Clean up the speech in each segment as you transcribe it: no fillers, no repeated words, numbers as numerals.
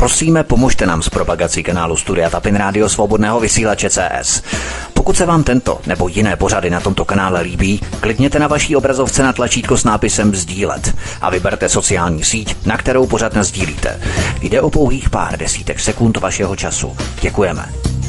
Prosíme, pomožte nám s propagací kanálu Studia Tapin Rádio Svobodného vysílače CS. Pokud se vám tento nebo jiné pořady na tomto kanále líbí, klikněte na vaší obrazovce na tlačítko s nápisem sdílet a vyberte sociální síť, na kterou pořad nasdílíte. Jde o pouhých pár desítek sekund vašeho času. Děkujeme.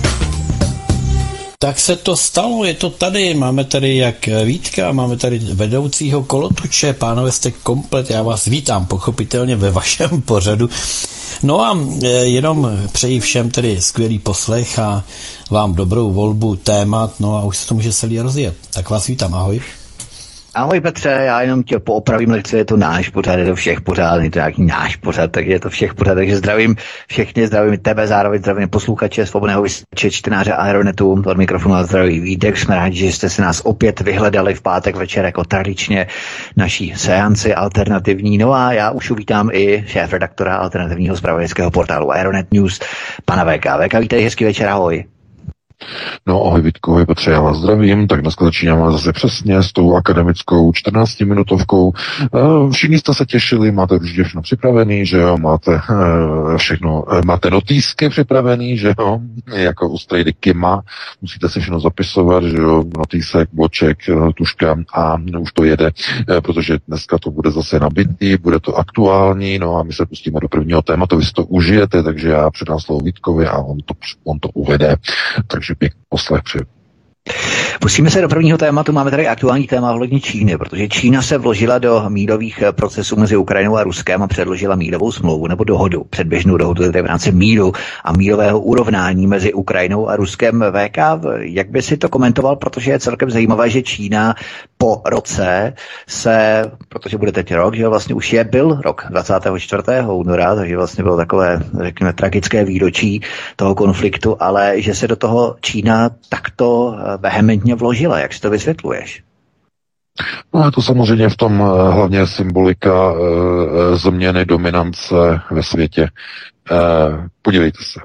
Tak se to stalo, je to tady, máme tady jak Vítka, máme tady vedoucího kolotoče, pánové, jste komplet, já vás vítám pochopitelně ve vašem pořadu. No a jenom přeji všem tedy skvělý poslech a vám dobrou volbu témat, no a už se to může celý rozjet. Tak vás vítám, ahoj. Ahoj Petře, já jenom tě poopravím, nechci, je to náš pořad, je to všech pořád, je to nějaký náš pořad, takže je to všech pořád, takže zdravím všechny, zdravím tebe, zároveň zdravím posluchače Svobodného vysílače, čtenáře Aeronetu, od mikrofonu a zdraví Vítek, jsme rádi, že jste si nás opět vyhledali v pátek večer jako tradičně naší seanci alternativní, no a já už uvítám i šéfredaktora alternativního zpravodajského portálu Aeronet News, pana VK. VK, vítej, hezký večer, ahoj. No ahoj Vítku, ahoj Petře, já vás zdravím, tak dneska začínáme zase přesně s tou akademickou 14-minutovkou. Všichni jste se těšili, máte určitě všechno připravený, že jo, máte všechno, máte notýsky připravený, že jo, jako u Strejdy Kima, musíte si všechno zapisovat, že jo, notýsek, bloček, tuška a už to jede, protože dneska to bude zase nabitý, bude to aktuální, no a my se pustíme do prvního tématu, vy si to užijete, takže já předám slovo Vítkovi a on to uvede, takže pěkný poslech přeju. Pustíme se do prvního tématu, máme tady aktuální téma ohledně Číny, protože Čína se vložila do mírových procesů mezi Ukrajinou a Ruskem a předložila mírovou smlouvu nebo dohodu, předběžnou dohodu v rámci míru a mírového urovnání mezi Ukrajinou a Ruskem. VK, jak by si to komentoval, protože je celkem zajímavé, že Čína po roce se, protože bude teď rok, že vlastně už byl rok 24. února, takže vlastně bylo takové, řekněme, tragické výročí toho konfliktu, ale že se do toho Čína takto vehementně vložila. Jak si to vysvětluješ? No je to samozřejmě v tom hlavně symbolika změny dominance ve světě. Podívejte se.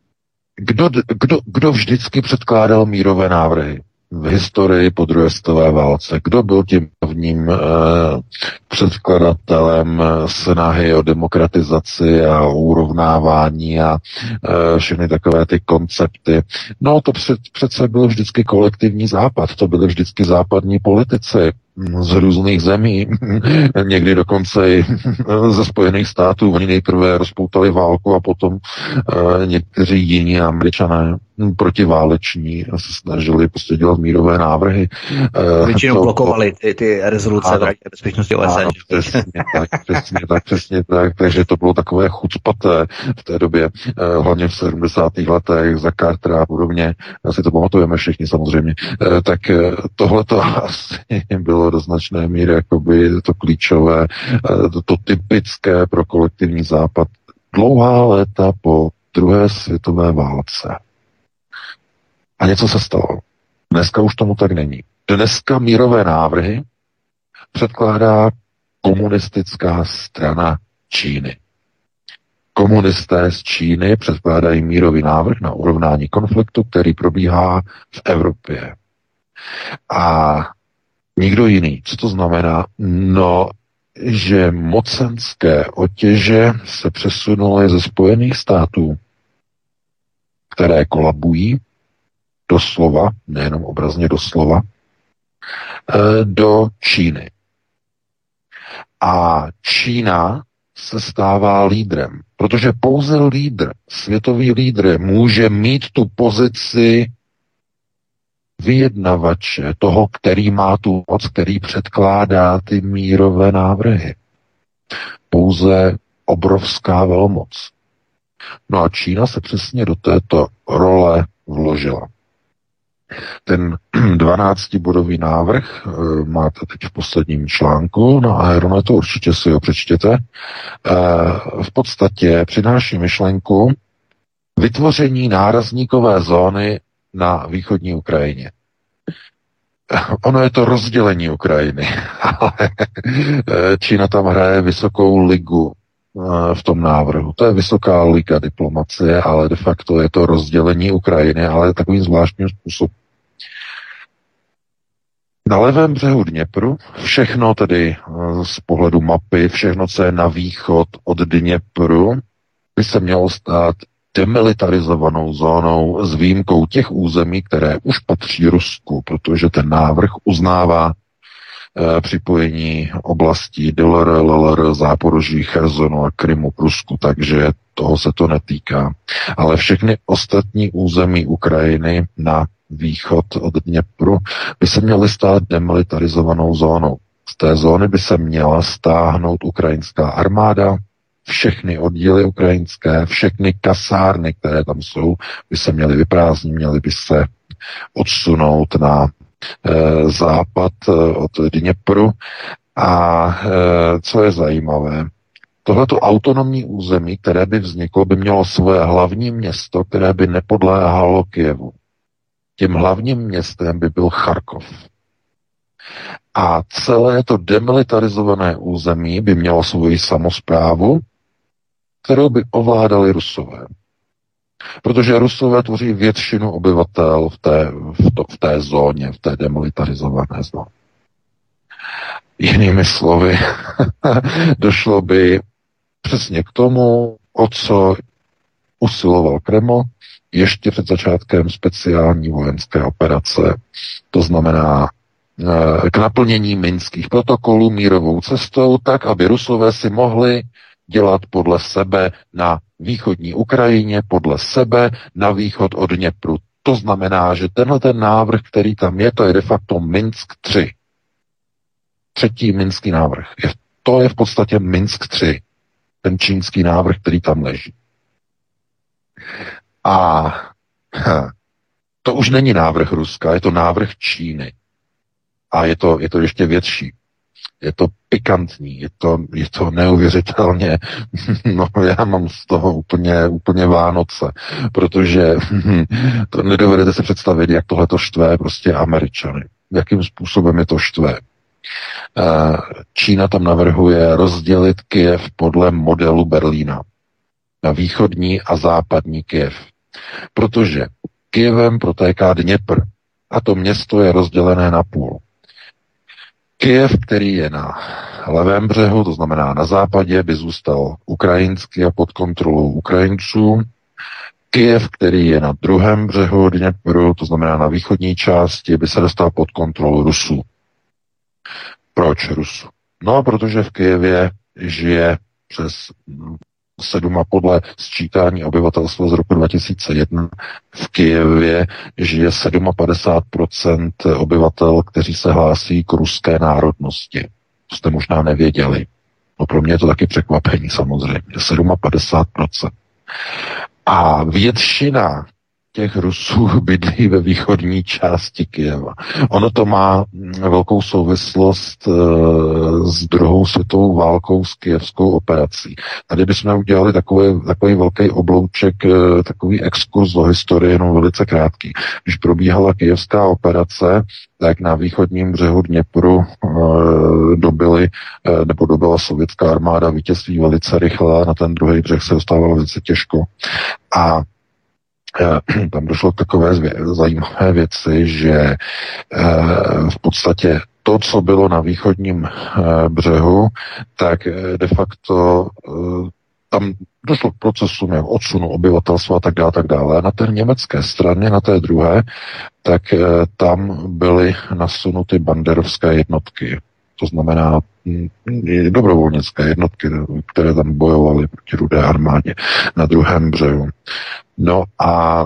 Kdo vždycky předkládal mírové návrhy v historii po druhé světové válce? Kdo byl tím hlavním předkladatelem snahy o demokratizaci a urovnávání a všechny takové ty koncepty? No to přece byl vždycky kolektivní západ, to byly vždycky západní politici z různých zemí, někdy dokonce i ze Spojených států. Oni nejprve rozpoutali válku a potom někteří jiní Američané protiváleční se snažili prostě dělat mírové návrhy. Většinou blokovali ty rezoluce v Radě bezpečnosti OSN. Přesně tak. Takže to bylo takové chucpaté v té době, hlavně v 70. letech za Cartera a podobně. Asi to pamatujeme všichni samozřejmě. Tak tohleto asi bylo do značné míry jakoby to klíčové, to typické pro kolektivní západ dlouhá léta po druhé světové válce. A něco se stalo. Dneska už tomu tak není. Dneska mírové návrhy předkládá komunistická strana Číny. Komunisté z Číny předkládají mírový návrh na urovnání konfliktu, který probíhá v Evropě. A nikdo jiný. Co to znamená? No, že mocenské otěže se přesunuly ze Spojených států, které kolabují, doslova, nejenom obrazně doslova, do Číny. A Čína se stává lídrem, protože pouze lídr, světový lídr, může mít tu pozici vyjednavače, toho, který má tu moc, který předkládá ty mírové návrhy. Pouze obrovská velmoc. No a Čína se přesně do této role vložila. Ten 12-bodový návrh máte teď v posledním článku na Aeronetu, určitě si ho přečtěte. V podstatě přináší myšlenku vytvoření nárazníkové zóny na východní Ukrajině. Ono je to rozdělení Ukrajiny, ale Čína tam hraje vysokou ligu v tom návrhu. To je vysoká liga diplomacie, ale de facto je to rozdělení Ukrajiny, ale takovým zvláštním způsobem. Na levém břehu Dněpru, všechno tedy z pohledu mapy, všechno, co je na východ od Dněpru, by se mělo stát demilitarizovanou zónou s výjimkou těch území, které už patří Rusku, protože ten návrh uznává připojení oblastí DLR, LLR, Záporoží, Chersonu a Krymu k Rusku, takže toho se to netýká. Ale všechny ostatní území Ukrajiny na východ od Dněpru by se měly stát demilitarizovanou zónou. Z té zóny by se měla stáhnout ukrajinská armáda, všechny oddíly ukrajinské, všechny kasárny, které tam jsou, by se měly vyprázdnit, měly by se odsunout na západ od Dněpru. A co je zajímavé, tohleto autonomní území, které by vzniklo, by mělo svoje hlavní město, které by nepodléhalo Kyjevu. Tím hlavním městem by byl Charkov. A celé to demilitarizované území by mělo svoji samosprávu, kterou by ovládali Rusové. Protože Rusové tvoří většinu obyvatel v té zóně, v té demilitarizované zóně. Jinými slovy, došlo by přesně k tomu, o co usiloval Kreml ještě před začátkem speciální vojenské operace. To znamená k naplnění minských protokolů mírovou cestou, tak, aby Rusové si mohli dělat podle sebe na východní Ukrajině, podle sebe na východ od Dněpru. To znamená, že tenhle ten návrh, který tam je, to je de facto Minsk 3. Třetí minský návrh. To je v podstatě Minsk 3. Ten čínský návrh, který tam leží. A to už není návrh Ruska, je to návrh Číny. A je to ještě větší. Je to pikantní, je to neuvěřitelně, no já mám z toho úplně Vánoce, protože to nedovedete si představit, jak tohle to štve prostě Američany. Jakým způsobem je to štve. Čína tam navrhuje rozdělit Kyjev podle modelu Berlína na východní a západní Kyjev. Protože Kyjevem protéká Dněpr a to město je rozdělené na půl. Kyjev, který je na levém břehu, to znamená na západě, by zůstal ukrajinský a pod kontrolou Ukrajinců. Kyjev, který je na druhém břehu Dněpru, to znamená na východní části, by se dostal pod kontrolu Rusů. Proč Rusů? No, protože v Kyjevě žije přes 7 a podle sčítání obyvatelstva z roku 2001 v Kyjevě žije 57% obyvatel, kteří se hlásí k ruské národnosti. To jste možná nevěděli. No pro mě je to taky překvapení samozřejmě. 57%. A většina těch Rusů bydlí ve východní části Kyjeva. Ono to má velkou souvislost s druhou světovou válkou, s kyjevskou operací. Tady bychom udělali takový velký oblouček, takový exkurs do historie, jenom velice krátký. Když probíhala kyjevská operace, tak na východním břehu Dněpru dobila sovětská armáda vítězství velice rychle, na ten druhý břeh se dostávalo velice těžko. A tam došlo k takové zajímavé věci, že v podstatě to, co bylo na východním břehu, tak de facto tam došlo k procesům jak odsunu obyvatelstva a tak dále. Na té německé straně, na té druhé, tak tam byly nasunuty banderovské jednotky. To znamená dobrovolnické jednotky, které tam bojovaly proti Rudé armádě na druhém břehu. No a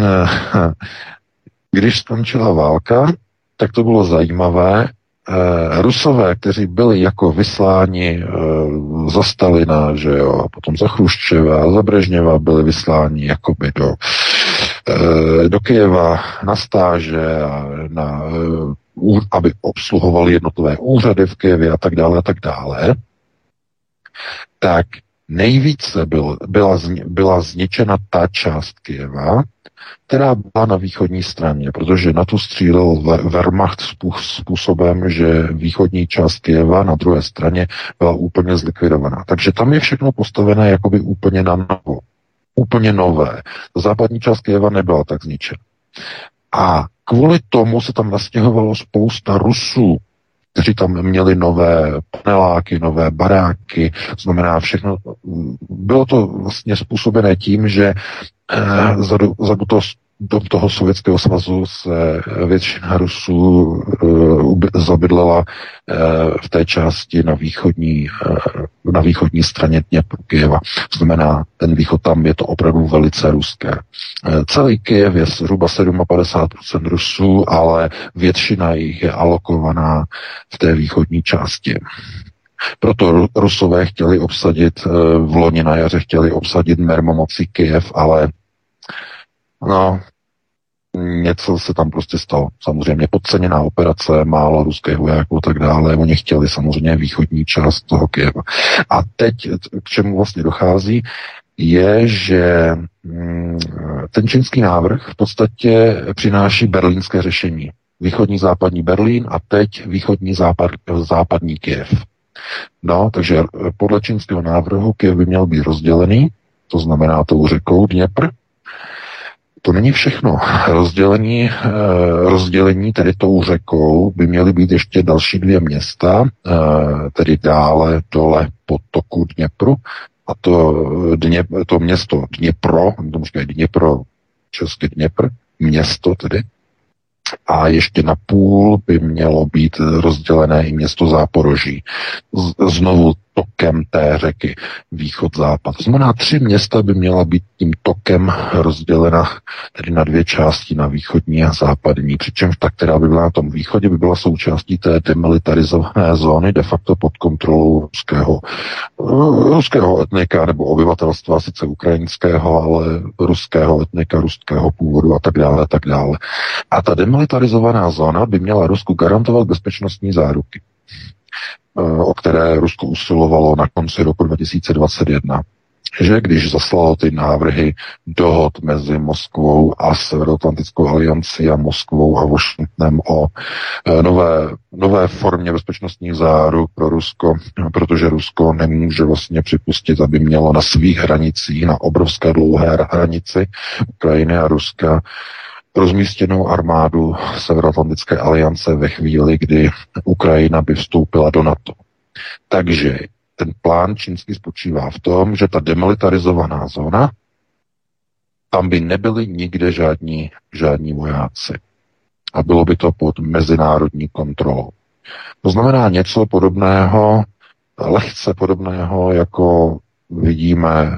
když skončila válka, tak to bylo zajímavé. Rusové, kteří byli jako vysláni za Stalina, že jo, a potom za Chruščeva a za Brežněva byli vysláni jakoby do Kyjeva na stáže a aby obsluhovali jednotlivé úřady v Kyjevě a tak dále, tak nejvíce byla zničena ta část Kyjeva, která byla na východní straně, protože na tu střílel Wehrmacht způsobem, že východní část Kyjeva na druhé straně byla úplně zlikvidovaná. Takže tam je všechno postavené jakoby úplně na novo. Úplně nové. Západní část Kyjeva nebyla tak zničena. A kvůli tomu se tam nastěhovalo spousta Rusů. kteří tam měli nové paneláky, nové baráky, znamená všechno. Bylo to vlastně způsobené tím, že za toho Sovětského svazu se většina Rusů zabydlela v té části na východní straně Dněpru Kyjeva. Znamená, ten východ tam je to opravdu velice ruské. Celý Kyjev je zhruba 57% Rusů, ale většina jich je alokovaná v té východní části. Proto Rusové chtěli obsadit, v loni na jaře chtěli obsadit mermomocí Kyjev, ale něco se tam prostě stalo. Samozřejmě podceněná operace, málo ruských vojáků a tak dále. Oni chtěli samozřejmě východní část toho Kyjeva. A teď, k čemu vlastně dochází, je, že ten čínský návrh v podstatě přináší berlínské řešení. Východní západní Berlín a teď východní západní Kyjev. Takže podle čínského návrhu Kyjev by měl být rozdělený, to znamená tou řekou Dněpr. To není všechno. Rozdělení tedy tou řekou by měly být ještě další 2 města, tedy dále dole po toku Dněpru, a to město Dněpro, to může být Dněpro, český Dněpr, město tedy, a ještě na půl by mělo být rozdělené i město Záporoží. Znovu tokem té řeky východ-západ. To znamená, 3 města by měla být tím tokem rozdělena tedy na 2 části, na východní a západní. Přičemž ta, která by byla na tom východě, by byla součástí té demilitarizované zóny, de facto pod kontrolou ruského etnika nebo obyvatelstva, sice ukrajinského, ale ruského etnika, ruského původu a tak dále, a tak dále. A ta demilitarizovaná zóna by měla Rusku garantovat bezpečnostní záruky, o které Rusko usilovalo na konci roku 2021, že když zaslalo ty návrhy dohod mezi Moskvou a Severoatlantickou aliancí a Moskvou a Washingtonem o nové formě bezpečnostních záruk pro Rusko, protože Rusko nemůže vlastně připustit, aby mělo na svých hranicích, na obrovské dlouhé hranici Ukrajiny a Ruska, rozmístěnou armádu Severoatlantické aliance ve chvíli, kdy Ukrajina by vstoupila do NATO. Takže ten plán čínský spočívá v tom, že ta demilitarizovaná zóna, tam by nebyli nikde žádní vojáci. A bylo by to pod mezinárodní kontrolou. To znamená něco podobného, lehce podobného, jako vidíme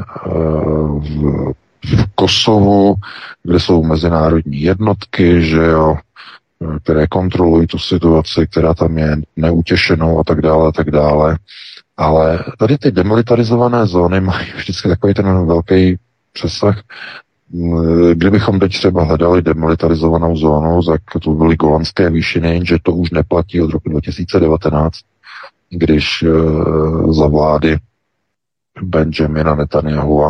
v Kosovu, kde jsou mezinárodní jednotky, že jo, které kontrolují tu situaci, která tam je neutěšenou a tak dále, a tak dále. Ale tady ty demilitarizované zóny mají vždycky takový ten velký přesah. Kdybychom teď třeba hledali demilitarizovanou zónu, tak to byly Golanské výšiny, že to už neplatí od roku 2019, když za vlády Benjamina Netanyahua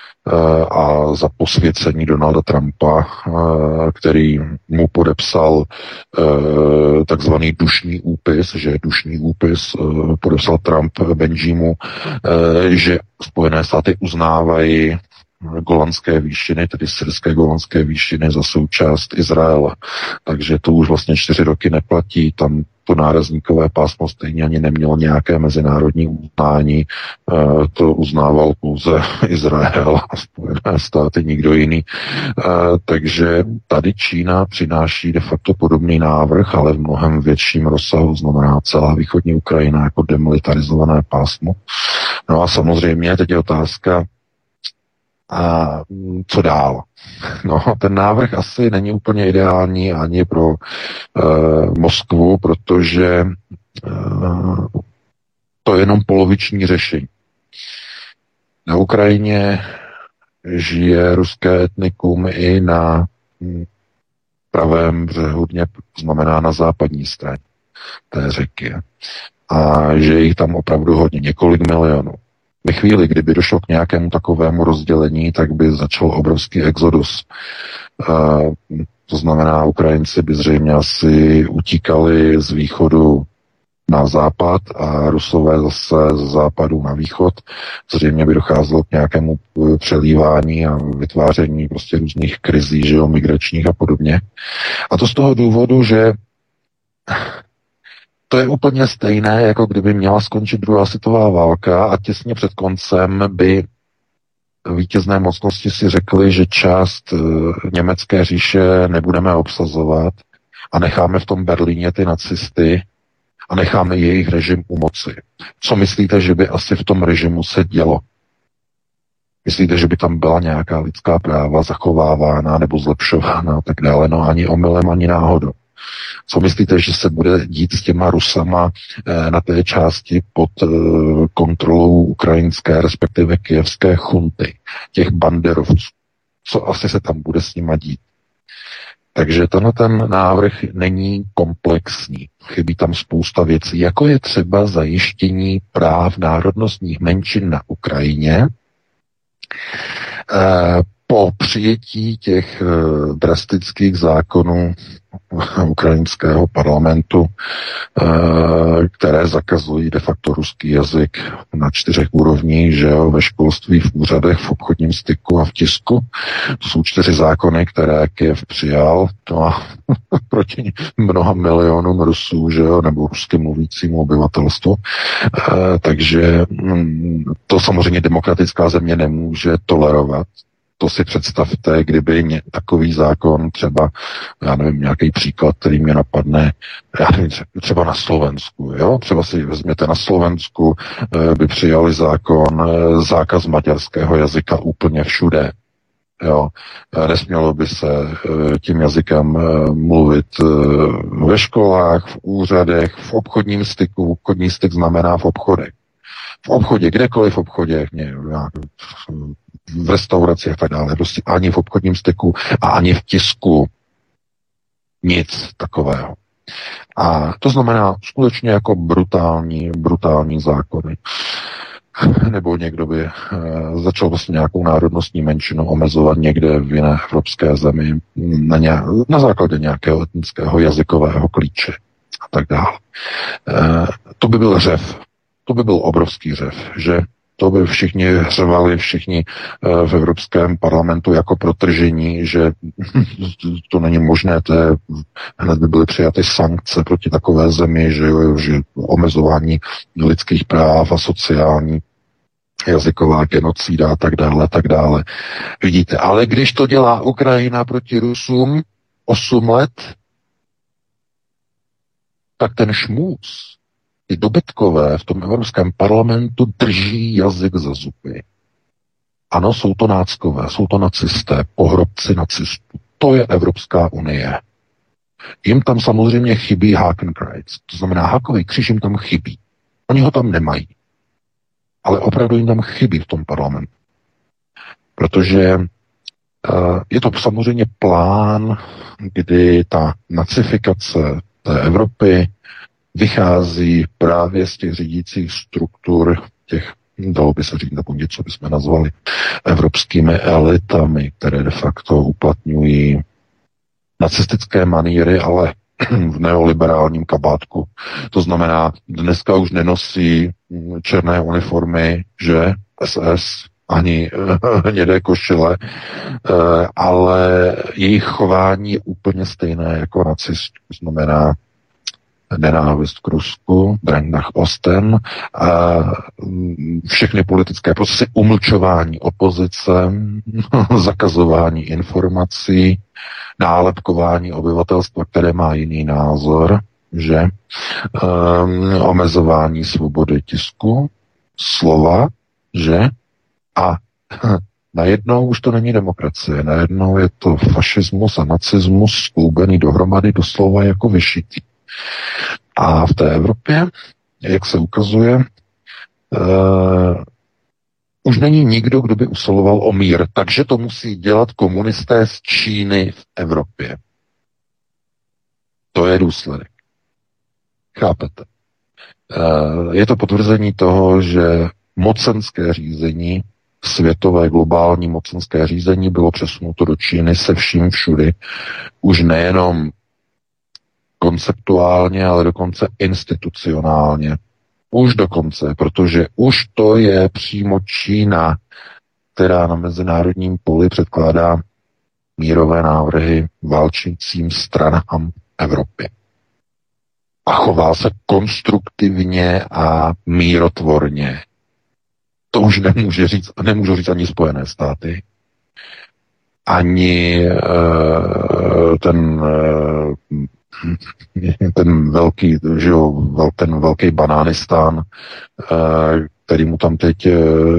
a za posvěcení Donalda Trumpa, který mu podepsal takzvaný dušní úpis, že dušní úpis podepsal Trump Benjimu, že Spojené státy uznávají Golanské výšiny, tedy syrské Golanské výšiny za součást Izraele. Takže to už vlastně 4 roky neplatí, tam to nárazníkové pásmo stejně ani nemělo nějaké mezinárodní uznání, to uznával pouze Izrael a Spojené státy, nikdo jiný. Takže tady Čína přináší de facto podobný návrh, ale v mnohem větším rozsahu, znamená celá východní Ukrajina jako demilitarizované pásmo. No a samozřejmě teď je otázka, a co dál? No, ten návrh asi není úplně ideální ani pro Moskvu, protože to je jenom poloviční řešení. Na Ukrajině žije ruské etnikum i na pravém břehu Dněpru, to znamená na západní straně té řeky. A že jich tam opravdu hodně, několik milionů. Ve chvíli, kdyby došlo k nějakému takovému rozdělení, tak by začal obrovský exodus. To znamená, Ukrajinci by zřejmě asi utíkali z východu na západ a Rusové zase z západu na východ. Zřejmě by docházelo k nějakému přelívání a vytváření prostě různých krizí, že jo, migračních a podobně. A to z toho důvodu, že To je úplně stejné, jako kdyby měla skončit druhá světová válka a těsně před koncem by vítězné mocnosti si řekli, že část německé říše nebudeme obsazovat a necháme v tom Berlíně ty nacisty a necháme jejich režim u moci. Co myslíte, že by asi v tom režimu se dělo? Myslíte, že by tam byla nějaká lidská práva zachovávána nebo zlepšována a tak dále? No ani omylem, ani náhodou. Co myslíte, že se bude dít s těma Rusama na té části pod kontrolou ukrajinské, respektive kyjevské chunty, těch banderovců? Co asi se tam bude s nima dít? Takže ten návrh není komplexní. Chybí tam spousta věcí, jako je třeba zajištění práv národnostních menšin na Ukrajině, po přijetí těch drastických zákonů ukrajinského parlamentu, které zakazují de facto ruský jazyk na 4 úrovních, že jo, ve školství, v úřadech, v obchodním styku a v tisku. To jsou 4 zákony, které Kyjev přijal, no a proti mnoha milionům Rusů, že jo, nebo rusky mluvícímu obyvatelstvu. Takže to samozřejmě demokratická země nemůže tolerovat. To si představte, kdyby takový zákon třeba, já nevím, nějaký příklad, který mě napadne, já nevím, třeba na Slovensku, jo? Třeba si vezměte na Slovensku, by přijali zákaz maďarského jazyka úplně všude. Jo? Nesmělo by se tím jazykem mluvit ve školách, v úřadech, v obchodním styku. Obchodní styk znamená v obchodech. V obchodě, kdekoliv v obchodě, v restauracích a tak dále, prostě ani v obchodním styku a ani v tisku nic takového. A to znamená skutečně jako brutální zákony. Nebo někdo by začal vlastně nějakou národnostní menšinu omezovat někde v jiné evropské zemi na základě nějakého etnického jazykového klíče a tak dále. To by byl řev. To by byl obrovský řev, že to by všichni hřevali, všichni v Evropském parlamentu jako protržení, že to není možné, hned by byly přijaty sankce proti takové zemi, že omezování lidských práv a sociální jazyková genocída a tak dále. Vidíte, ale když to dělá Ukrajina proti Rusům 8 let, tak ten šmůz, ty dobytkové v tom Evropském parlamentu drží jazyk za zuby. Ano, jsou to náckové, jsou to nacisté, pohrobci nacistů. To je Evropská unie. Jim tam samozřejmě chybí Hakenkreuz. To znamená, hakový kříž jim tam chybí. Oni ho tam nemají. Ale opravdu jim tam chybí v tom parlamentu. Protože je to samozřejmě plán, kdy ta nacifikace té Evropy vychází právě z těch řídících struktur, těch, dalo by se říct, nebo něco bychom nazvali evropskými elitami, které de facto uplatňují nacistické maníry, ale v neoliberálním kabátku. To znamená, dneska už nenosí černé uniformy, že SS, ani hnědé košile, ale jejich chování je úplně stejné jako nacistů. To znamená nenávist k Rusku, Drang nach Osten, všechny politické procesy, umlčování opozice, zakazování informací, nálepkování obyvatelstva, které má jiný názor, že omezování svobody tisku, slova, že a najednou už to není demokracie, najednou je to fašismus a nacismus skloubený dohromady doslova jako vyšitý. A v té Evropě, jak se ukazuje, už není nikdo, kdo by usiloval o mír, takže to musí dělat komunisté z Číny v Evropě. To je důsledek. Chápete? Je to potvrzení toho, že mocenské řízení, světové globální mocenské řízení bylo přesunuto do Číny se vším všudy. Už nejenom konceptuálně, ale dokonce institucionálně. Už dokonce, protože už to je přímo Čína, která na mezinárodním poli předkládá mírové návrhy válčícím stranám Evropy. a chová se konstruktivně a mírotvorně. To už nemůžu říct ani Spojené státy, ani ten velký, že jo, ten velký Banánistán, který mu tam teď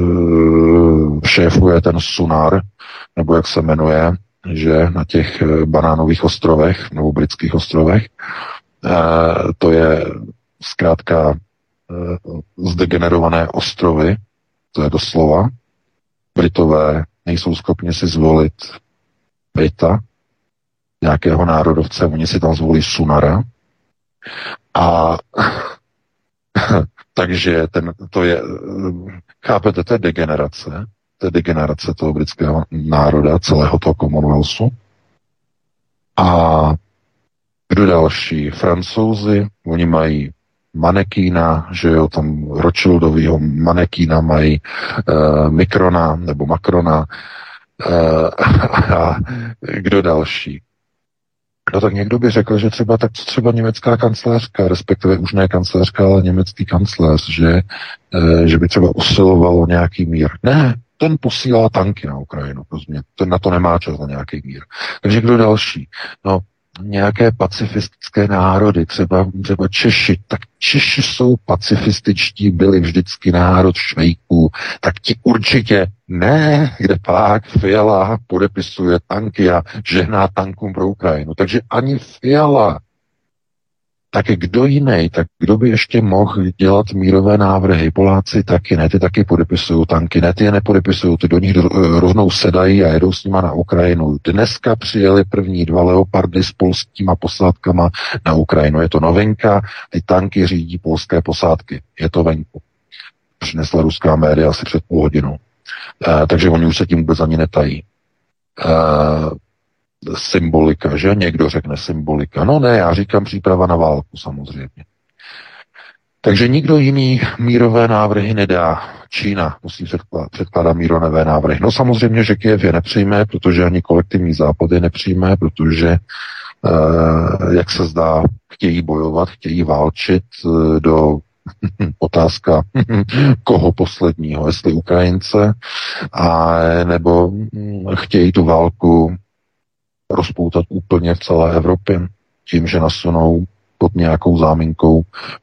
šéfuje ten Sunar, nebo jak se jmenuje, že na těch banánových ostrovech, nebo britských ostrovech, to je zkrátka zdegenerované ostrovy, to je doslova. Britové nejsou schopni si zvolit Brita, nějakého národovce, oni si tam zvolí Sunara. A takže to je, chápete, to je degenerace toho britského národa, celého toho Commonwealthu. A kdo další? Francouzi, oni mají manekína, že jo, tam Rothschildovýho manekína mají Mikrona nebo Macrona. A kdo další? No tak někdo by řekl, že třeba německá kancléřka, respektive už ne kancléřka, ale německý kancléř, že by třeba usiloval o nějaký mír. Ne, ten posílá tanky na Ukrajinu, ten na to nemá čas na nějaký mír. Takže kdo další? No, nějaké pacifistické národy, třeba Češi, tak Češi jsou pacifističtí, byli vždycky národ švejků, tak ti určitě ne, kde pak Fiala podepisuje tanky a žehná tankům pro Ukrajinu. Takže ani Fiala. Tak kdo jiný, tak kdo by ještě mohl dělat mírové návrhy? Poláci taky ne, ty taky podepisují tanky, ne, ty je nepodepisují, ty do nich rovnou sedají a jedou s nima na Ukrajinu. Dneska přijeli první 2 Leopardy s polskýma posádkama na Ukrajinu. Je to novinka, ty tanky řídí polské posádky. Je to venku. Přinesla ruská média asi před půl hodinou. Takže oni už se tím vůbec ani netají. Symbolika, že? Někdo řekne symbolika. No ne, já říkám příprava na válku samozřejmě. Takže nikdo jiný mírové návrhy nedá. Čína musí předkládat mírové návrhy. No samozřejmě, že Kyjev je nepřijme, protože ani kolektivní západ je nepřijme, protože jak se zdá, chtějí bojovat, chtějí válčit do otázka koho posledního, jestli Ukrajince, a nebo chtějí tu válku rozpoutat úplně v celé Evropě tím, že nasunou pod nějakou záminkou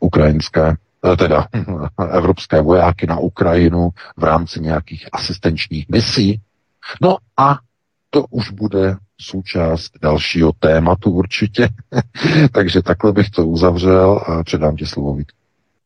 evropské vojáky na Ukrajinu v rámci nějakých asistenčních misí. No a to už bude součást dalšího tématu určitě. Takže takhle bych to uzavřel a předám ti slovo, Vít.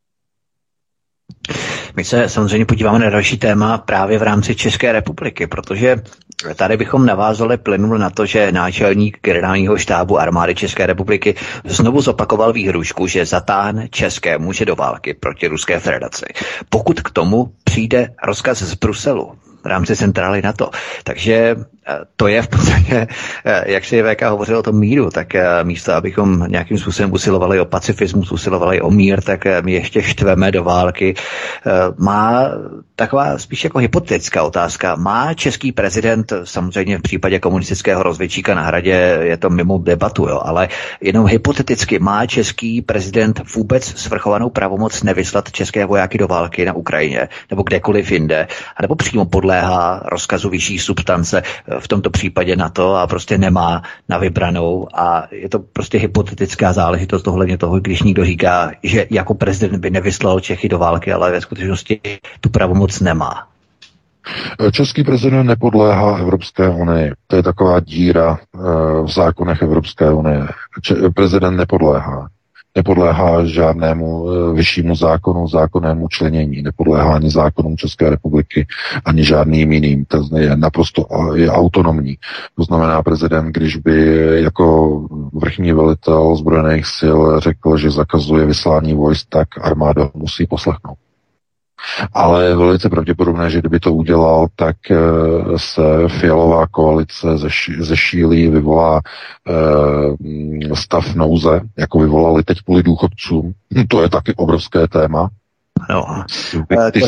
My se samozřejmě podíváme na další téma právě v rámci České republiky, protože tady bychom navázali plynule na to, že náčelník generálního štábu armády České republiky znovu zopakoval výhrušku, že zatáhne české muže do války proti Ruské federaci, pokud k tomu přijde rozkaz z Bruselu v rámci centrály NATO. Takže to je v podstatě, jak si VK hovořil o tom míru, tak místo, abychom nějakým způsobem usilovali o pacifismus, usilovali o mír, tak my ještě štveme do války. Má taková spíš jako hypotetická otázka. Má český prezident, samozřejmě v případě komunistického rozvědčíka na Hradě je to mimo debatu, jo, ale jenom hypoteticky, má český prezident vůbec svrchovanou pravomoc nevyslat české vojáky do války na Ukrajině nebo kdekoliv jinde, anebo přímo podléhá rozkazu vyšší substance, v tomto případě NATO, a prostě nemá na vybranou, a je to prostě hypotetická záležitost ohledně toho, když někdo říká, že jako prezident by nevyslal Čechy do války, ale ve skutečnosti tu pravomoc nemá. Český prezident nepodléhá Evropské unii. To je taková díra v zákonech Evropské unie. Prezident nepodléhá žádnému vyššímu zákonu, zákonnému členění, nepodléhá ani zákonům České republiky, ani žádným jiným. To je naprosto autonomní. To znamená, prezident, když by jako vrchní velitel zbrojených sil řekl, že zakazuje vyslání vojsk, tak armáda musí poslechnout. Ale velice pravděpodobné, že kdyby to udělal, tak se Fialová koalice zešílí, vyvolá stav nouze, jako vyvolali teď kvůli důchodcům. To je taky obrovské téma. No, ty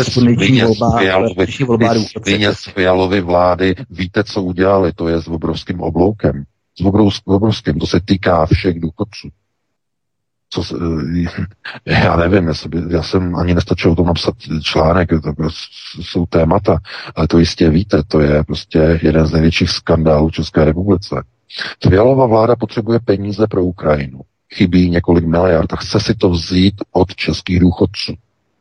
svině z Fialovy vlády, víte, co udělali, to je s obrovským obloukem. S obrovským, to se týká všech důchodců. Já nevím, já jsem ani nestačil o tom napsat článek, to jsou témata, ale to jistě víte, to je prostě jeden z největších skandálů v České republice. Fialová vláda potřebuje peníze pro Ukrajinu. Chybí několik miliard a chce si to vzít od českých důchodců.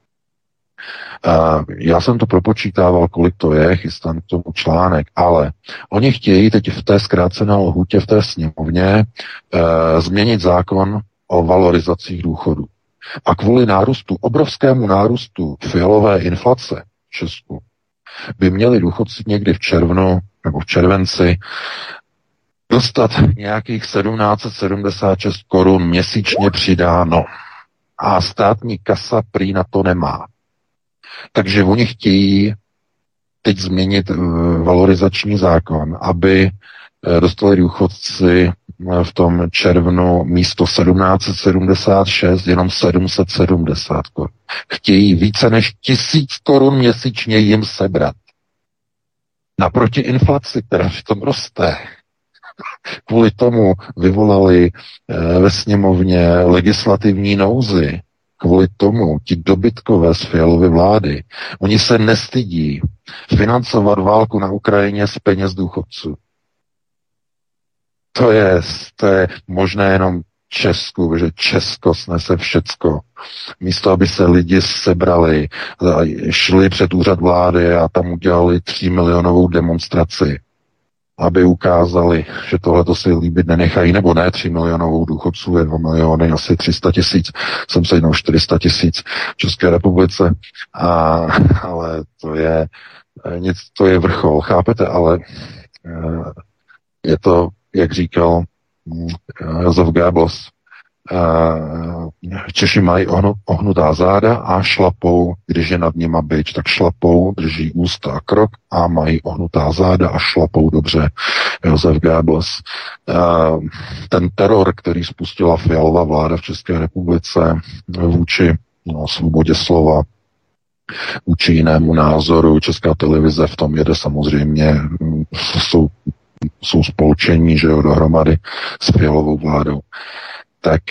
Já jsem to propočítával, kolik to je, chystám k tomu článek, ale oni chtějí teď v té zkrácené lhůtě v té sněmovně změnit zákon o valorizacích důchodů. A kvůli obrovskému nárůstu fialové inflace v Česku by měli důchodci někdy v červnu nebo v červenci dostat nějakých 1776 korun měsíčně přidáno. A státní kasa prý na to nemá. Takže oni chtějí teď změnit valorizační zákon, aby dostali důchodci v tom červnu místo 1776 jenom 770 korun. Chtějí více než 1000 korun měsíčně jim sebrat. Naproti inflaci, která v tom roste. Kvůli tomu vyvolali ve sněmovně legislativní nouzi. Kvůli tomu ti dobytkové z Fialovy vlády, oni se nestydí financovat válku na Ukrajině z peněz důchodců. To je možné jenom Česku, že Česko snese všecko. Místo, aby se lidi sebrali, šli před úřad vlády a tam udělali 3milionovou demonstraci, aby ukázali, že tohleto si líbit nenechají, nebo ne 3 milionovou důchodců, je 2 miliony, asi 300 000, jsem se jednou 400 000 v České republice, ale to je vrchol, chápete, ale je to, jak říkal Josef Goebbels, Češi mají ohnutá záda a šlapou, když je nad nima bič, tak šlapou, drží ústa a krok a mají ohnutá záda a šlapou dobře. Josef Goebbels. Ten teror, který spustila Fialová vláda v České republice vůči svobodě slova, vůči jinému názoru, Česká televize v tom jede samozřejmě, jsou spolčení, že jo, dohromady s Fialovou vládou. Tak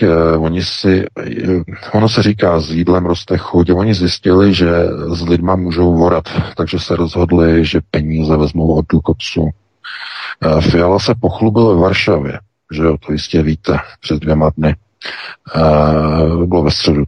ono se říká, s jídlem roste chuť, oni zjistili, že s lidma můžou vorat, takže se rozhodli, že peníze vezmou od důchodců. Fiala se pochlubil ve Varšavě, že jo, to jistě víte, před 2 dny. Bylo ve středu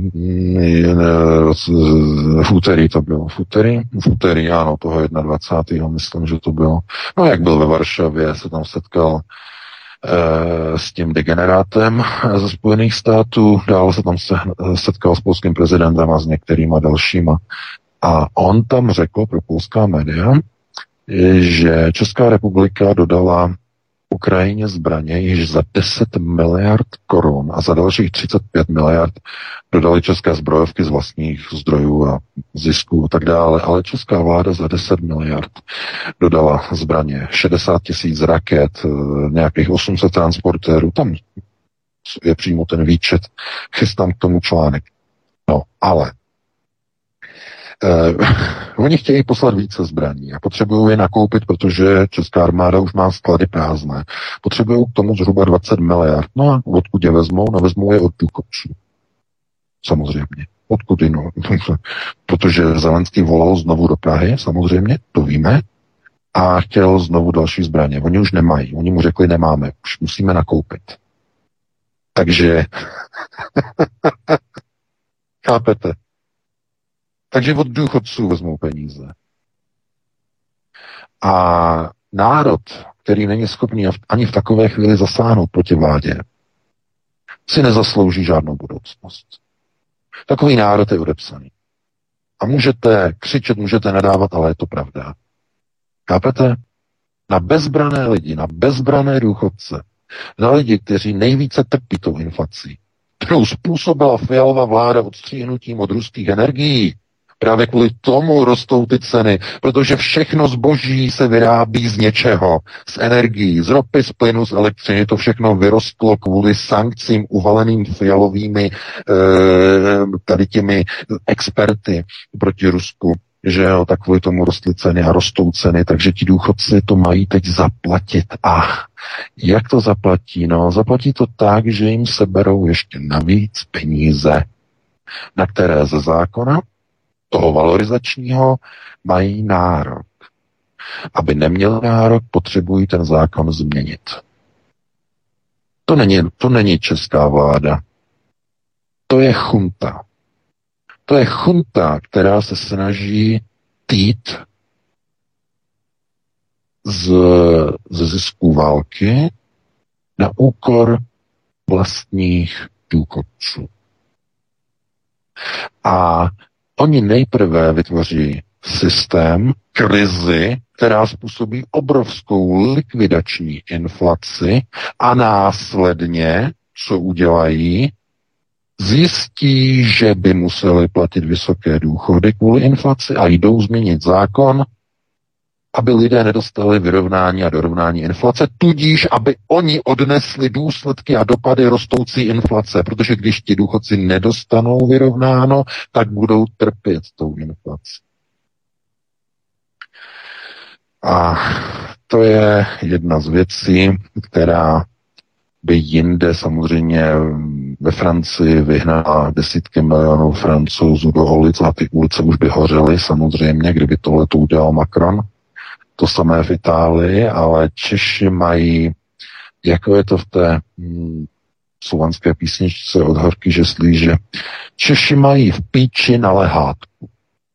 v úterý to bylo. V úterý, ano, toho 21. myslím, že to bylo. No, jak byl ve Varšavě, se tam setkal s tím degenerátem ze Spojených států, dále se tam setkal s polským prezidentem a s některýma dalšíma. A on tam řekl pro polská média, že Česká republika dodala Ukrajině zbraně již za 10 miliard korun a za dalších 35 miliard dodali české zbrojovky z vlastních zdrojů a zisků a tak dále, ale česká vláda za 10 miliard dodala zbraně, 60 000 raket, nějakých 800 transportérů, tam je přímo ten výčet, chystám k tomu článek. No, ale oni chtějí poslat více zbraní a potřebují je nakoupit, protože česká armáda už má sklady prázdné. Potřebují k tomu zhruba 20 miliard. No a odkud je vezmou? No vezmou je od důchodců. Samozřejmě. Odkud jinou? Protože Zelenský volal znovu do Prahy, samozřejmě, to víme, a chtěl znovu další zbraně. Oni už nemají. Oni mu řekli, nemáme, už musíme nakoupit. Takže chápete? Takže od důchodců vezmou peníze. A národ, který není schopný ani v takové chvíli zasáhnout proti vládě, si nezaslouží žádnou budoucnost. Takový národ je odepsaný. A můžete křičet, můžete nadávat, ale je to pravda. Chápete? Na bezbrané lidi, na bezbrané důchodce, na lidi, kteří nejvíce trpí tou inflací, kterou způsobila Fialová vláda odstříhnutím od ruských energií. Právě kvůli tomu rostou ty ceny, protože všechno zboží se vyrábí z něčeho, z energií, z ropy, z plynu, z elektřiny, to všechno vyrostlo kvůli sankcím uvaleným Fialovými tady těmi experty proti Rusku, že jo, tak kvůli tomu rostly ceny a rostou ceny, takže ti důchodci to mají teď zaplatit a Jak to zaplatí? No, zaplatí to tak, že jim seberou ještě navíc peníze, na které ze zákona toho valorizačního mají nárok. Aby neměl nárok, potřebují ten zákon změnit. To není česká vláda. To je chunta. To je chunta, která se snaží týt ze zisků války na úkor vlastních důchodců. A oni nejprve vytvoří systém, krizi, která způsobí obrovskou likvidační inflaci a následně, co udělají, zjistí, že by museli platit vysoké důchody kvůli inflaci a jdou změnit zákon, aby lidé nedostali vyrovnání a dorovnání inflace, tudíž, aby oni odnesli důsledky a dopady rostoucí inflace, protože když ti důchodci nedostanou vyrovnáno, tak budou trpět tou inflací. A to je jedna z věcí, která by jinde samozřejmě ve Francii vyhnala desítky milionů Francouzů do ulic a ty ulice už by hořely samozřejmě, kdyby tohle to udělal Macron. To samé v Itálii, ale Češi mají, jako je to v té slovanské písničce od Horky žeslí, že Češi mají v píči na lehátku.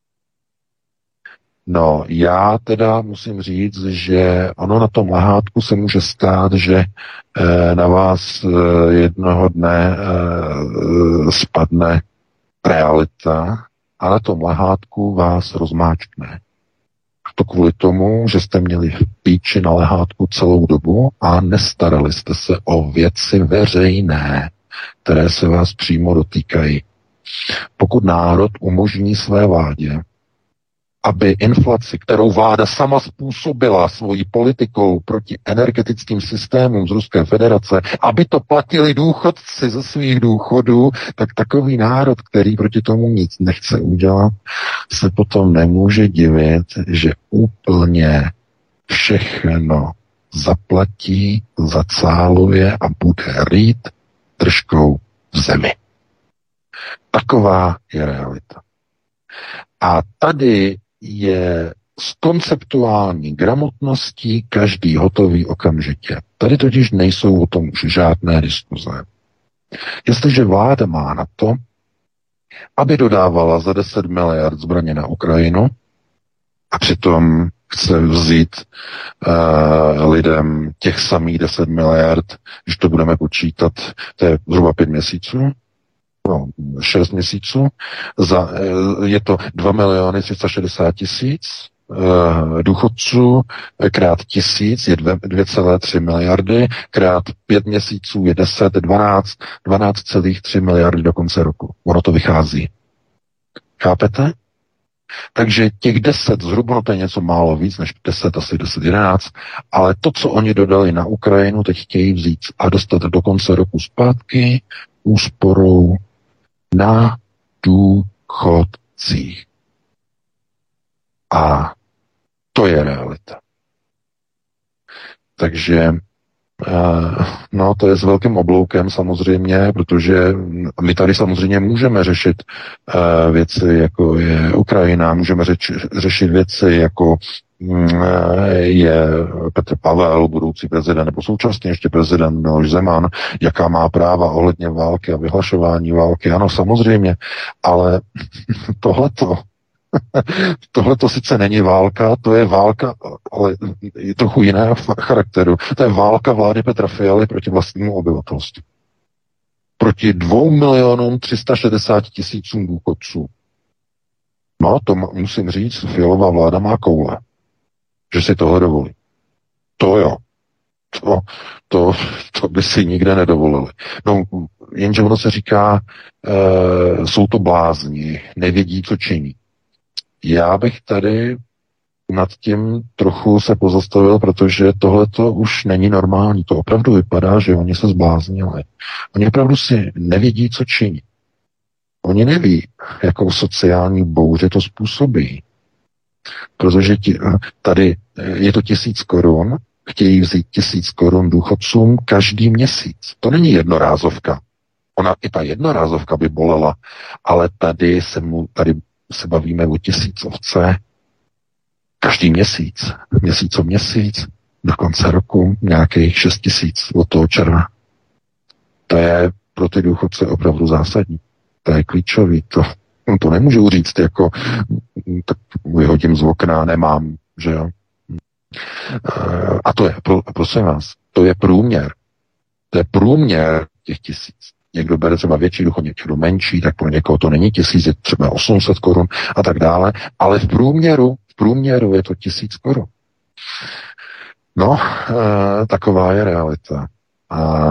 No, já teda musím říct, že ono na tom lehátku se může stát, že na vás jednoho dne spadne realita a na tom lehátku vás rozmáčkne. To kvůli tomu, že jste měli v píči na lehátku celou dobu a nestarali jste se o věci veřejné, které se vás přímo dotýkají. Pokud národ umožní své vládě, aby inflaci, kterou vláda sama způsobila svojí politikou proti energetickým systémům z Ruské federace, aby to platili důchodci ze svých důchodů, tak takový národ, který proti tomu nic nechce udělat, se potom nemůže divit, že úplně všechno zaplatí, zacáluje a bude rýt držkou v zemi. Taková je realita. A tady je s konceptuální gramotností každý hotový okamžitě. Tady totiž nejsou o tom už žádné diskuze. Jestliže vláda má na to, aby dodávala za 10 miliard zbraně na Ukrajinu a přitom chce vzít lidem těch samých 10 miliard, když to budeme počítat, to je zhruba 5 měsíců, 6 měsíců, je to 2 360 000 důchodců, krát 1000 je 2,3 miliardy, krát 5 měsíců je 10, 12,3 miliardy do konce roku. Ono to vychází. Chápete? Takže těch 10 zhruba, no to je něco málo víc než 10, asi 10, 11, ale to, co oni dodali na Ukrajinu, teď chtějí vzít a dostat do konce roku zpátky úsporou na důchodcích. A to je realita. Takže no, to je s velkým obloukem samozřejmě, protože my tady samozřejmě můžeme řešit věci, jako je Ukrajina, můžeme řešit věci, jako je Petr Pavel, budoucí prezident, nebo současně ještě prezident Miloš Zeman, jaká má práva ohledně války a vyhlašování války. Ano, samozřejmě, ale tohleto sice není válka, to je válka, ale je trochu jiného charakteru. To je válka vlády Petra Fialy proti vlastnímu obyvatelstvu. Proti 2 360 000 důchodců. No, to musím říct, Fialová vláda má koule, že si tohle dovolí. To jo. To by si nikde nedovolili. No, jenže ono se říká, jsou to blázni, nevědí, co činí. Já bych tady nad tím trochu se pozastavil, protože tohleto už není normální. To opravdu vypadá, že oni se zbláznili. Oni opravdu si nevědí, co činí. Oni neví, jakou sociální bouři to způsobí. Protože tady je to 1000 korun chtějí vzít 1000 korun důchodcům každý měsíc. To není jednorázovka. Ona i ta jednorázovka by bolela, ale tady se bavíme o tisícovce každý měsíc, měsíc co měsíc, do konce roku nějakých 6 000 od toho června. To je pro ty důchodce opravdu zásadní. To je klíčový. To nemůžu říct jako, tak vyhodím z okna, nemám, že jo. A to je, prosím vás, to je průměr. To je průměr těch 1000. Někdo bere třeba větší důchod, někdo menší, tak pro někoho to není 1000, je třeba 800 korun a tak dále, ale v průměru je to 1000 korun. No, taková je realita. A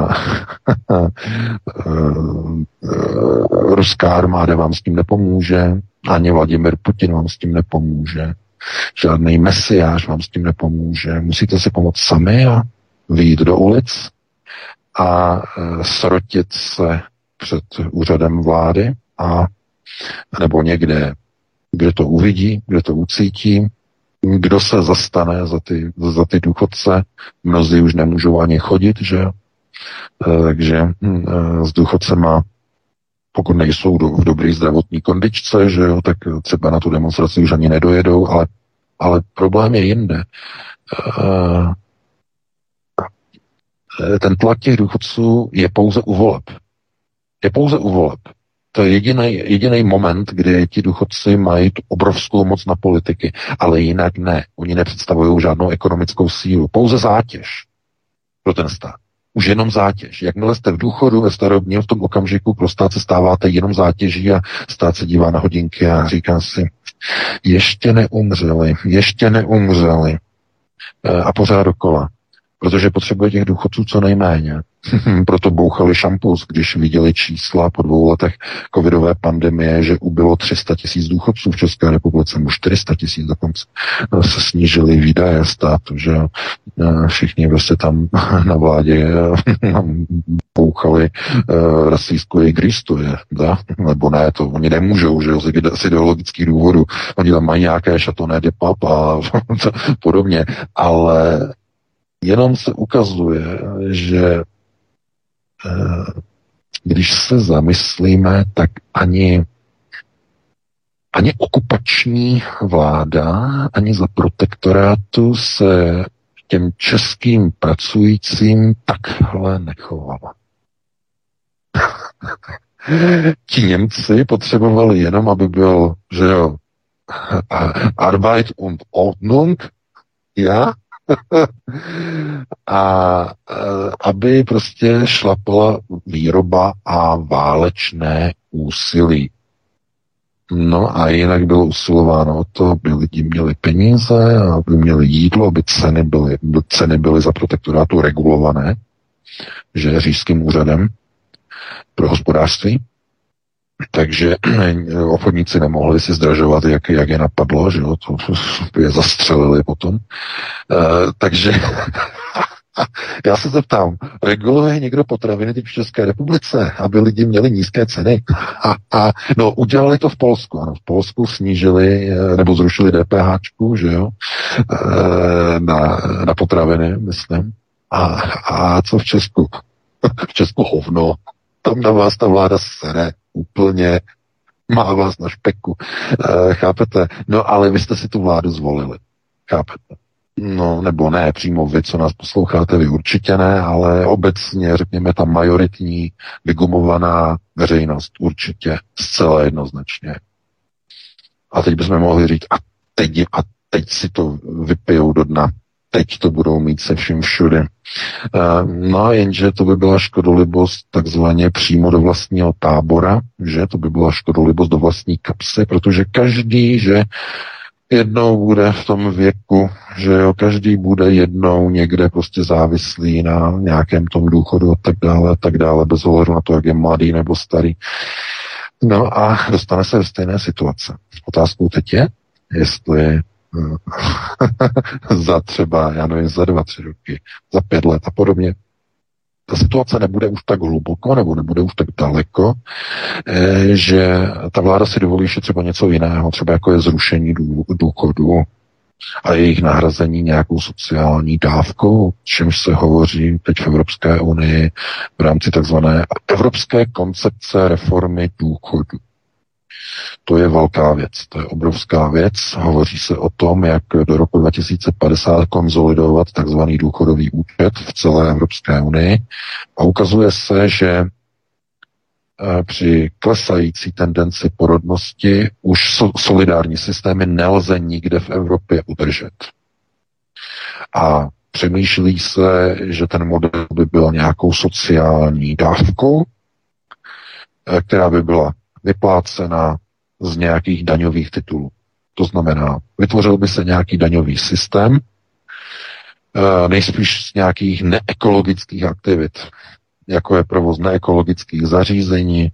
ruská armáda vám s tím nepomůže, ani Vladimir Putin vám s tím nepomůže, žádný mesiáš vám s tím nepomůže. Musíte si pomoct sami a vyjít do ulic a srotit se před úřadem vlády a nebo někde, kde to uvidí, kde to ucítí, kdo se zastane za ty důchodce. Mnozí už nemůžou ani chodit, že jo. Takže s důchodcema, pokud nejsou v dobré zdravotní kondičce, že jo, tak třeba na tu demonstraci už ani nedojedou, ale problém je jinde. Ten tlak těch důchodců je pouze u voleb. Je pouze u voleb. To je jediný moment, kdy ti důchodci mají tu obrovskou moc na politiky, ale jinak ne. Oni nepředstavují žádnou ekonomickou sílu. Pouze zátěž pro ten stát. Už jenom zátěž. Jakmile jste v důchodu, ve starobním, v tom okamžiku pro stát se stáváte jenom zátěží a stát se dívá na hodinky a říká si, ještě neumřeli. A pořád dokola. Protože potřebuje těch důchodců co nejméně. Proto bouchali šampus, když viděli čísla po 2 letech covidové pandemie, že ubylo 300 000 důchodců v České republice, nebo 400 000 dokonce. Se snížily výdaje státu, že všichni vlastně tam na vládě bouchali rasistickou igristu, nebo ne, to oni nemůžou, že z ideologických důvodů. Oni tam mají nějaké Chateauneuf de Pape a podobně, ale jenom se ukazuje, že když se zamyslíme, tak ani okupační vláda, ani za protektorátu se těm českým pracujícím takhle nechovala. Ti Němci potřebovali jenom, aby byl, že jo, Arbeit und Ordnung, ja, a aby prostě šlapala výroba a válečné úsilí. No a jinak bylo usilováno o to, aby lidi měli peníze, aby měli jídlo, aby ceny byly za protektorátu regulované, že říšským úřadem pro hospodářství. Takže obchodníci nemohli si zdražovat, jak je napadlo, že jo, to je zastřelili potom. Takže já se zeptám, reguluje někdo potraviny teď v České republice, aby lidi měli nízké ceny? No, udělali to v Polsku, ano, v Polsku snížili, nebo zrušili DPHčku, že jo, na potraviny, myslím. A co v Česku? V Česku hovno. Tam na vás ta vláda sere úplně, má vás na špeku, chápete? No ale vy jste si tu vládu zvolili, chápete? No nebo ne, přímo vy, co nás posloucháte, vy určitě ne, ale obecně, řekněme, ta majoritní vygumovaná veřejnost určitě zcela jednoznačně. A teď bychom mohli říct, teď si to vypijou do dna, teď to budou mít se vším všude. No jenže to by byla škodolibost takzvaně přímo do vlastního tábora, že to by byla škodolibost do vlastní kapsy, protože každý, že jednou bude v tom věku, že jo, každý bude jednou někde prostě závislý na nějakém tom důchodu a tak dále, bez ohledu na to, jak je mladý nebo starý. No a dostane se do stejné situace. Otázkou teď je, jestli za třeba, já nevím, za 2-3 roky, za 5 let a podobně, ta situace nebude už tak hluboko, nebo nebude už tak daleko, že ta vláda si dovolí ještě třeba něco jiného, třeba jako je zrušení důchodu, a jejich nahrazení nějakou sociální dávkou, čímž se hovoří teď v Evropské unii v rámci takzvané evropské koncepce reformy důchodu. To je velká věc, to je obrovská věc. Hovoří se o tom, jak do roku 2050 konsolidovat takzvaný důchodový účet v celé Evropské unii a ukazuje se, že při klesající tendenci porodnosti už solidární systémy nelze nikde v Evropě udržet. A přemýšlí se, že ten model by byl nějakou sociální dávkou, která by byla vyplácena z nějakých daňových titulů. To znamená, vytvořil by se nějaký daňový systém, nejspíš z nějakých neekologických aktivit, jako je provoz neekologických zařízení,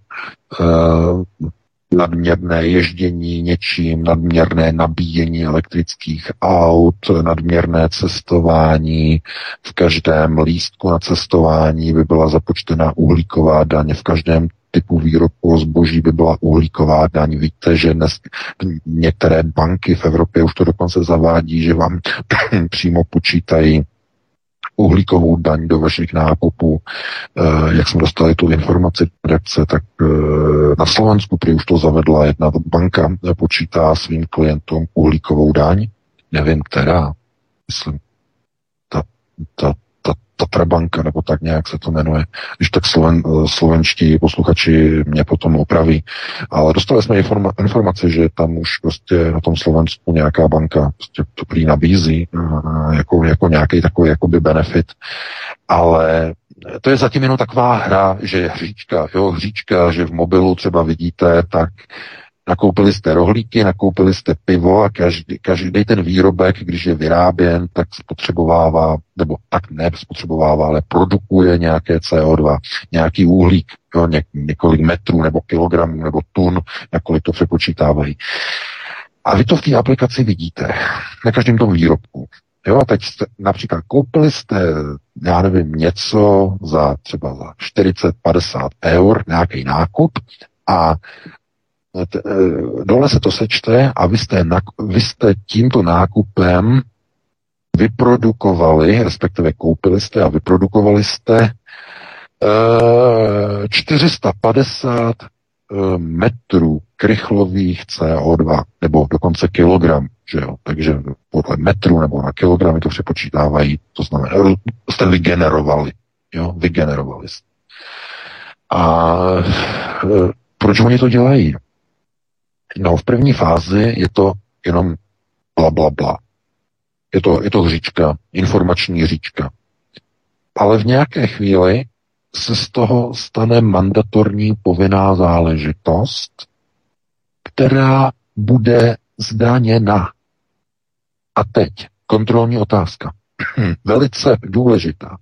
nadměrné ježdění něčím, nadměrné nabíjení elektrických aut, nadměrné cestování. V každém lístku na cestování by byla započtena uhlíková daň, v každém typu výrobku zboží by byla uhlíková daň. Víte, že dnes některé banky v Evropě už to dokonce zavádí, že vám přímo počítají uhlíkovou daň do vašich nákupů. Jak jsme dostali tu informaci redakce, tak na Slovensku prý už to zavedla jedna banka, počítá svým klientům uhlíkovou daň. Nevím, která. Myslím, Tatrabanka, nebo tak nějak se to jmenuje. Když tak slovenští posluchači mě potom opraví. Ale dostali jsme informaci, že tam už prostě na tom Slovensku nějaká banka prostě to prý nabízí jako nějaký takový jakoby benefit. Ale to je zatím jenom taková hra, že hříčka, že v mobilu třeba vidíte, tak nakoupili jste rohlíky, nakoupili jste pivo a každý ten výrobek, když je vyráběn, tak spotřebovává, nebo tak ne spotřebovává, ale produkuje nějaké CO2, nějaký uhlík, několik metrů nebo kilogramů nebo tun, jakkoliv to přepočítávají. A vy to v té aplikaci vidíte, na každém tom výrobku. Jo, a teď například koupili jste, já nevím, něco třeba za 40-50 eur, nějaký nákup a dole se to sečte a vy jste tímto nákupem vyprodukovali, respektive koupili jste a vyprodukovali jste 450 metrů krychlových CO2, nebo dokonce kilogram, že jo? Takže podle metru nebo na kilogramy to přepočítávají, to znamená, jste vygenerovali, jo? Vygenerovali jste. A proč oni to dělají? No, v první fázi je to jenom bla, bla, bla. Je to hříčka, informační hříčka. Ale v nějaké chvíli se z toho stane mandatorní povinná záležitost, která bude zdaněna. A teď kontrolní otázka. Velice důležitá.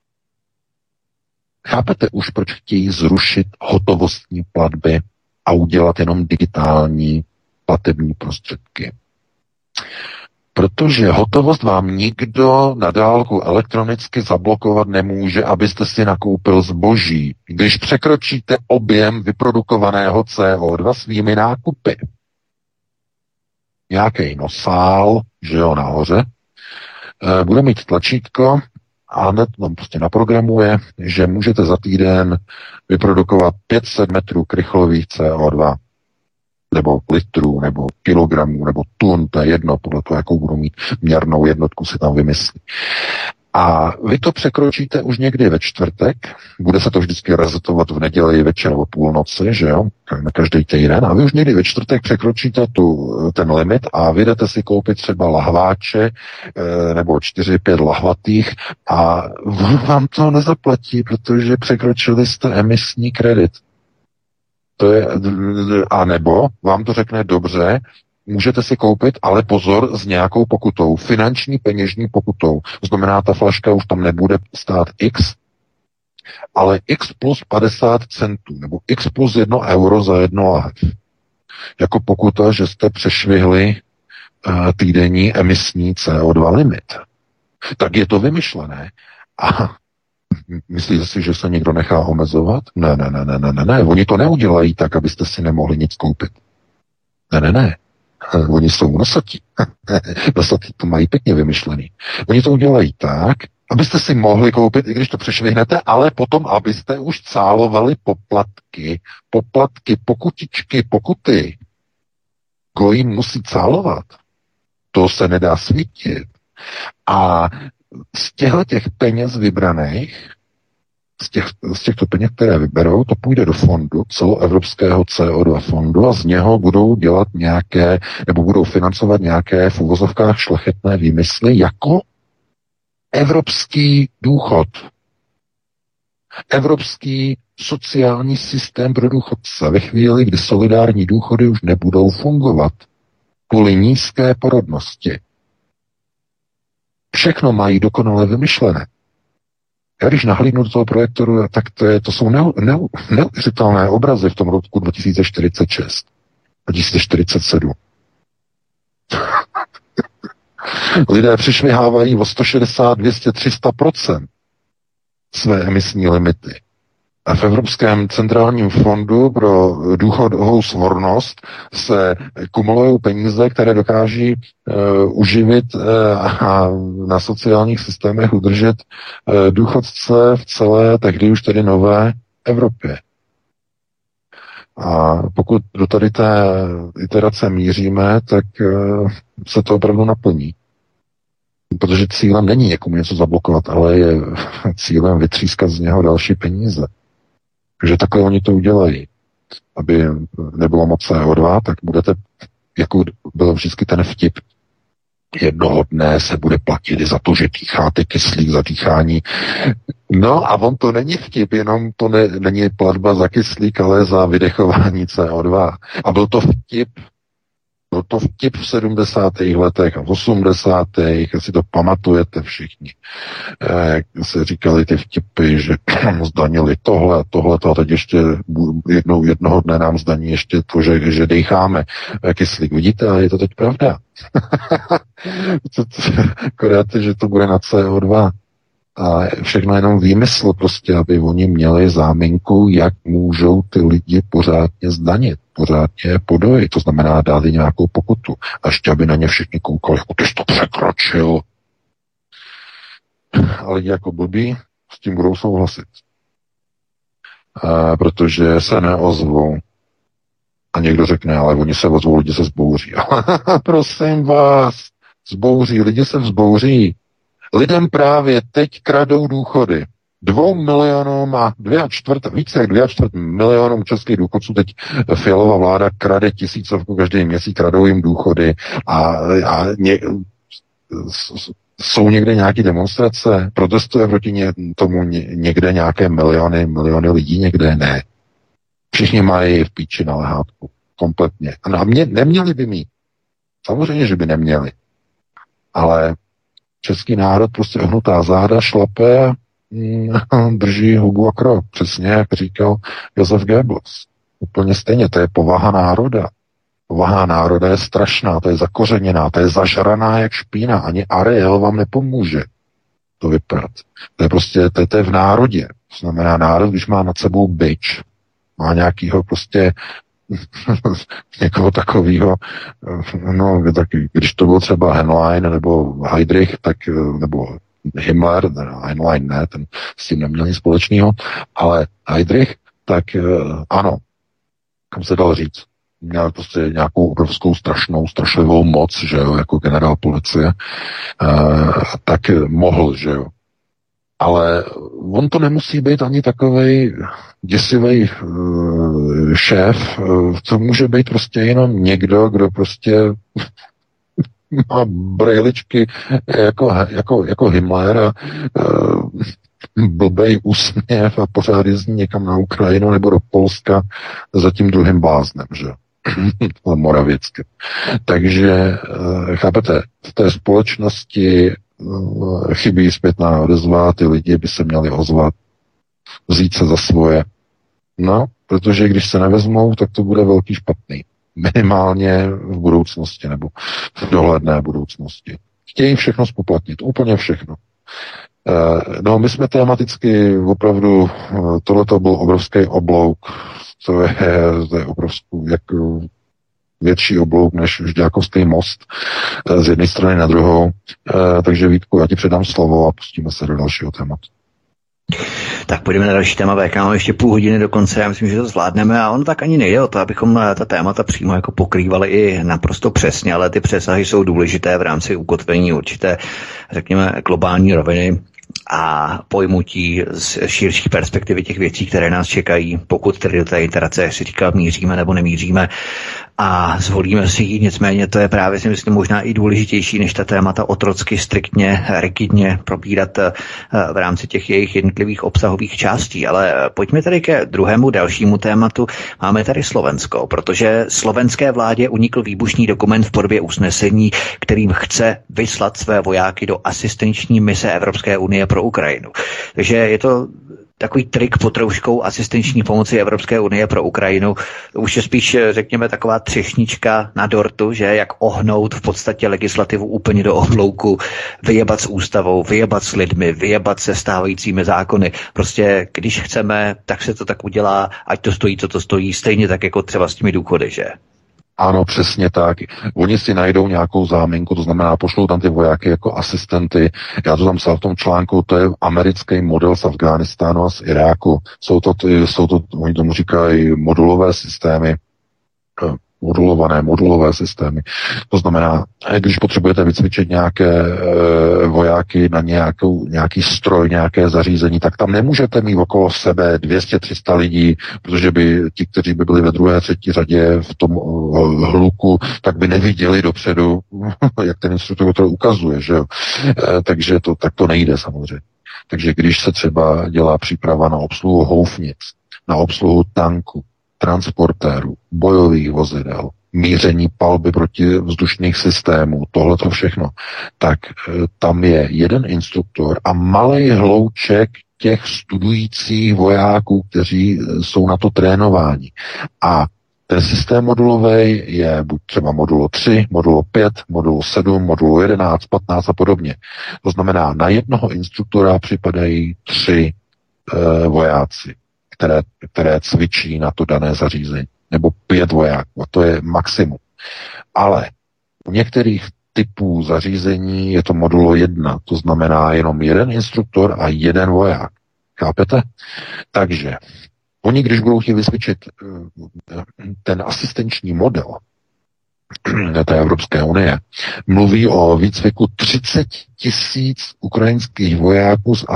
Chápete už, proč chtějí zrušit hotovostní platby a udělat jenom digitální platební prostředky? Protože hotovost vám nikdo na dálku elektronicky zablokovat nemůže, abyste si nakoupil zboží, když překročíte objem vyprodukovaného CO2 svými nákupy. Nějaký nosál, že jo, nahoře, bude mít tlačítko a hned tam prostě naprogramuje, že můžete za týden vyprodukovat 500 metrů krychlových CO2, nebo litrů, nebo kilogramů, nebo tun, to je jedno, podle toho, jakou budou mít měrnou jednotku, si tam vymyslí. A vy to překročíte už někdy ve čtvrtek, bude se to vždycky rezetovat v neděli večer o půlnoci, že jo, na každý týden, a vy už někdy ve čtvrtek překročíte ten limit a vyjdete si koupit třeba lahváče nebo 4-5 lahvatých a vám to nezaplatí, protože překročili jste emisní kredit. A nebo vám to řekne dobře, můžete si koupit, ale pozor, s nějakou pokutou, finanční peněžní pokutou. To znamená, ta flaška už tam nebude stát X, ale X plus 50 centů, nebo X plus 1 euro za 1 lahev. Jako pokuta, že jste přešvihli týdenní emisní CO2 limit. Tak je to vymyšlené. A myslíte si, že se někdo nechá omezovat? Ne. Oni to neudělají tak, abyste si nemohli nic koupit. Ne. Oni jsou nosatí. Nosatí to mají pěkně vymyšlený. Oni to udělají tak, abyste si mohli koupit, i když to přešvihnete, ale potom, abyste už cálovali poplatky, pokutičky, pokuty. Kdo jim musí cálovat? To se nedá svítit. A z těch peněz vybraných, z těchto peněz, které vyberou, to půjde do fondu, celoevropského CO2 fondu a z něho budou dělat nějaké, nebo budou financovat nějaké v uvozovkách šlechetné výmysly jako evropský důchod. Evropský sociální systém pro důchodce ve chvíli, kdy solidární důchody už nebudou fungovat kvůli nízké porodnosti. Všechno mají dokonale vymyšlené. Já když nahlídnu do toho projektoru, tak to jsou neuvěřitelné obrazy v tom roku 2046, 2047. Lidé přišvihávají o 160, 200, 300% své emisní limity. A v Evropském centrálním fondu pro důchodovou svornost se kumulují peníze, které dokáží uživit a na sociálních systémech udržet důchodce v celé, tehdy už tedy nové Evropě. A pokud do tady té iterace míříme, tak se to opravdu naplní. Protože cílem není někomu něco zablokovat, ale je cílem vytřískat z něho další peníze. Takže takhle oni to udělají. Aby nebylo moc CO2, tak budete, jako byl vždycky ten vtip, jednoho dne se bude platit i za to, že dýcháte kyslík za dýchání. No a on to není vtip, jenom to není platba za kyslík, ale za vydechování CO2. A byl to vtip v 70. letech a v 80. si to pamatujete všichni. Jak se říkali ty vtipy, že zdanili tohle a teď ještě jednoho dne nám zdaní ještě to, že dejcháme kyslík. Vidíte, a je to teď pravda. Akorát, že to bude na CO2. A všechno jenom výmysl prostě, aby oni měli záminku, jak můžou ty lidi pořádně zdanit, pořádně podojit. To znamená dát jim nějakou pokutu. A ještě, aby na ně všichni koukali, jako ty jsi to překročil. A lidi jako blbí s tím budou souhlasit. Protože se neozvou. A někdo řekne, ale oni se ozvou, lidi se zbouří. Prosím vás, zbouří, lidi se vzbouří. Lidem právě teď kradou důchody. 2 milionům a více jak 2,4 milionům českých důchodců teď Fialová vláda krade tisícovku každý měsíc, kradou jim důchody jsou někde nějaké demonstrace, protestuje proti tomu někde nějaké miliony lidí, někde ne. Všichni mají v píči na lehátku. Kompletně. A neměli by mít. Samozřejmě, že by neměli. Ale český národ prostě ohnutá záda, šlape a drží hubu a krok. Přesně jak říkal Josef Goebbels. Úplně stejně, to je povaha národa. Povaha národa je strašná, to je zakořeněná, to je zažraná jak špína. Ani Ariel vám nepomůže to vyprat. To je prostě, to je v národě. To znamená, národ, když má nad sebou bič, má nějakýho prostě někoho takového, no, tak když to byl třeba Henlein nebo Heydrich, tak, nebo Himmler, Heinlein ne, ten s tím neměl nic společného, ale Heydrich, tak ano, kam se dal říct, měl prostě nějakou obrovskou strašlivou moc, že jo, jako generál policie, tak mohl, že jo. Ale on to nemusí být ani takovej děsivý šéf, to může být prostě jenom někdo, kdo prostě má brejličky jako Himmler a blbej úsměv a pořád jezdí někam na Ukrajinu nebo do Polska za tím druhým bláznem, že Moravěcky. Takže, chápete, v té společnosti chybí zpětná odezva, ty lidi by se měli ozvat, vzít se za svoje. No, protože když se nevezmou, tak to bude velký špatný. Minimálně v budoucnosti, nebo v dohledné budoucnosti. Chtějí všechno spoplatnit, úplně všechno. No, my jsme tematicky opravdu, tohleto byl obrovský oblouk, to je obrovský, větší oblouk než Žďákovský most z jedné strany na druhou. Takže Vítku, já ti předám slovo a pustíme se do dalšího tématu. Tak půjdeme na další téma, VK, máme ještě půl hodiny do konce, já myslím, že to zvládneme a ono tak ani nejde o to, abychom ta témata přímo jako pokrývali i naprosto přesně, ale ty přesahy jsou důležité v rámci ukotvení určité, řekněme, globální roviny a pojmutí z širší perspektivy těch věcí, které nás čekají, pokud tedy do té iterace, jak si říkal, míříme nebo nemíříme a zvolíme si ji, nicméně to je právě, si myslím, možná i důležitější, než ta témata otrocky, striktně, rigidně probírat v rámci těch jejich jednotlivých obsahových částí. Ale pojďme tady ke druhému dalšímu tématu. Máme tady Slovensko, protože slovenské vládě unikl výbušný dokument v podobě usnesení, kterým chce vyslat své vojáky do asistenční mise Evropské unie pro Ukrajinu. Takže je to takový trik pod rouškou asistenční pomoci Evropské unie pro Ukrajinu. Už je spíš, řekněme, taková třešnička na dortu, že jak ohnout v podstatě legislativu úplně do oblouku, vyjebat s ústavou, vyjebat s lidmi, vyjebat se stávajícími zákony. Prostě když chceme, tak se to tak udělá, ať to stojí, co to stojí, stejně tak jako třeba s těmi důchody, že? Ano, přesně tak. Oni si najdou nějakou záminku, to znamená, pošlou tam ty vojáky jako asistenty. Já to tam psal v tom článku, to je americký model z Afghánistánu a z Iráku. Jsou to, oni tomu říkají modulové systémy, modulové systémy. To znamená, když potřebujete vycvičit nějaké vojáky na nějaký stroj, nějaké zařízení, tak tam nemůžete mít okolo sebe 200-300 lidí, protože by ti, kteří by byli ve druhé, třetí řadě v tom hluku, tak by neviděli dopředu, jak ten instruktor to ukazuje, že jo. Takže to nejde samozřejmě. Takže když se třeba dělá příprava na obsluhu houfnic, na obsluhu tanku, transportérů, bojových vozidel, míření palby proti vzdušných systémů, tohleto všechno, tak tam je jeden instruktor a malej hlouček těch studujících vojáků, kteří jsou na to trénováni. A ten systém modulový je buď třeba modulo 3, modulo 5, modulo 7, modulo 11, 15 a podobně. To znamená, na jednoho instruktora připadají 3 vojáci, které cvičí na to dané zařízení, nebo 5 vojáků, a to je maximum. Ale u některých typů zařízení je to modulo 1, to znamená jenom jeden instruktor a jeden voják. Chápete? Takže oni, když budou chtít vycvičit ten asistenční model té Evropské unie, mluví o výcviku 30 000 ukrajinských vojáků s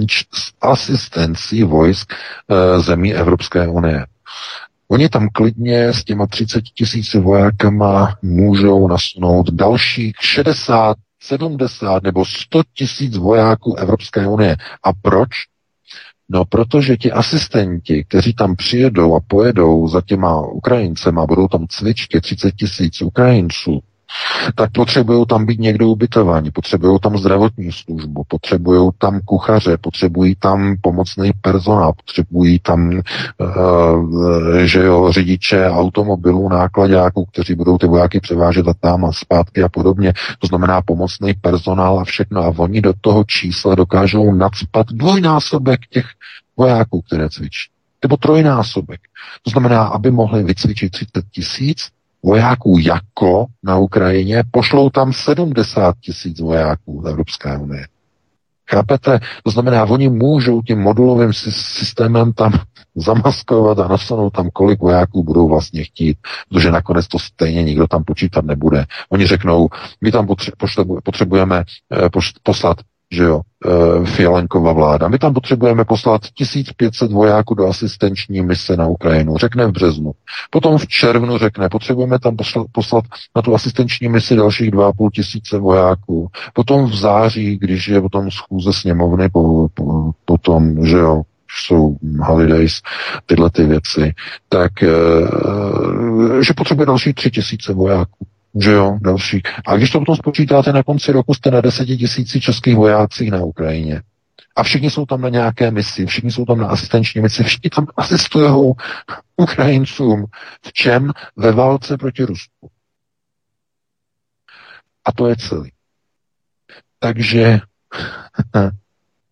asistencí vojsk zemí Evropské unie. Oni tam klidně s těma 30 000 vojákama můžou nasunout dalších 60, 70 nebo 100 000 vojáků Evropské unie. A proč? No, protože ti asistenti, kteří tam přijedou a pojedou za těma Ukrajincema, budou tam cvičky 30 000 Ukrajinců, tak potřebují tam být někdo ubytovaní, potřebují tam zdravotní službu, potřebují tam kuchaře, potřebují tam pomocný personál, potřebují tam řidiče automobilů, nákladáků, kteří budou ty vojáky převážet a tam a zpátky a podobně. To znamená pomocný personál a všechno. A oni do toho čísla dokážou nacpat dvojnásobek těch vojáků, které cvičí. Nebo trojnásobek. To znamená, aby mohli vycvičit 30 000 vojáků jako na Ukrajině, pošlou tam 70 000 vojáků z Evropské unie. Chápete? To znamená, oni můžou tím modulovým systémem tam zamaskovat a nasunout tam, kolik vojáků budou vlastně chtít, protože nakonec to stejně nikdo tam počítat nebude. Oni řeknou, my tam potřebujeme poslat, že jo, Fialenkova vláda. My tam potřebujeme poslat 1500 vojáků do asistenční mise na Ukrajinu. Řekne v březnu. Potom v červnu řekne, potřebujeme tam poslat na tu asistenční misi dalších 2500 vojáků. Potom v září, když je potom schůze sněmovny, potom, že jo, jsou holidays, tyhle ty věci, tak že potřebuje další 3000 vojáků. Že jo, další. A když to potom spočítáte, na konci roku jste na 10 000 českých vojácích na Ukrajině. A všichni jsou tam na nějaké misi, všichni jsou tam na asistenční misi, všichni tam asistují Ukrajincům. V čem? Ve válce proti Rusku. A to je celý. Takže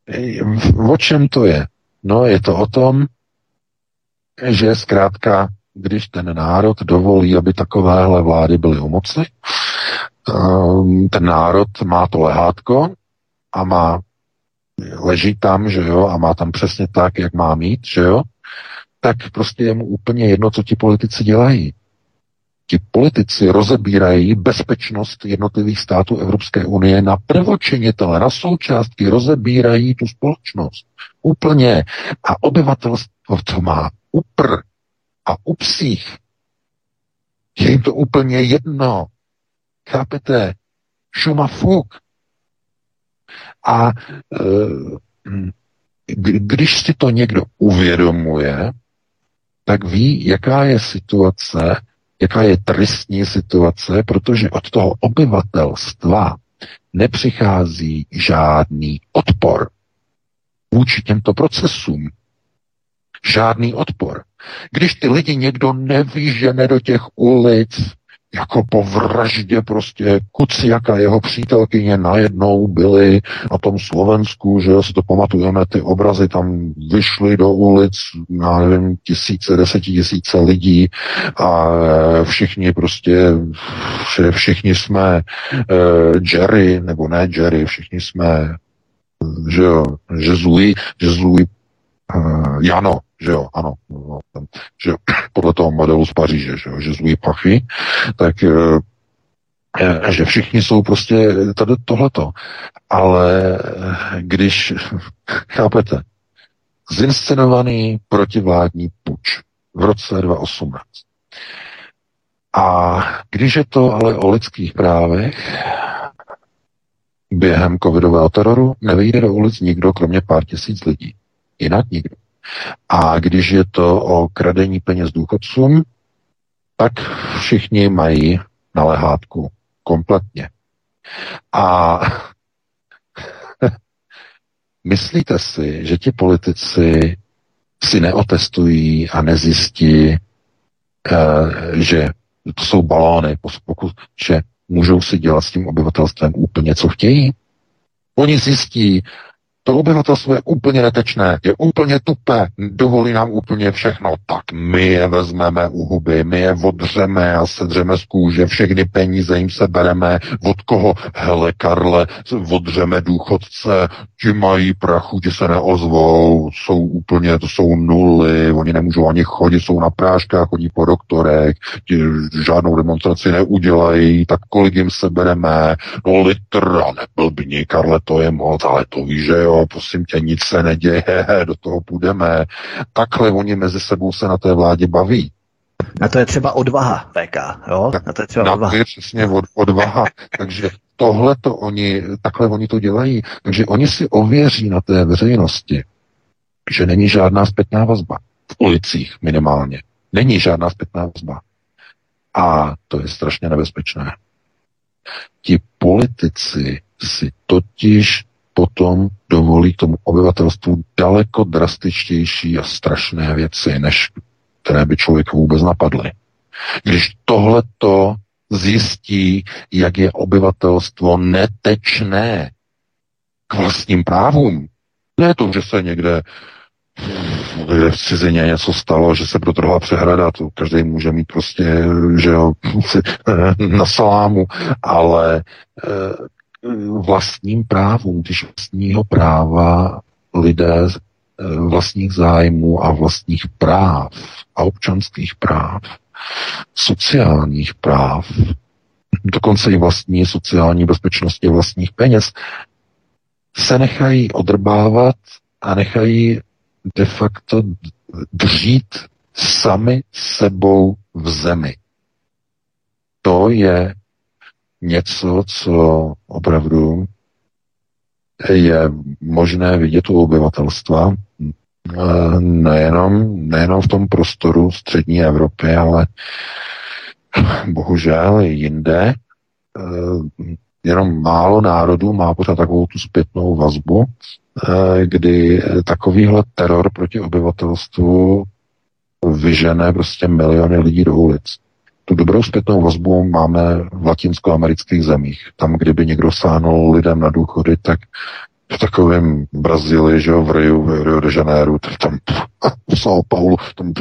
o čem to je? No, je to o tom, že zkrátka když ten národ dovolí, aby takovéhle vlády byly u moci, ten národ má to lehátko a leží tam, že jo, a má tam přesně tak, jak má mít, že jo, tak prostě je mu úplně jedno, co ti politici dělají. Ti politici rozebírají bezpečnost jednotlivých států Evropské unie na prvočinitele, na součástky, rozebírají tu společnost. Úplně. A obyvatelstvo to má upr a u psích. Je jim to úplně jedno. Chápete? Šuma fuk. A když si to někdo uvědomuje, tak ví, jaká je situace, jaká je tristní situace, protože od toho obyvatelstva nepřichází žádný odpor vůči těmto procesům. Žádný odpor. Když ty lidi někdo nevyžene do těch ulic, jako po vraždě prostě Kuciaka, jeho přítelkyně najednou byly na tom Slovensku, že si to pamatujeme, ty obrazy tam vyšly do ulic, já nevím, desetitisíce lidí a všichni prostě, všichni jsme Jerry, nebo ne Jerry, všichni jsme, že jo, Jezuí, Jano, že jo, ano, že podle toho modelu z Paříže, že jo, že zlý pachy, tak že všichni jsou prostě tady tohleto. Ale když, chápete, zinscenovaný protivládní puč v roce 2018. A když je to ale o lidských právech, během covidového teroru nevyjde do ulic nikdo, kromě pár tisíc lidí. Jinak nikdo. A když je to o kradení peněz důchodcům, tak všichni mají na lehátku kompletně. A myslíte si, že ti politici si neotestují a nezjistí, že to jsou balóny, pokud, že můžou si dělat s tím obyvatelstvem úplně, co chtějí? Oni zjistí, to obyvatelstvo je úplně netečné, je úplně tupé, dovolí nám úplně všechno, tak my je vezmeme u huby, my je odřeme a sedřeme z kůže, všechny peníze jim se bereme, od koho? Hele Karle, odřeme důchodce, ti mají prachu, ti se neozvou, jsou úplně, to jsou nuly, oni nemůžou ani chodit, jsou na práškách, chodí po doktorech, ti žádnou demonstraci neudělají, tak kolik jim se bereme, no litr, a neblbni, Karle, to je moc, ale to víš, že jo, prosím tě, nic se neděje, do toho půjdeme. Takhle oni mezi sebou se na té vládě baví. Na to je třeba odvaha, VK, jo? Na to je třeba odvaha. Je přesně odvaha. Takže takhle oni to dělají. Takže oni si ověří na té veřejnosti, že není žádná zpětná vazba. V ulicích minimálně. Není žádná zpětná vazba. A to je strašně nebezpečné. Ti politici si totiž potom dovolí tomu obyvatelstvu daleko drastičtější a strašné věci, než které by člověka vůbec napadly. Když tohleto zjistí, jak je obyvatelstvo netečné k vlastním právům, ne to, že se někde v cizině něco stalo, že se protrhla přehrada, to každý může mít prostě, že jo, na salámu, ale vlastním právům, když vlastního práva lidé vlastních zájmů a vlastních práv a občanských práv, sociálních práv, dokonce i vlastní sociální bezpečnosti vlastních peněz, se nechají odrbávat a nechají de facto dřít sami sebou v zemi. To je něco, co opravdu je možné vidět u obyvatelstva, nejenom v tom prostoru střední Evropy, ale bohužel i jinde. Jenom málo národů má pořád takovou tu zpětnou vazbu, kdy takovýhle teror proti obyvatelstvu vyžene prostě miliony lidí do ulic. Tu dobrou zpětnou vazbu máme v latinskoamerických zemích. Tam, kdyby někdo sáhnul lidem na důchody, tak v takovém Brazílii, že jo, v Rio de Janeiro, tam São Paulo,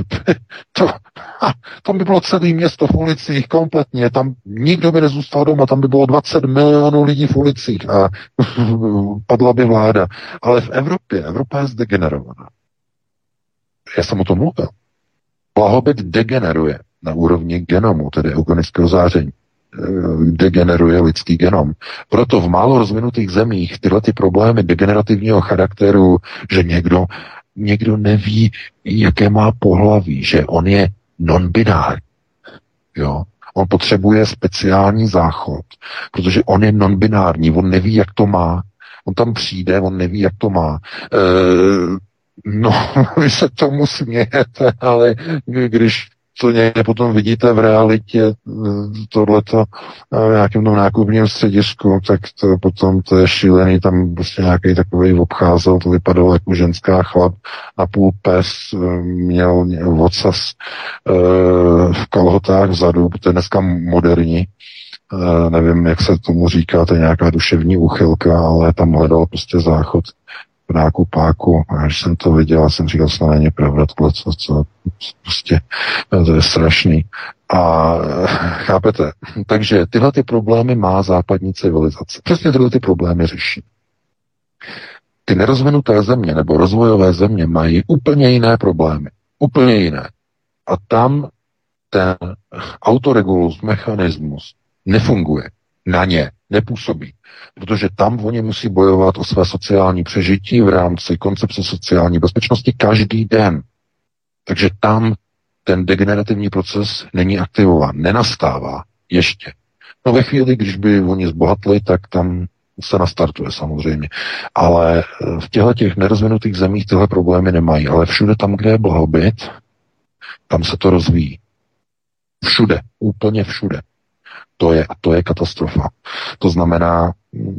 tam by bylo celé město v ulicích kompletně, tam nikdo by nezůstal doma, tam by bylo 20 milionů lidí v ulicích a padla by vláda. Ale v Evropě, Evropa je zdegenerovaná. Já jsem o tom mluvil. Blahobyt degeneruje na úrovni genomu, tedy eugenického záření. Degeneruje lidský genom. Proto v málo rozvinutých zemích tyhle ty problémy degenerativního charakteru, že někdo neví, jaké má pohlaví, že on je non-binár. Jo? On potřebuje speciální záchod, protože on je non-binární, on neví, jak to má. On tam přijde, on neví, jak to má. No, vy se tomu smějete, ale když to někde potom vidíte v realitě, tohleto v nějakém tom nákupním středisku, tak to potom to je šílený, tam prostě nějaký takový obcházel, to vypadalo jako ženská, chlap na půl pes, měl ocas v kalhotách vzadu, to je dneska moderní, nevím, jak se tomu říká, to je nějaká duševní úchylka, ale tam hledal prostě záchod v nákupáku. A když jsem to viděl, jsem říkal, že to není pravda, co prostě, to je strašný. A chápete? Takže tyhle ty problémy má západní civilizace. Přesně tyhle ty problémy řeší. Ty nerozvinuté země nebo rozvojové země mají úplně jiné problémy. Úplně jiné. A tam ten autoregulus, mechanismus nefunguje. Na ně nepůsobí. Protože tam oni musí bojovat o své sociální přežití v rámci koncepce sociální bezpečnosti každý den. Takže tam ten degenerativní proces není aktivován, nenastává ještě. No ve chvíli, když by oni zbohatli, tak tam se nastartuje samozřejmě. Ale v těch nerozvinutých zemích tyhle problémy nemají. Ale všude tam, kde je blahobyt, tam se to rozvíjí. Všude, úplně všude. To je katastrofa. To znamená,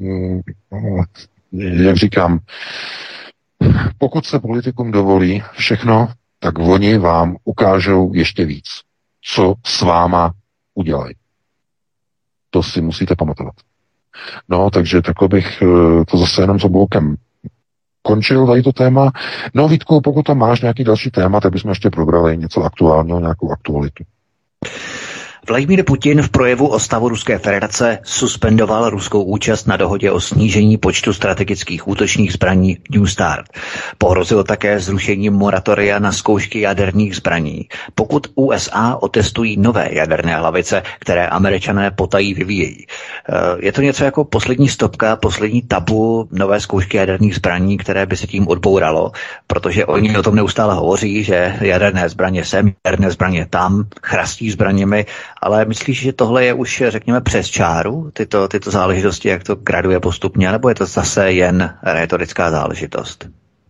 jak říkám, pokud se politikům dovolí všechno, tak oni vám ukážou ještě víc, co s váma udělají. To si musíte pamatovat. No, takže takhle bych to zase jenom s obloukem končil tady to téma. No, Vítku, pokud tam máš nějaký další téma, tak bychom ještě probrali něco aktuálního, nějakou aktualitu. Vladimír Putin v projevu o stavu Ruské federace suspendoval ruskou účast na dohodě o snížení počtu strategických útočných zbraní New Start. Pohrozil také zrušením moratoria na zkoušky jaderných zbraní, pokud USA otestují nové jaderné hlavice, které Američané potají vyvíjejí. Je to něco jako poslední stopka, poslední tabu nové zkoušky jaderných zbraní, které by se tím odbouralo, protože oni o tom neustále hovoří, že jaderné zbraně sem, jaderné zbraně tam, chrastí zbraněmi. Ale myslíš, že tohle je už, řekněme, přes čáru, tyto záležitosti, jak to graduje postupně, nebo je to zase jen rétorická záležitost?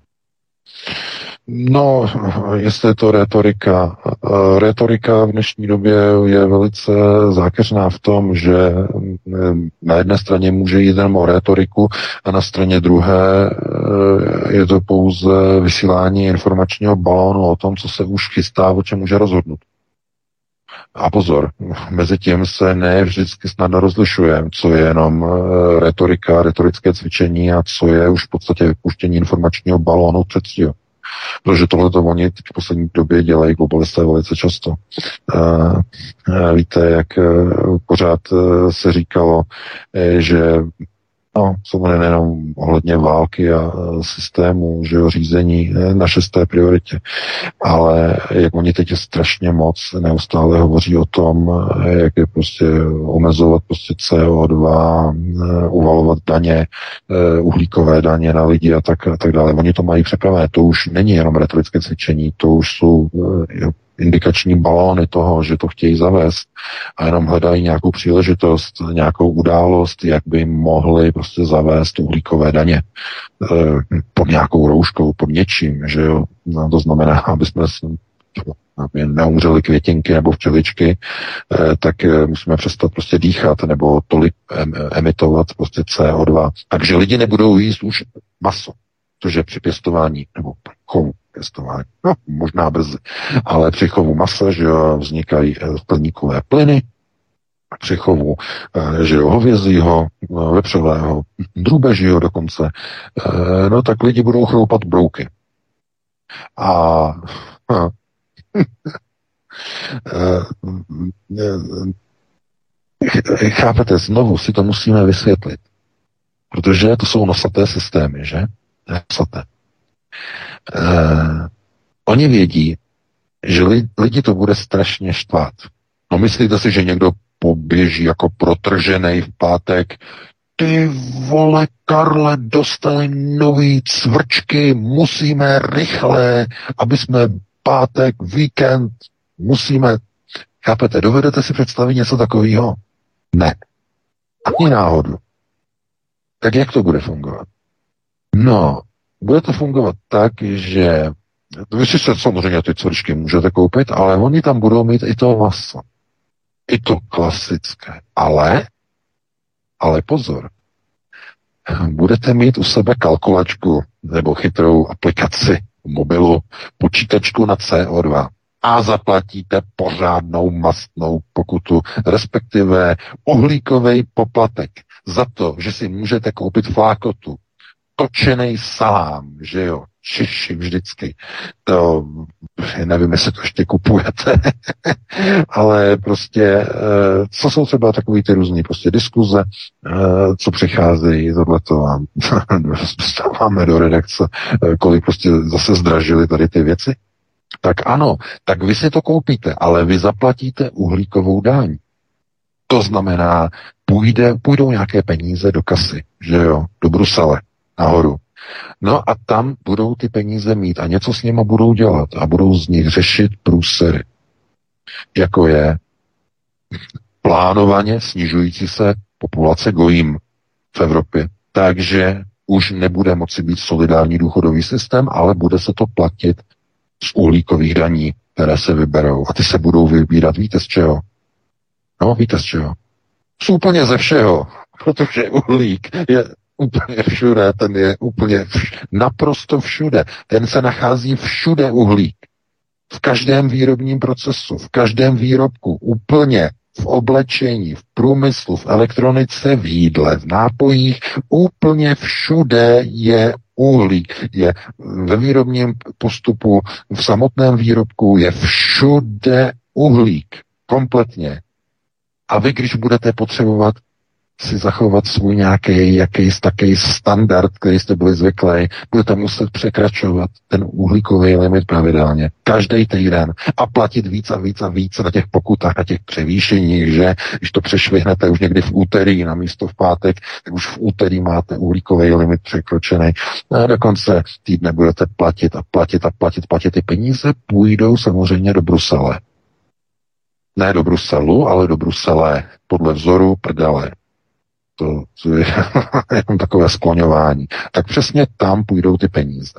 No, jestli je to rétorika. Rétorika v dnešní době je velice zákeřná v tom, že na jedné straně může jít jen o rétoriku a na straně druhé je to pouze vysílání informačního balónu o tom, co se už chystá, o čem může rozhodnout. A pozor, mezi tím se ne vždycky snadno rozlišuje, co je jenom retorika, retorické cvičení a co je už v podstatě vypuštění informačního balónu předstihů. Protože tohleto oni v poslední době dělají globalisté velice často. Víte, jak pořád se říkalo, že samozřejmě nejenom ohledně války a systému, že jo, řízení na 6. prioritě, ale jak oni teď strašně moc neustále hovoří o tom, jak je prostě omezovat prostě CO2, uvalovat daně, uhlíkové daně na lidi a tak dále. Oni to mají připravené. To už není jenom retorické cvičení, to už jsou indikační balóny toho, že to chtějí zavést a jenom hledají nějakou příležitost, nějakou událost, jak by mohli prostě zavést uhlíkové daně pod nějakou rouškou, pod něčím, že jo. No, to znamená, aby neumřely květinky nebo včeličky, tak musíme přestat prostě dýchat nebo tolik emitovat prostě CO2. Takže lidi nebudou jíst už maso, což je při pěstování nebo chovu pěstování. No, možná brzy. Ale při chovu masa, že jo, vznikají skleníkové plyny, při chovu, že jo, hovězího, vepřového, drůbežího dokonce, no tak lidi budou chroupat brouky. A chápete, znovu si to musíme vysvětlit. Protože to jsou nosaté systémy, že? Nosaté. Oni vědí, že lidi to bude strašně štvát. No myslíte si, že někdo poběží jako protržený v pátek? Ty vole, Karle, dostali nový cvrčky, musíme rychle, aby jsme pátek, víkend, musíme... Chápete, dovedete si představit něco takového? Ne. Ani náhodou. Tak jak to bude fungovat? No, bude to fungovat tak, že vy si se samozřejmě ty cvrčky můžete koupit, ale oni tam budou mít i to maso. I to klasické. Ale pozor, budete mít u sebe kalkulačku nebo chytrou aplikaci v mobilu, počítačku na CO2 a zaplatíte pořádnou mastnou pokutu, respektive uhlíkový poplatek za to, že si můžete koupit flákotu, točený salám, že jo, Češi vždycky. To, nevím, jestli to ještě kupujete, ale prostě, co jsou třeba takový ty různý prostě diskuze, co přicházejí, tohleto vám dostáváme do redakce, kolik prostě zase zdražili tady ty věci. Tak ano, tak vy si to koupíte, ale vy zaplatíte uhlíkovou daň. To znamená, půjdou nějaké peníze do kasy, že jo, do Brusele, nahoru. No a tam budou ty peníze mít a něco s nima budou dělat a budou z nich řešit průsery. Jako je plánovaně snižující se populace gojím v Evropě. Takže už nebude moci být solidární důchodový systém, ale bude se to platit z uhlíkových daní, které se vyberou. A ty se budou vybírat, víte z čeho? No, víte z čeho? Z úplně ze všeho, protože uhlík je úplně všude, ten je úplně naprosto všude. Ten se nachází všude uhlík. V každém výrobním procesu, v každém výrobku, úplně v oblečení, v průmyslu, v elektronice, v jídle, v nápojích, úplně všude je uhlík. Je ve výrobním postupu, v samotném výrobku je všude uhlík. Kompletně. A vy, když budete potřebovat si zachovat svůj nějaký jakýsi takový standard, který jste byli zvyklí, budete muset překračovat ten uhlíkový limit pravidelně. Každý týden a platit víc a víc a víc na těch pokutách, na těch převýšeních, že když to přešvihnete už někdy v úterý na místo v pátek, tak už v úterý máte uhlíkový limit překročený. A do konce týdne budete platit a platit a platit. Ty peníze půjdou samozřejmě do Brusele. Ne do Bruselu, ale do Brusele podle vzoru prdele. To je jenom takové skloňování. Tak přesně tam půjdou ty peníze.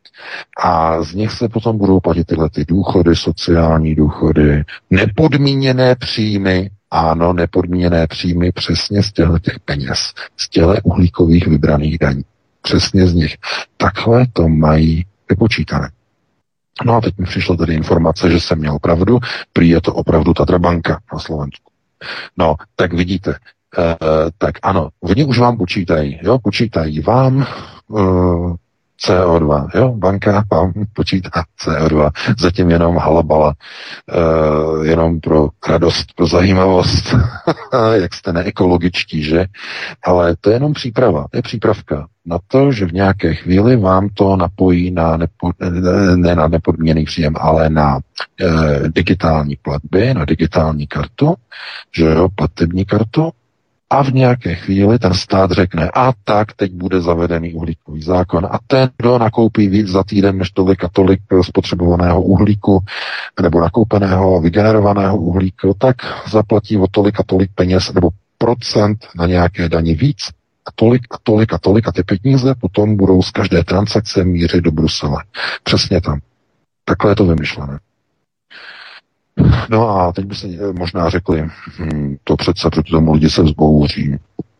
A z nich se potom budou platit tyhle ty důchody, sociální důchody, nepodmíněné příjmy, ano, nepodmíněné příjmy přesně z těch peněz, z těchto uhlíkových vybraných daní. Přesně z nich. Takhle to mají vypočítané. No a teď mi přišla tady informace, že jsem měl pravdu, prý je to opravdu Tatra banka na Slovensku. No, tak vidíte, tak ano, oni už vám počítají vám CO2, jo, banka vám počítá CO2, zatím jenom halabala, jenom pro radost, pro zajímavost, jak jste neekologičtí, že? Ale to je jenom příprava, to je přípravka na to, že v nějaké chvíli vám to napojí na ne na nepodmíněný příjem, ale na digitální platby, na digitální kartu, že jo, platební kartu, a v nějaké chvíli ten stát řekne, a tak teď bude zavedený uhlíkový zákon a ten, kdo nakoupí víc za týden než tolik a tolik spotřebovaného uhlíku nebo nakoupeného, vygenerovaného uhlíku, tak zaplatí o tolik a tolik peněz nebo procent na nějaké daně víc a tolik a tolik a tolik a ty peníze potom budou z každé transakce mířit do Brusele. Přesně tam. Takhle je to vymyšlené. No a teď by se možná řekli, to přece proti tomu lidi se vzbouří.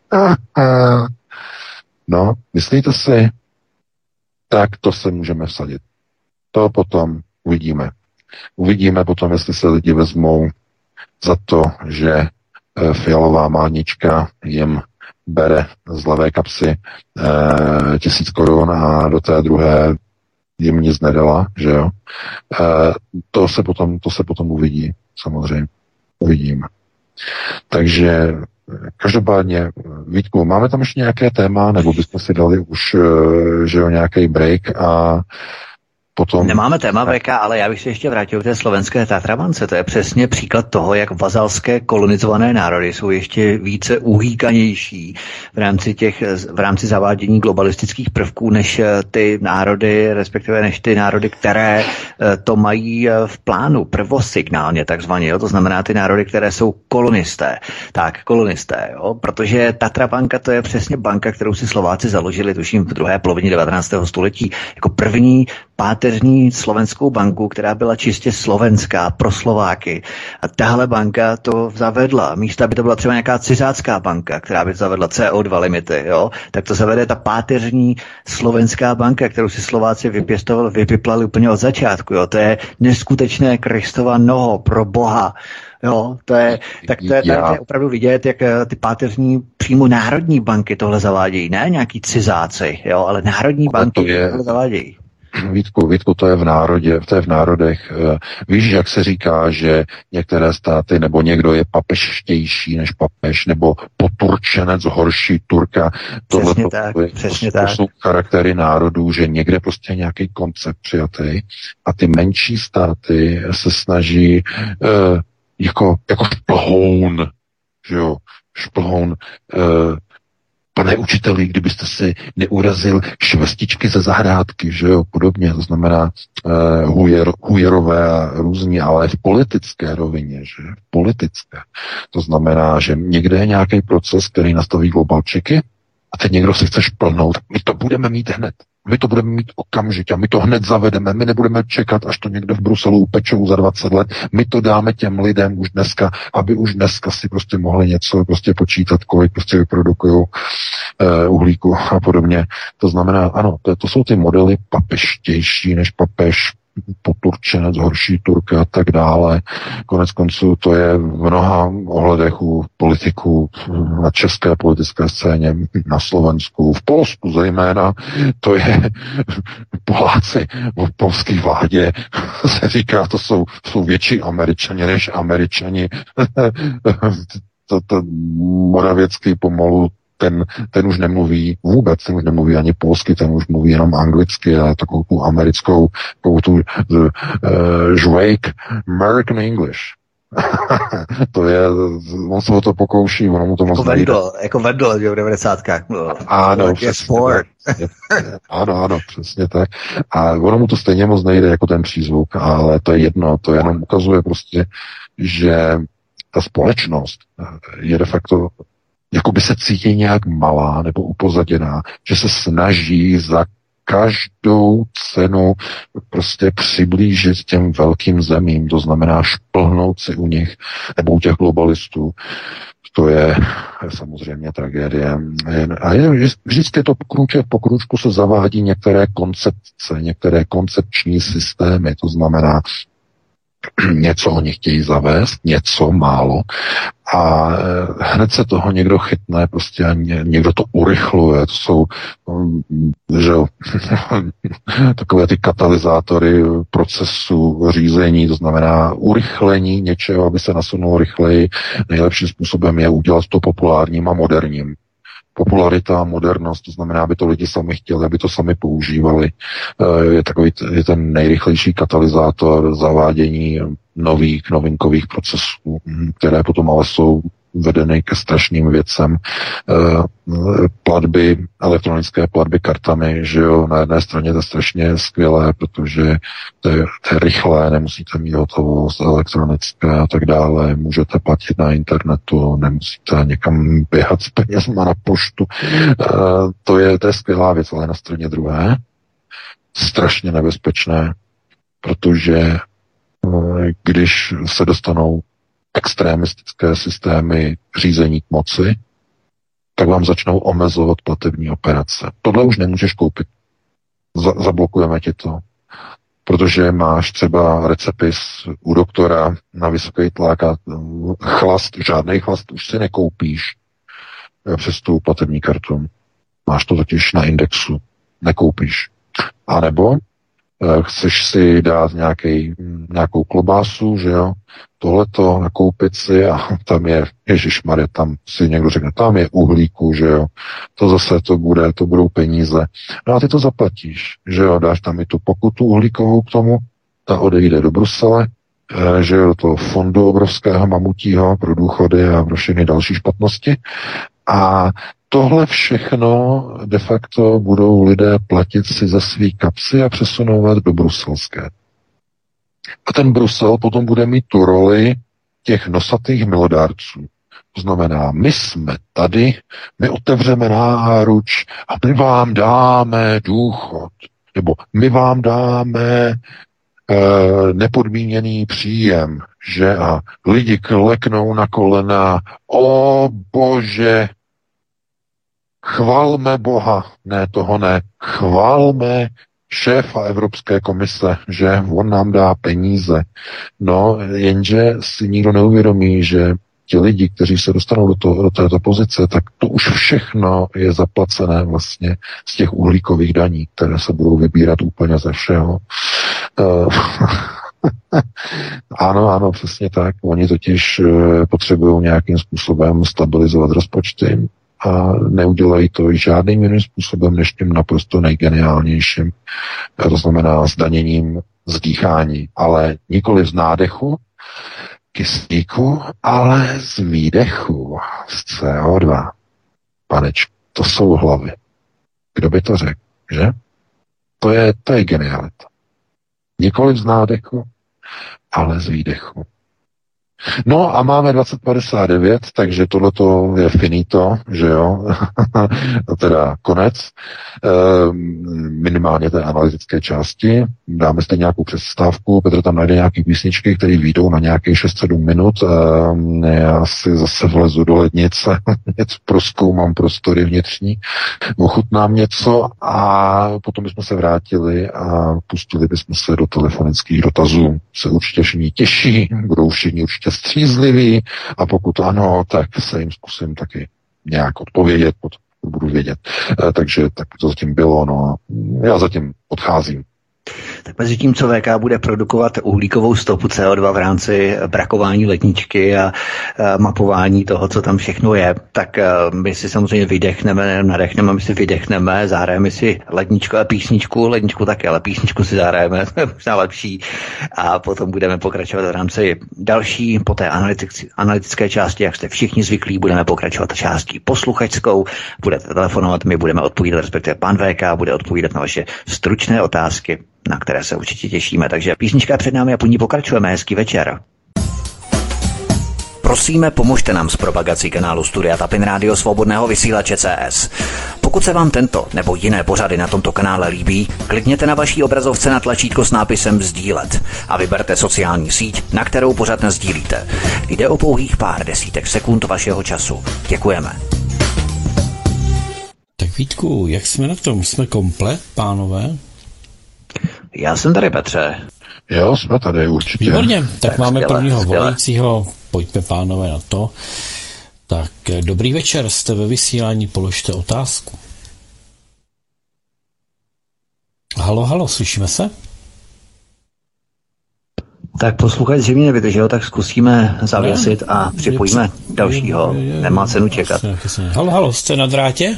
No, myslíte si, tak to se můžeme vsadit. To potom uvidíme. Uvidíme potom, jestli se lidi vezmou za to, že fialová mánička jim bere z levé kapsy 1000 korun a do té druhé jim nic nedala, že jo. To se potom uvidí, samozřejmě. Uvidíme. Takže každopádně, Vítku, máme tam ještě nějaké téma, nebo bychom si dali už, že jo, nějaký break a potom... Nemáme téma VK, ale já bych se ještě vrátil k té slovenské Tatravance. To je přesně příklad toho, jak vazalské kolonizované národy jsou ještě více uhýkanější v rámci zavádění globalistických prvků než ty národy, respektive než ty národy, které to mají v plánu prvosignálně takzvaně. Jo? To znamená ty národy, které jsou kolonisté. Tak, kolonisté, jo? Protože Tatrabanka to je přesně banka, kterou si Slováci založili, tuším, v druhé polovině 19. století, jako první páteřní slovenskou banku, která byla čistě slovenská pro Slováky. A tahle banka to zavedla. Místo, aby to byla třeba nějaká cizácká banka, která by zavedla CO2 limity, jo, tak to zavede ta páteřní slovenská banka, kterou si Slováci vypiplali úplně od začátku. Jo. To je neskutečné Kristova noho pro Boha. Jo, to je opravdu vidět, jak ty páteřní přímo národní banky tohle zavádějí. Ne nějaký cizáci, jo, ale národní banky tohle zavádějí. Vítku, to je v národech. Víš, jak se říká, že některé státy nebo někdo je papeštější než papež, nebo poturčenec horší Turka. Přesně tak. To jsou charaktery národů, že někde prostě nějaký koncept přijatý a ty menší státy se snaží jako šplhoun, že jo, šplhoun, pane učiteli, kdybyste si neurazil švestičky ze zahrádky, že jo, podobně, to znamená hujerové a různí, ale v politické rovině, že v politické. To znamená, že někde je nějaký proces, který nastaví globalčiky a teď někdo si chce šplnout. My to budeme mít hned. My to budeme mít okamžitě, my to hned zavedeme, my nebudeme čekat, až to někde v Bruselu upečou za 20 let, my to dáme těm lidem už dneska, aby už dneska si prostě mohli něco prostě počítat, kolik prostě vyprodukují uhlíku a podobně. To znamená, ano, to jsou ty modely papeštější než papež, poturčenec, horší Turka a tak dále. Konec konců to je v mnoha ohledech u politiků na české politické scéně, na Slovensku, v Polsku zejména, to je Poláci v polské vládě se říká, to jsou větší Američani než Američani. to Moravěcký pomalu ten už nemluví vůbec, ten už nemluví ani polsky, ten už mluví jenom anglicky a takovou tu americkou, takovou tu žvejk, American English. To je, on se o to pokouší, ono mu to moc nejde. Jako Vendel, že v 90kách. Ano, ano, přesně tak. A ono mu to stejně moc nejde jako ten přízvuk, ale to je jedno, to jenom ukazuje prostě, že ta společnost je de facto jakoby se cítí nějak malá nebo upozaděná, že se snaží za každou cenu prostě přiblížit těm velkým zemím, to znamená šplhnout si u nich nebo u těch globalistů. To je samozřejmě tragédie. A vždycky to krůček po krůčku se zavádí některé koncepce, některé koncepční systémy, to znamená, něco oni chtějí zavést, něco málo a hned se toho někdo chytne prostě a někdo to urychluje. To jsou že takové ty katalyzátory procesu řízení, to znamená urychlení něčeho, aby se nasunulo rychleji. Nejlepším způsobem je udělat to populárním a moderním. Popularita a modernost, to znamená, aby to lidi sami chtěli, aby to sami používali. Je ten nejrychlejší katalyzátor zavádění nových, novinkových procesů, které potom ale jsou vedeny ke strašným věcem. Elektronické platby kartami, že jo, na jedné straně to je strašně skvělé, protože to je rychlé, nemusíte mít hotovost elektronické a tak dále, můžete platit na internetu, nemusíte někam běhat s penězma na poštu. To je skvělá věc, ale na straně druhé strašně nebezpečné, protože když se dostanou extremistické systémy řízení k moci, tak vám začnou omezovat platební operace. Tohle už nemůžeš koupit. Zablokujeme ti to. Protože máš třeba recepis u doktora na vysoký tlak a žádný chlast už si nekoupíš přes tu platební kartu. Máš to totiž na indexu. Nekoupíš. A nebo chceš si dát nějakou klobásu, že jo, tohleto, nakoupit si a tam je, ježišmarja, tam si někdo řekne, tam je uhlíku, že jo, to zase to budou peníze. No a ty to zaplatíš, že jo, dáš tam i tu pokutu uhlíkovou k tomu, ta odejde do Brusele, že jo, do toho fondu obrovského mamutího pro důchody a pro všechny další špatnosti. A tohle všechno de facto budou lidé platit si ze svý kapsy a přesunovat do bruselské. A ten Brusel potom bude mít tu roli těch nosatých milodárců. To znamená, my jsme tady, my otevřeme náruč a my vám dáme důchod. Nebo my vám dáme nepodmíněný příjem, že a lidi kleknou na kolena, o bože, chvalme Boha, ne toho ne, chvalme šéfa Evropské komise, že on nám dá peníze. No, jenže si nikdo neuvědomí, že ti lidi, kteří se dostanou do této pozice, tak to už všechno je zaplacené vlastně z těch uhlíkových daní, které se budou vybírat úplně ze všeho. Ano, přesně tak. Oni totiž potřebují nějakým způsobem stabilizovat rozpočty a neudělají to žádným jiným způsobem, než tím naprosto nejgeniálnějším. To znamená zdaněním zdýchání, ale nikoli z nádechu, kyslíku, ale z výdechu, z CO2. Paneč, to jsou hlavy. Kdo by to řekl, že? To je genialita. Nikoli z nádechu, ale z výdechu. No a máme 2059, takže tohleto je finito, že jo, teda konec, minimálně té analytické části. Dáme si nějakou představku, Petr tam najde nějaké písničky, které vyjdou na nějakých 6-7 minut. Já si zase vlezu do lednice, něco prozkoumám prostory vnitřní, ochutnám něco a potom bychom se vrátili a pustili bychom se do telefonických dotazů. Se určitě všichni těší, budou všichni určitě střízliví a pokud ano, tak se jim zkusím taky nějak odpovědět, budu vědět. Takže tak to zatím bylo, no a já zatím odcházím. Tak mezi tím, co VK bude produkovat uhlíkovou stopu CO2 v rámci brakování ledničky a mapování toho, co tam všechno je, tak my si samozřejmě vydechneme, nadechneme, my si vydechneme, zahrajeme si ledničku a písničku, ledničku také, ale písničku si zahrajeme, to je možná lepší, a potom budeme pokračovat v rámci další, po té analytické části, jak jste všichni zvyklí, budeme pokračovat částí posluchačskou, budete telefonovat, my budeme odpovídat, respektive pan VK bude odpovídat na vaše stručné otázky, na které se určitě těšíme. Takže písnička před námi a po ní pokračujeme. Hezký večer. Prosíme, pomožte nám s propagací kanálu Studia Tapin Rádio Svobodného vysílače CS. Pokud se vám tento nebo jiné pořady na tomto kanále líbí, klikněte na vaší obrazovce na tlačítko s nápisem sdílet a vyberte sociální síť, na kterou pořad nesdílíte. Jde o pouhých pár desítek sekund vašeho času. Děkujeme. Tak Vítku, jak jsme na tom? Jsme komplet, pánové? Já jsem tady, Petře. Jo, jsme tady určitě. Výborně, tak máme skvěle, prvního skvěle. volajícího. Pojďme, pánové, na to. Tak, dobrý večer, jste ve vysílání, položte otázku. Halo, slyšíme se? Tak posluchač zřejmě nevydržel, tak zkusíme zavěsit a připojíme dalšího. Nemá cenu čekat. Halo, jste na drátě?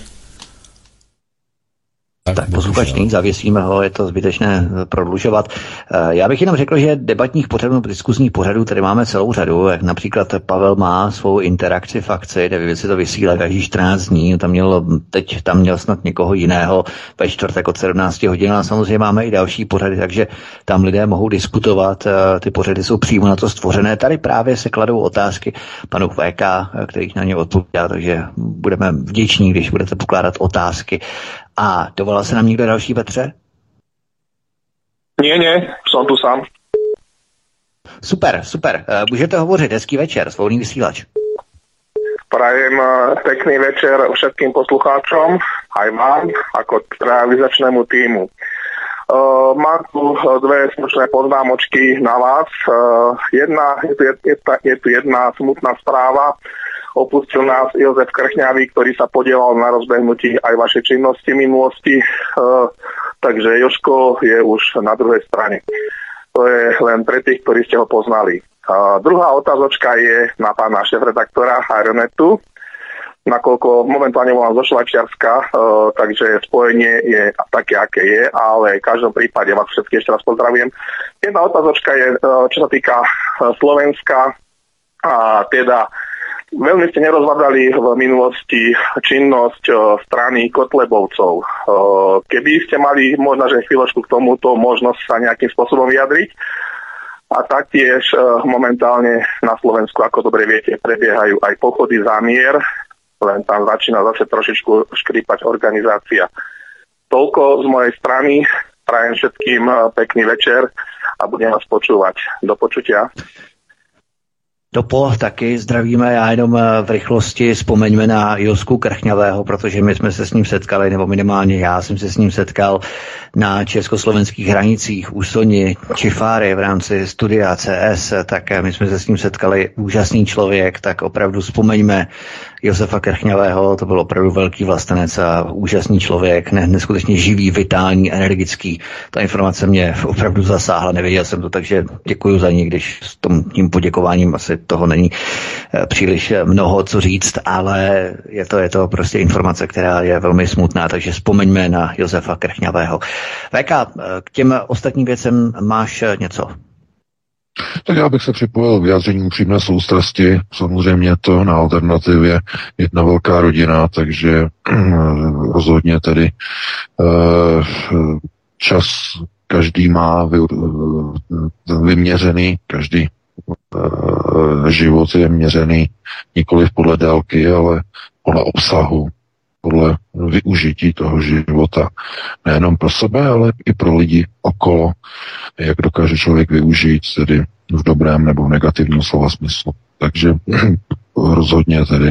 Tak posluchač není, zavěsíme ho, je to zbytečné prodlužovat. Já bych jenom řekl, že debatních pořadů, diskuzních pořadů tady máme celou řadu, jak například Pavel má svou interakci v akci, kde si to vysílá každý 14 dní, teď tam měl snad někoho jiného ve čtvrtek od 17 hodin, a samozřejmě máme i další pořady, takže tam lidé mohou diskutovat, ty pořady jsou přímo na to stvořené. Tady právě se kladou otázky panu VK, kterých na ně odpovídá, takže budeme vděční, když budete pokládat otázky. A dovolal se nám někdo další, Petře? Nie, som tu sám. Super. Můžete hovořit, hezký večer, svobodný vysílač. Prajem pekný večer všetkým poslucháčom, aj vám, ako realizačnému týmu. Mám tu dve slušné poznámočky na vás. Je tu jedna smutná správa. Opustil nás Jozef Krchňavý, ktorý sa podielal na rozbehnutí aj vašej činnosti v minulosti. takže Jožko je už na druhej strane. To je len pre tých, ktorí ste ho poznali. Druhá otázočka je na pána šéfredaktora Aeronetu, nakoľko momentálne volám zo Švajčiarska, takže spojenie je také, aké je, ale v každom prípade vás všetkých ešte raz pozdravujem. Jedna otázočka je, čo sa týka Slovenska, a teda veľmi ste nerozvádali v minulosti činnosť strany Kotlebovcov. Keby ste mali možno, že chvíľočku k tomuto možnosť sa nejakým spôsobom vyjadriť. A taktiež momentálne na Slovensku, ako dobre viete, prebiehajú aj pochody za mier, len tam začína zase trošičku škrípať organizácia. Toľko z mojej strany. Prajem všetkým pekný večer a budem vás počúvať. Do počutia. Topo, taky zdravíme, já jenom v rychlosti vzpomeňme na Josku Krchňavého, protože my jsme se s ním setkali, nebo minimálně já jsem se s ním setkal na československých hranicích u Soni Čifáry v rámci studia CS, tak my jsme se s ním setkali, úžasný člověk, tak opravdu vzpomeňme Josefa Krchňavého, to byl opravdu velký vlastenec a úžasný člověk, neskutečně živý, vitální, energický. Ta informace mě opravdu zasáhla, nevěděl jsem to, takže děkuji za ní, když s tím poděkováním asi toho není příliš mnoho co říct, ale je to prostě informace, která je velmi smutná, takže vzpomeňme na Josefa Krchňavého. VK, k těm ostatním věcem máš něco? Tak já bych se připojil k vyjádření upřímné soustrasti. Samozřejmě to na Alternativě jedna velká rodina, takže rozhodně tedy čas každý má vyměřený, každý život je měřený nikoliv podle délky, ale podle obsahu, podle využití toho života. Nejenom pro sebe, ale i pro lidi okolo, jak dokáže člověk využít tedy v dobrém nebo v negativním slova smyslu. Takže rozhodně tedy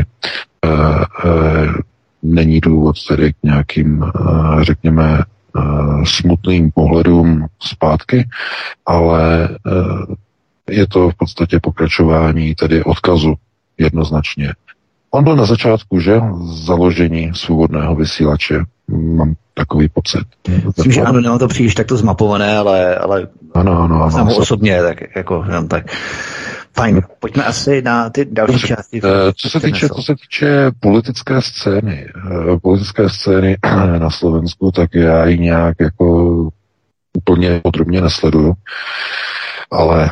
není důvod tedy k nějakým, řekněme, smutným pohledům zpátky, ale je to v podstatě pokračování tedy odkazu jednoznačně. On byl na začátku, že? Založení svobodného vysílače. Mám takový pocit. Myslím, že ano, nemám to příliš takto zmapované, ale ano, znám ho osobně, tak jako, tak. Fajn, pojďme asi na ty další části. Co se týče politické scény na Slovensku, tak já ji nějak jako úplně podrobně nesleduju, ale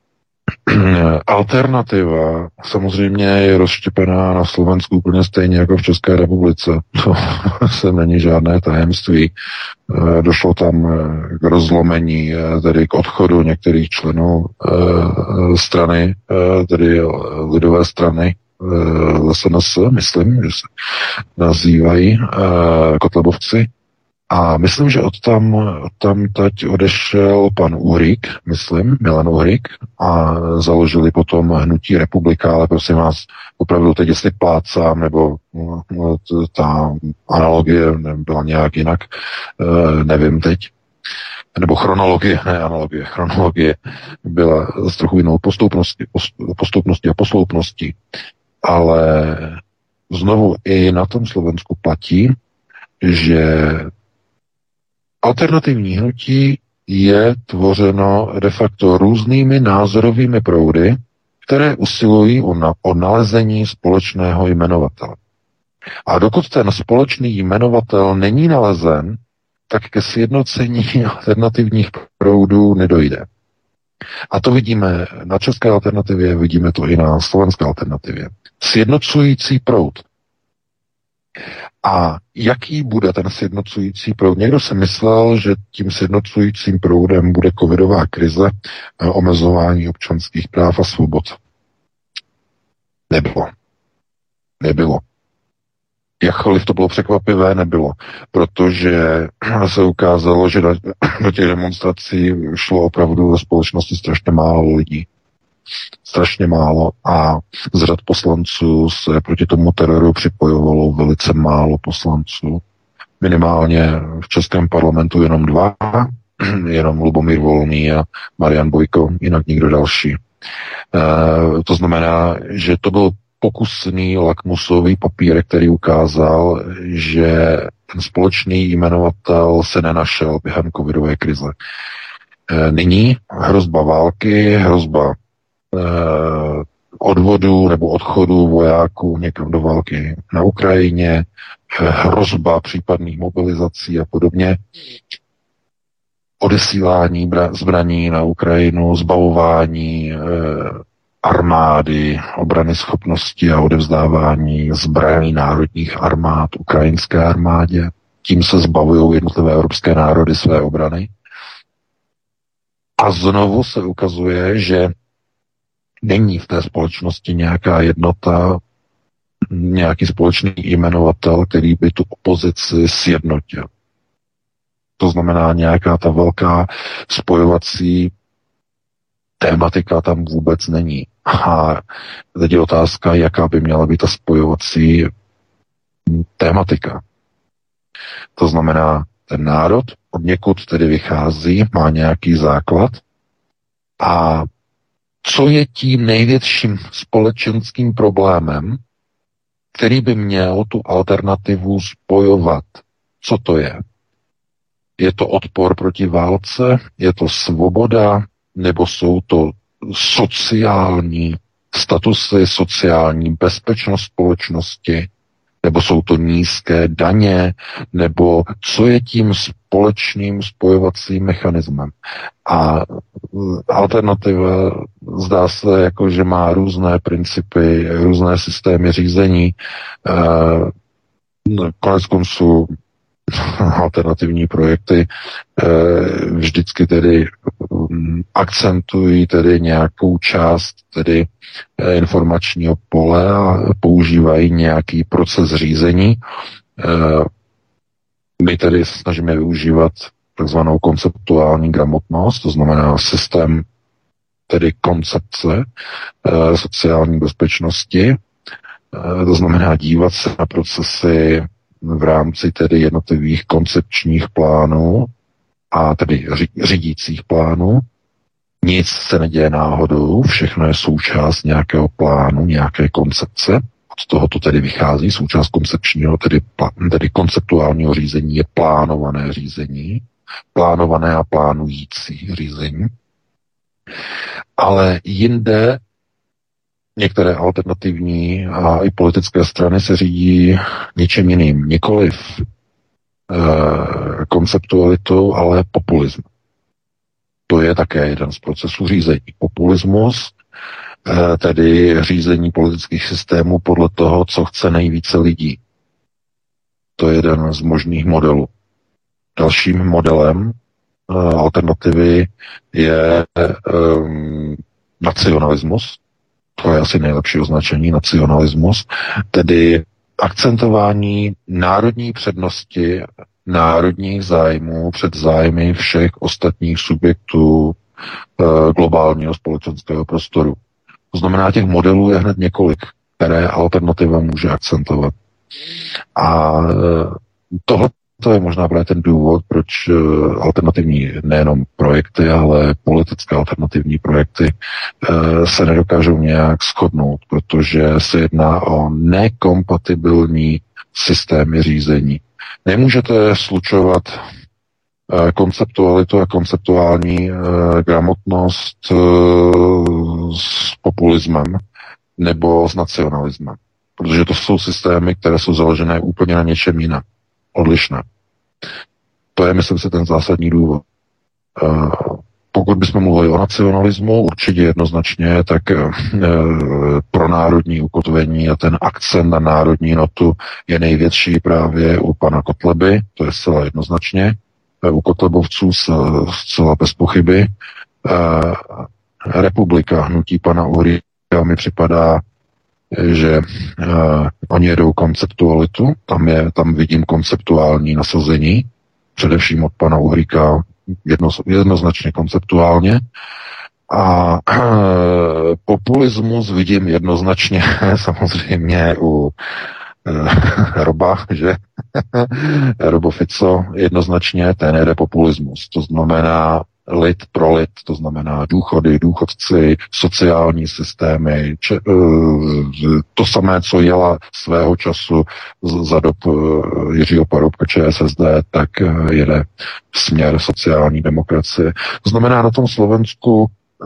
Alternativa samozřejmě je rozštěpená na Slovensku úplně stejně jako v České republice. To se není žádné tajemství. Došlo tam k rozlomení, tedy k odchodu některých členů strany, tedy lidové strany, SNS, myslím, že se nazývají Kotlebovci. A myslím, že tam teď odešel pan Uhrík, myslím, Milan Uhrík, a založili potom hnutí Republika, ale prosím vás, opravdu teď, jestli plácám, nebo ta analogie byla nějak jinak, nevím teď, nebo chronologie byla s trochu jinou postupností a posloupností, ale znovu i na tom Slovensku platí, že alternativní hnutí je tvořeno de facto různými názorovými proudy, které usilují o nalezení společného jmenovatele. A dokud ten společný jmenovatel není nalezen, tak ke sjednocení alternativních proudů nedojde. A to vidíme na české alternativě, vidíme to i na slovenské alternativě. Sjednocující proud. A jaký bude ten sjednocující proud? Někdo si myslel, že tím sjednocujícím proudem bude covidová krize, omezování občanských práv a svobod. Nebylo. Jakkoliv to bylo překvapivé, nebylo. Protože se ukázalo, že do těch demonstrací šlo opravdu ve společnosti strašně málo lidí. Strašně málo a z řad poslanců se proti tomu teroru připojovalo velice málo poslanců. Minimálně v českém parlamentu jenom 2, jenom Lubomír Volný a Marian Bojko, jinak nikdo další. To znamená, že to byl pokusný lakmusový papír, který ukázal, že ten společný jmenovatel se nenašel během covidové krize. Nyní hrozba války, hrozba odvodu nebo odchodu vojáků někam do války na Ukrajině, hrozba případných mobilizací a podobně, odesílání zbraní na Ukrajinu, zbavování armády, obrany schopnosti a odevzdávání zbraní národních armád ukrajinské armádě. Tím se zbavují jednotlivé evropské národy své obrany. A znovu se ukazuje, že není v té společnosti nějaká jednota, nějaký společný jmenovatel, který by tu opozici sjednotil. To znamená, nějaká ta velká spojovací tématika tam vůbec není. A teď je otázka, jaká by měla být ta spojovací tématika. To znamená, ten národ od někud tedy vychází, má nějaký základ a co je tím největším společenským problémem, který by měl tu alternativu spojovat? Co to je? Je to odpor proti válce? Je to svoboda? Nebo jsou to sociální statusy, sociální bezpečnost společnosti? Nebo jsou to nízké daně? Nebo co je tím společným spojovacím mechanismem? A alternativa zdá se, jako, že má různé principy, různé systémy řízení. Konec konců alternativní projekty vždycky tedy akcentují tedy nějakou část tedy informačního pole a používají nějaký proces řízení. My tedy snažíme využívat takzvanou konceptuální gramotnost, to znamená systém tedy koncepce sociální bezpečnosti, to znamená dívat se na procesy v rámci tedy jednotlivých koncepčních plánů a tedy řídících plánů. Nic se neděje náhodou, všechno je součást nějakého plánu, nějaké koncepce. Od toho to tedy vychází, součást koncepčního, tedy konceptuálního řízení je plánované řízení, plánované a plánující řízení. Ale jinde některé alternativní a i politické strany se řídí něčem jiným. Nikoliv konceptualitou, ale populismem. To je také jeden z procesů řízení. Populismus, tedy řízení politických systémů podle toho, co chce nejvíce lidí. To je jeden z možných modelů. Dalším modelem alternativy je nacionalismus. To je asi nejlepší označení, nacionalismus, tedy akcentování národní přednosti, národních zájmů před zájmy všech ostatních subjektů globálního společenského prostoru. To znamená, těch modelů je hned několik, které alternativa může akcentovat. A tohle to je možná právě ten důvod, proč alternativní nejenom projekty, ale politické alternativní projekty se nedokážou nějak shodnout, protože se jedná o nekompatibilní systémy řízení. Nemůžete slučovat konceptualitu a konceptuální gramotnost s populismem nebo s nacionalismem, protože to jsou systémy, které jsou založené úplně na něčem jiném, odlišné. To je, myslím si, ten zásadní důvod. Pokud bychom mluvili o nacionalismu, určitě jednoznačně, tak pro národní ukotvení a ten akcent na národní notu je největší právě u pana Kotleby, to je zcela jednoznačně, u kotlebovců zcela bez pochyby. Republika hnutí pana Uhryka mi připadá, že oni jedou konceptualitu, tam vidím konceptuální nasazení, především od pana Uhryka jednoznačně konceptuálně. A populismus vidím jednoznačně samozřejmě u Roba, že? Robo Fico jednoznačně ten jede populismus. To znamená lid pro lid, to znamená důchody, důchodci, sociální systémy, to samé, co jela svého času za dob Jiřího Paroubka ČSSD, tak jede směr sociální demokracie. To znamená, na tom Slovensku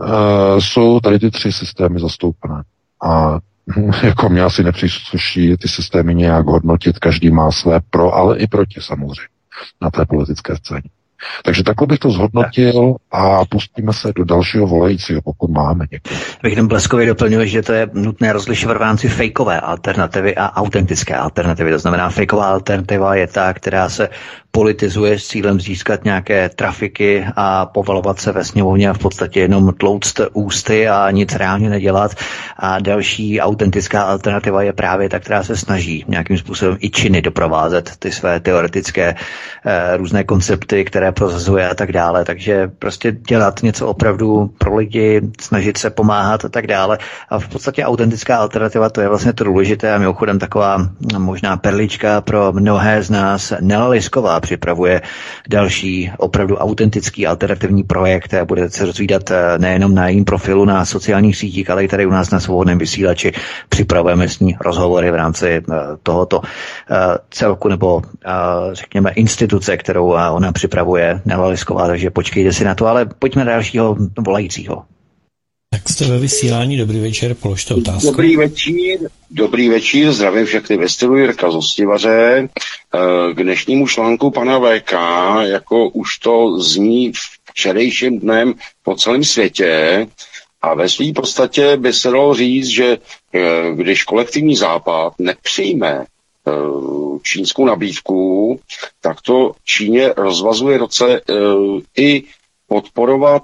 jsou tady ty 3 systémy zastoupené. A jako mě asi nepřísluší ty systémy nějak hodnotit, každý má své pro, ale i proti samozřejmě na té politické scéně. Takže takhle bych to zhodnotil a pustíme se do dalšího volajícího, pokud máme někdo. Bych jenom bleskově doplnil, že to je nutné rozlišovat v rámci fejkové alternativy a autentické alternativy. To znamená, fejková alternativa je ta, která se politizuje s cílem získat nějaké trafiky a povalovat se ve sněmovně a v podstatě jenom tlouct ústy a nic reálně nedělat. A další autentická alternativa je právě ta, která se snaží nějakým způsobem i činy doprovázet ty své teoretické různé koncepty, které prosazuje a tak dále. Takže prostě dělat něco opravdu pro lidi, snažit se pomáhat a tak dále. A v podstatě autentická alternativa, to je vlastně to důležité a mimochodem taková možná perlička pro mnohé z nás. Nela Lisková připravuje další opravdu autentický alternativní projekt a budete se dozvídat nejenom na jejím profilu na sociálních sítích, ale i tady u nás na Svobodném vysílači. Připravujeme s ní rozhovory v rámci tohoto celku nebo řekněme instituce, kterou ona připravuje, Nela Lisková, takže počkejte si na to, ale pojďme na dalšího volajícího. Tak jste ve vysílání, dobrý večer, položte otázku. Dobrý večer, zdravím všechny ve stylu Jirka Zostivaře. K dnešnímu článku pana VK, jako už to zní včerejším dnem po celém světě, a ve své podstatě by se dalo říct, že když kolektivní západ nepřijme čínskou nabídku, tak to Číně rozvazuje ruce i podporovat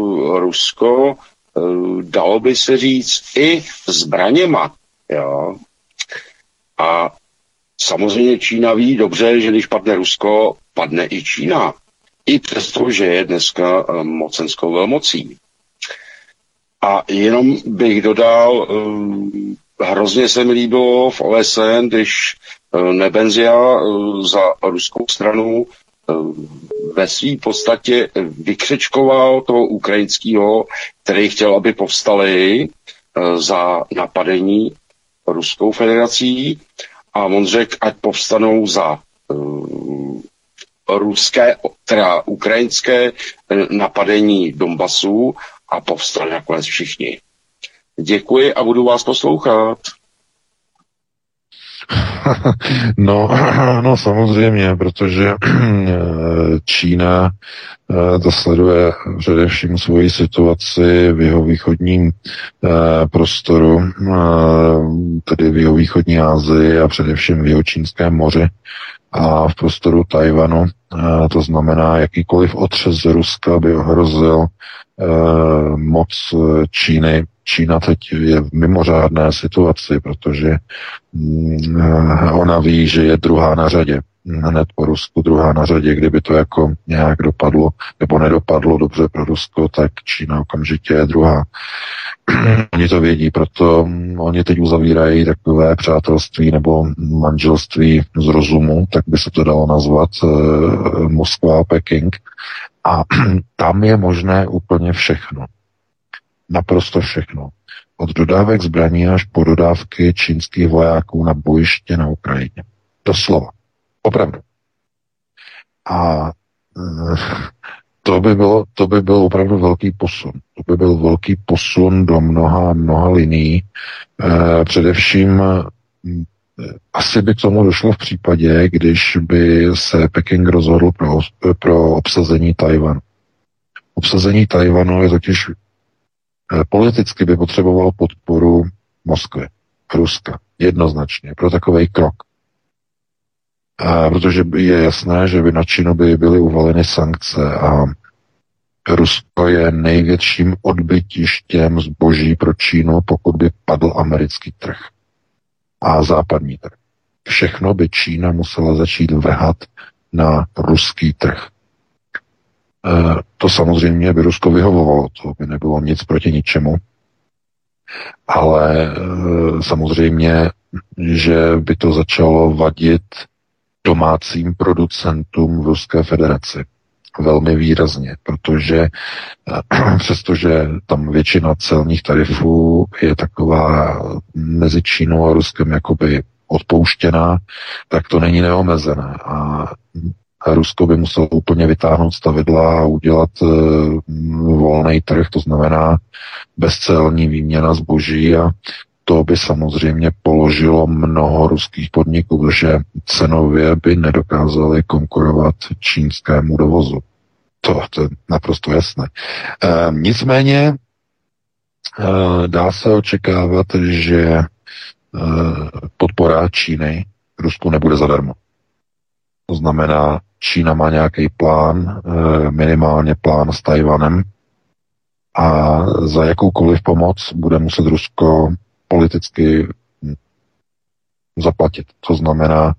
Rusko, dalo by se říct, i zbraněma. Jo? A samozřejmě Čína ví dobře, že když padne Rusko, padne i Čína. I přesto, že je dneska mocenskou velmocí. A jenom bych dodal, hrozně se mi líbilo v OSN, když Nebenzia za ruskou stranu ve své podstatě vykřičkoval toho ukrajinského, který chtěl, aby povstali za napadení Ruskou federací, a on řekl, ať povstanou za ruské, teda ukrajinské napadení Donbasu, a povstali nakonec všichni. Děkuji a budu vás poslouchat. No samozřejmě, protože Čína to sleduje především svoji situaci v jihovýchodním prostoru, tedy v jihovýchodní Asii a především v Jihočínském moři a v prostoru Tajvanu. To znamená, jakýkoliv otřes z Ruska by ohrozil moc Číny. Čína teď je v mimořádné situaci, protože ona ví, že je druhá na řadě. Hned po Rusku druhá na řadě. Kdyby to jako nějak dopadlo nebo nedopadlo dobře pro Rusko, tak Čína okamžitě je druhá. Oni to vědí, proto oni teď uzavírají takové přátelství nebo manželství z rozumu, tak by se to dalo nazvat, Moskva a Peking. A tam je možné úplně všechno. Naprosto všechno. Od dodávek zbraní až po dodávky čínských vojáků na bojiště na Ukrajině. Doslova. Opravdu. A to by byl opravdu velký posun. To by byl velký posun do mnoha linií. Především asi by k tomu došlo v případě, když by se Peking rozhodl pro obsazení Tajvanu. Obsazení Tajvanu je totiž politicky by potřeboval podporu Moskvy, Ruska, jednoznačně, pro takový krok. Protože je jasné, že by na Čínu by byly uvaleny sankce a Rusko je největším odbytištěm zboží pro Čínu, pokud by padl americký trh a západní trh. Všechno by Čína musela začít vrhat na ruský trh. To samozřejmě by Rusko vyhovovalo, to by nebylo nic proti ničemu, ale samozřejmě, že by to začalo vadit domácím producentům v Ruské federaci. velmi výrazně, protože přestože tam většina celních tarifů je taková mezi Čínou a Ruskem jakoby odpouštěná, tak to není neomezené. A Rusko by muselo úplně vytáhnout stavidla a udělat volný trh, to znamená bezcelní výměna zboží, a to by samozřejmě položilo mnoho ruských podniků, protože cenově by nedokázali konkurovat čínskému dovozu. To je naprosto jasné. Nicméně dá se očekávat, že podpora Číny Rusku nebude zadarmo. To znamená, Čína má nějaký plán, minimálně plán s Tajvanem, a za jakoukoliv pomoc bude muset Rusko politicky zaplatit. To znamená,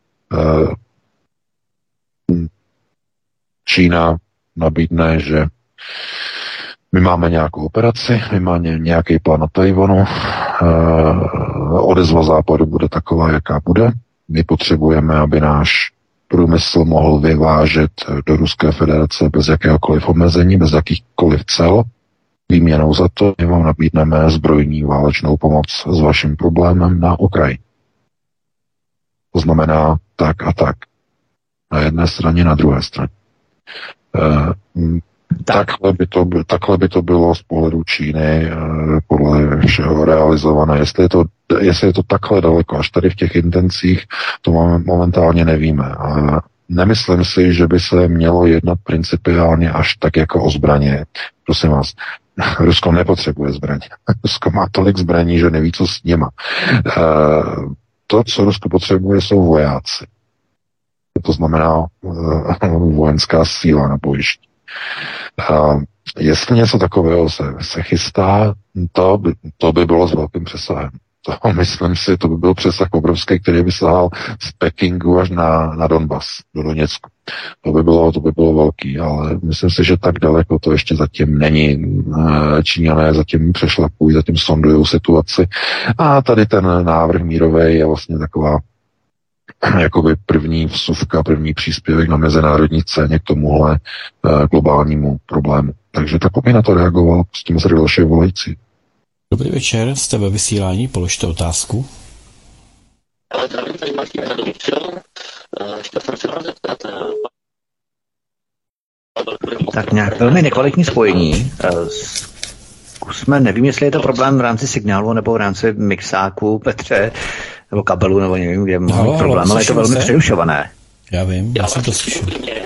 Čína nabídne, že my máme nějakou operaci, my máme nějaký plán na Tajvanu, odezva Západu bude taková, jaká bude. My potřebujeme, aby náš průmysl mohl vyvážet do Ruské federace bez jakéhokoliv omezení, bez jakýchkoliv cel. Výměnou za to my vám nabídneme zbrojní válečnou pomoc s vaším problémem na Ukrajině. To znamená tak a tak. Na jedné straně, na druhé straně. Takhle by to bylo z pohledu Číny podle všeho realizované. Jestli je to takhle daleko, až tady v těch intencích, to momentálně nevíme. A nemyslím si, že by se mělo jednat principiálně až tak jako o zbraně. Prosím vás, Rusko nepotřebuje zbraně. Rusko má tolik zbraní, že neví, co s nima. To, co Rusko potřebuje, jsou vojáci. To znamená vojenská síla na bojišti. Jestli něco takového se chystá, to by bylo s velkým přesahem. To myslím si, to by byl přesah obrovský, který by sahal z Pekingu až na Donbas, do Doněcku. To by bylo velký, ale myslím si, že tak daleko to ještě zatím není. Číňané zatím přešlapují, zatím sondujou situaci. A tady ten návrh mírový je vlastně taková jakoby první vsuvka, první příspěvek na mezinárodní scéně k tomuhle globálnímu problému. Takže tak by na to reagoval, s tím se další volající. Dobrý večer, jste ve vysílání, položte otázku. Tak nějak velmi nekvalitní spojení. Zkusme, nevím, jestli je to problém v rámci signálu nebo v rámci mixáku, Petře, nebo kabelu, nebo nevím, kde má problém, ale je to velmi přerušované. Já vím, já jsem to slyšel.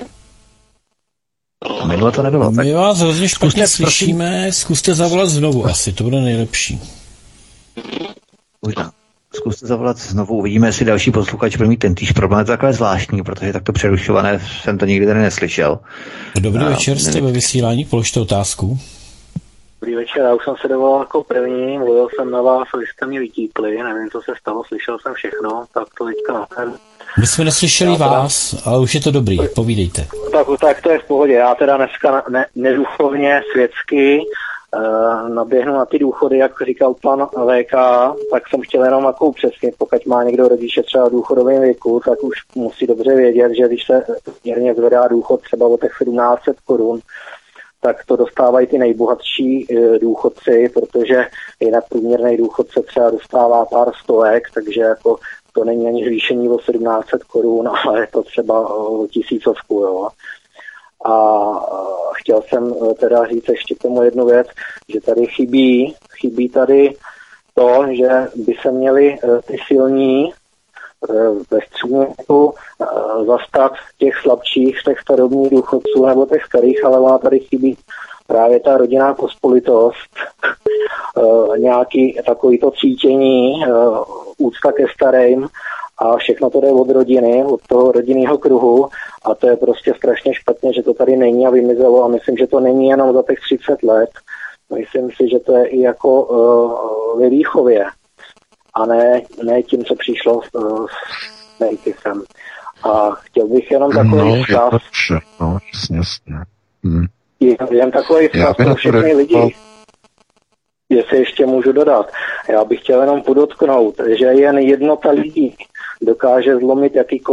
Minule to nebylo. My vás hrozně špatně slyšíme, zkuste zavolat znovu, asi to bude nejlepší. Možná. Zkuste zavolat znovu, uvidíme, jestli další posluchač bude mít tentýž problém. Je to takové zvláštní, protože takto přerušované jsem to nikdy tady neslyšel. Dobrý večer, jste ve vysílání, položte otázku. Dobrý večer, já už jsem se dovolal jako první, mluvil jsem na vás, vy jste mě vytípli, nevím, co se stalo, slyšel jsem všechno, tak to teďka na ten. My jsme neslyšeli vás, ale už je to dobrý, povídejte. Tak to je v pohodě, já teda dneska neduchovně, světsky naběhnu na ty důchody, jak říkal pan VK, tak jsem chtěl jenom jako upřesnit, pokud má někdo rodiče třeba v důchodovém věku, tak už musí dobře vědět, že když se měrně zvedá důchod třeba o těch 1700 korun, tak to dostávají ty nejbohatší důchodci, protože jinak průměrný důchodce třeba dostává pár stovek, takže jako to není ani zvýšení o 1700 korun, ale je to třeba o 1000, jo. A chtěl jsem teda říct ještě tomu jednu věc, že tady chybí tady to, že by se měli ty silní ve středněku zastat těch slabších, těch starobních důchodců nebo těch starých, ale ona tady chybí právě ta rodinná pospolitost, nějaký takovýto cítění, úcta ke starým a všechno to jde od rodiny, od toho rodinného kruhu a to je prostě strašně špatně, že to tady není a vymizelo a myslím, že to není jenom za těch 30 let. Myslím si, že to je i jako ve výchově a ne tím, co přišlo s Nejkysem. A chtěl bych jenom takový vzkaz. No, jasně. Jen takový vzkaz pro všechny lidi. Jestli ještě můžu dodat. Já bych chtěl jenom podotknout, že jen jednota lidí dokáže zlomit jakýkoliv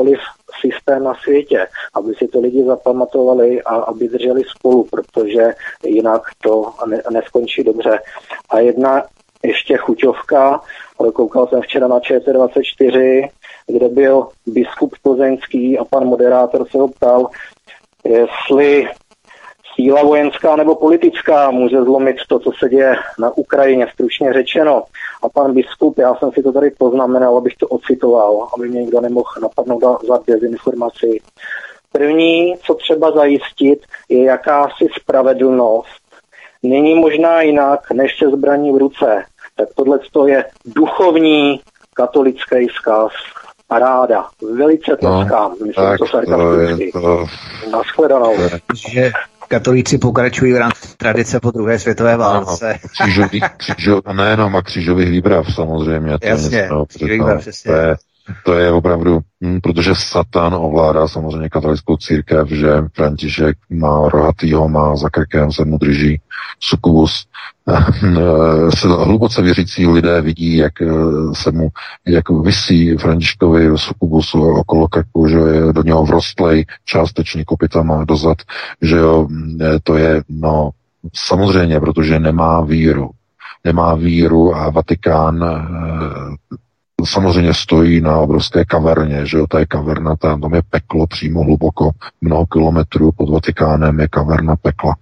systém na světě, aby si to lidi zapamatovali a aby drželi spolu, protože jinak to neskončí dobře. A jedna ještě chuťovka, koukal jsem včera na ČT24, kde byl biskup plzeňský a pan moderátor se ho ptal, jestli síla vojenská nebo politická může zlomit to, co se děje na Ukrajině, stručně řečeno. A pan biskup, já jsem si to tady poznamenal, abych to ocitoval, aby mě někdo nemohl napadnout za dezinformaci. První, co třeba zajistit, je jakási spravedlnost. Není možná jinak, než se zbraní v ruce. Tak tohle je duchovní katolický vzkaz. Paráda. Velice tleskám. Myslím, to sarkasticky. Nashledanou. Že katolíci pokračují v rámci tradice po druhé světové válce. Nejenom a křížových výprav samozřejmě. Jasně, křížových výprav, přesně. To je opravdu, protože Satan ovládá samozřejmě katolickou církev, že František má rohatýho, má za krkem, se mu drží sukubus. Hluboce věřící lidé vidí, jak visí Františkovi sukubusu okolo krku, že je do něho vrostlej částečně kopytama dozad, že jo, to je, no, samozřejmě, protože nemá víru. Nemá víru a Vatikán samozřejmě stojí na obrovské kaverně, že jo, ta je kaverna, tam je peklo přímo hluboko, mnoho kilometrů pod Vatikánem je kaverna pekla.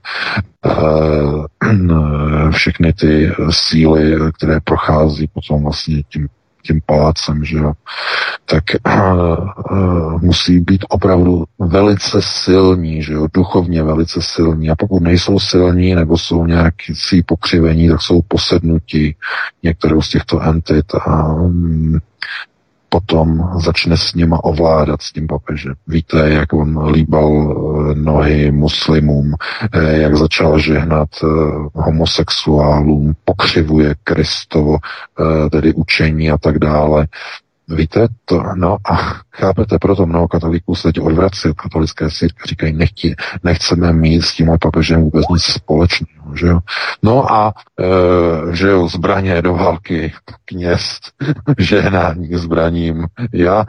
Všechny ty síly, které prochází potom vlastně tím palácem, že jo, tak musí být opravdu velice silní, že jo, duchovně velice silní. A pokud nejsou silní nebo jsou nějaký pokřivení, tak jsou posednutí některou z těchto entit a potom začne s nima ovládat, s tím papežem. Víte, jak on líbal nohy muslimům, jak začal žehnat homosexuálům, pokřivuje Kristovo, tedy učení a tak dále. Víte to, no a chápete, proto mnoho katolíků se teď odvrací od katolické církve, říkají, nechceme mít s tím papežem vůbec nic společného, že jo. No a, že jo, zbraně do války, kněz, žehnání k zbraním, já,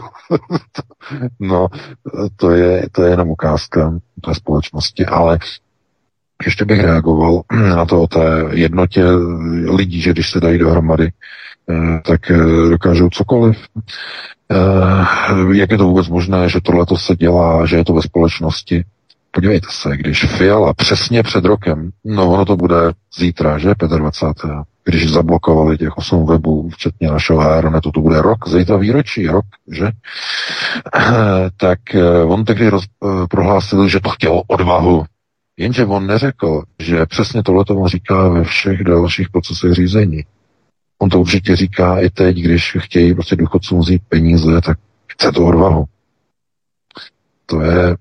no, to je jenom ukázka té společnosti, ale ještě bych reagoval na to o té jednotě lidí, že když se dají dohromady, tak dokážou cokoliv. Jak je to vůbec možné, že tohleto se dělá, že je to ve společnosti? Podívejte se, když Fiala přesně před rokem, no ono to bude zítra, že, 25. Když zablokovali těch 8 webů, včetně našeho Aeronetu, to bude rok, zítra výročí, rok, že? Tak on tehdy prohlásil, že to chtělo odvahu. Jenže on neřekl, že přesně tohleto on říká ve všech dalších procesech řízení. On to určitě říká i teď, když chtějí prostě důchodcům vzít peníze, tak chce to odvahu. To je...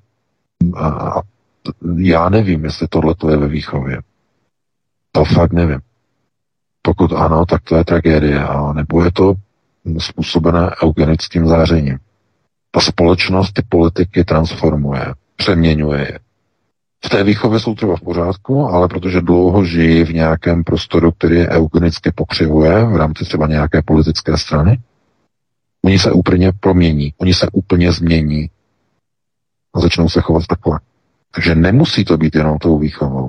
já nevím, jestli tohleto je ve výchově. To fakt nevím. Pokud ano, tak to je tragédie, a nebo je to způsobené eugenickým zářením. Ta společnost ty politiky transformuje, přeměňuje je. V té výchově jsou třeba v pořádku, ale protože dlouho žijí v nějakém prostoru, který je eugenicky pokřivuje v rámci třeba nějaké politické strany, oni se úplně promění, oni se úplně změní a začnou se chovat takhle. Takže nemusí to být jenom tou výchovou.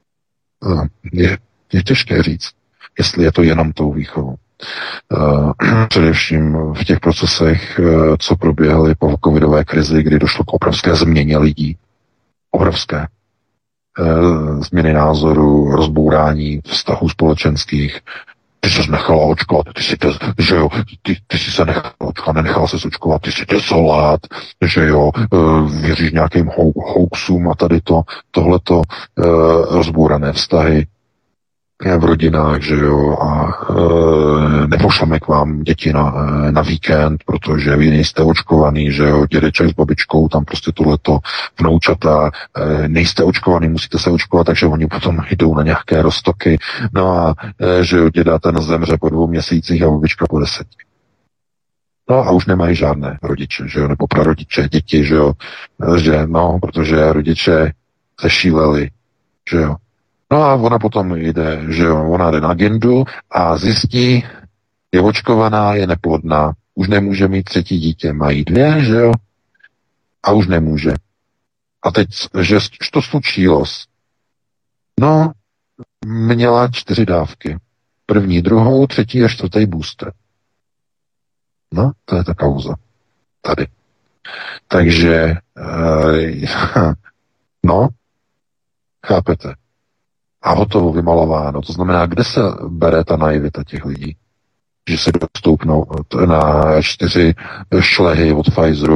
Je těžké říct, jestli je to jenom tou výchovou. Především v těch procesech, co proběhly po covidové krizi, kdy došlo k obrovské změně lidí. Obrovské. Změny názoru, rozbourání vztahů společenských. Ty jsi nechala očkovat, ty jsi se nechal očkovat, nenechal se očkovat, ty jsi desolát, že jo, věříš nějakým hoaxům a tady tohleto rozbourané vztahy v rodinách, že jo, a nepošleme k vám děti na víkend, protože vy nejste očkovaný, že jo, dědeček s babičkou, tam prostě tohleto vnoučata, nejste očkovaný, musíte se očkovat, takže oni potom jdou na nějaké roztoky, no a že jo, děda ten zemře po 2 měsících a babička po 10. No a už nemají žádné rodiče, že jo, nebo prarodiče, děti, že jo, že no, protože rodiče zešíleli, že jo. No a ona potom jde, že jo, ona jde na agendu a zjistí, je očkovaná, je neplodná, už nemůže mít 3. dítě, mají 2, že jo, a už nemůže. A teď, že to slučilo. No, měla 4 dávky. 1., 2., 3. a 4. booster. No, to je ta kauza. Tady. Takže, no, chápete. A hotovo, vymalováno. To znamená, kde se bere ta naivita těch lidí? Že se dostoupnou na 4 šlehy od Pfizeru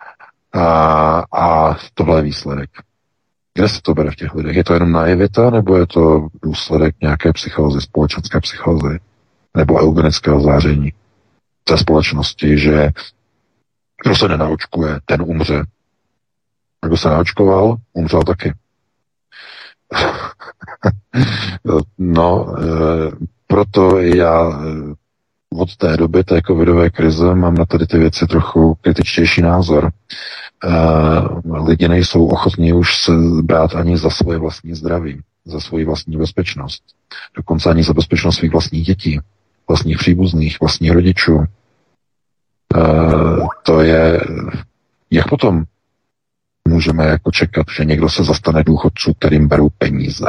a tohle je výsledek. Kde se to bere v těch lidech? Je to jenom naivita, nebo je to důsledek nějaké psychózy, společenské psychózy, nebo eugenického záření té společnosti, že kdo se nenaočkuje, ten umře. Kdo se naočkoval, umřel taky. No, proto já od té doby té covidové krize mám na tady ty věci trochu kritičtější názor. Lidi nejsou ochotní už se brát ani za svoje vlastní zdraví, za svoji vlastní bezpečnost. Dokonce ani za bezpečnost svých vlastních dětí, vlastních příbuzných, vlastních rodičů. To je, jak potom můžeme jako čekat, že někdo se zastane důchodců, kterým berou peníze.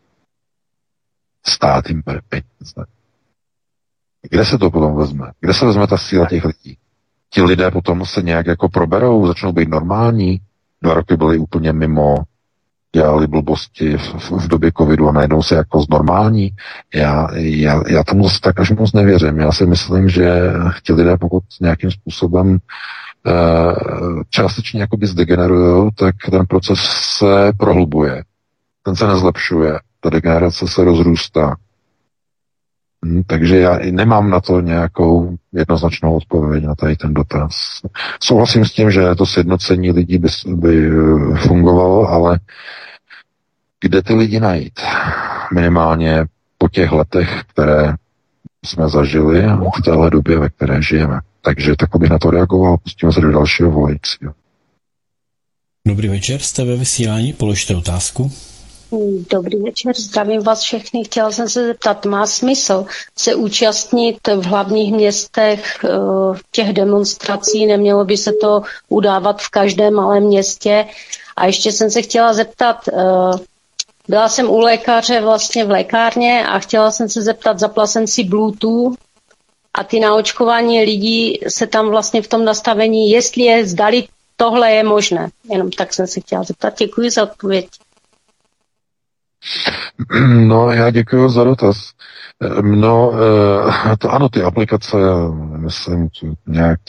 Stát jim bere peníze. Kde se to potom vezme? Kde se vezme ta síla těch lidí? Ti lidé potom se nějak jako proberou, začnou být normální. 2 roky byli úplně mimo, dělali blbosti v době covidu a najednou se jako znormální. Já tomu zase tak až moc nevěřím. Já si myslím, že ti lidé, pokud nějakým způsobem částečně jakoby zdegenerujou, tak ten proces se prohlubuje. Ten se nezlepšuje. Ta degenerace se rozrůstá. Takže já nemám na to nějakou jednoznačnou odpověď na tady ten dotaz. Souhlasím s tím, že to sjednocení lidí by fungovalo, ale kde ty lidi najít? Minimálně po těch letech, které jsme zažili a v téhle době, ve které žijeme. Takže tak bych na to reagoval, pustíme se do dalšího volajícího. Dobrý večer, jste ve vysílání, položte otázku. Dobrý večer, zdravím vás všechny. Chtěla jsem se zeptat, má smysl se účastnit v hlavních městech těch demonstrací? Nemělo by se to udávat v každém malém městě? A ještě jsem se chtěla zeptat, byla jsem u lékaře vlastně v lékárně a chtěla jsem se zeptat, zapla jsem si Bluetooth a ty naočkování lidí se tam vlastně v tom nastavení, jestli je, zdali tohle je možné. Jenom tak jsem se chtěla zeptat. Děkuji za odpověď. No, já děkuji za dotaz. No, to ano, ty aplikace, myslím, nějak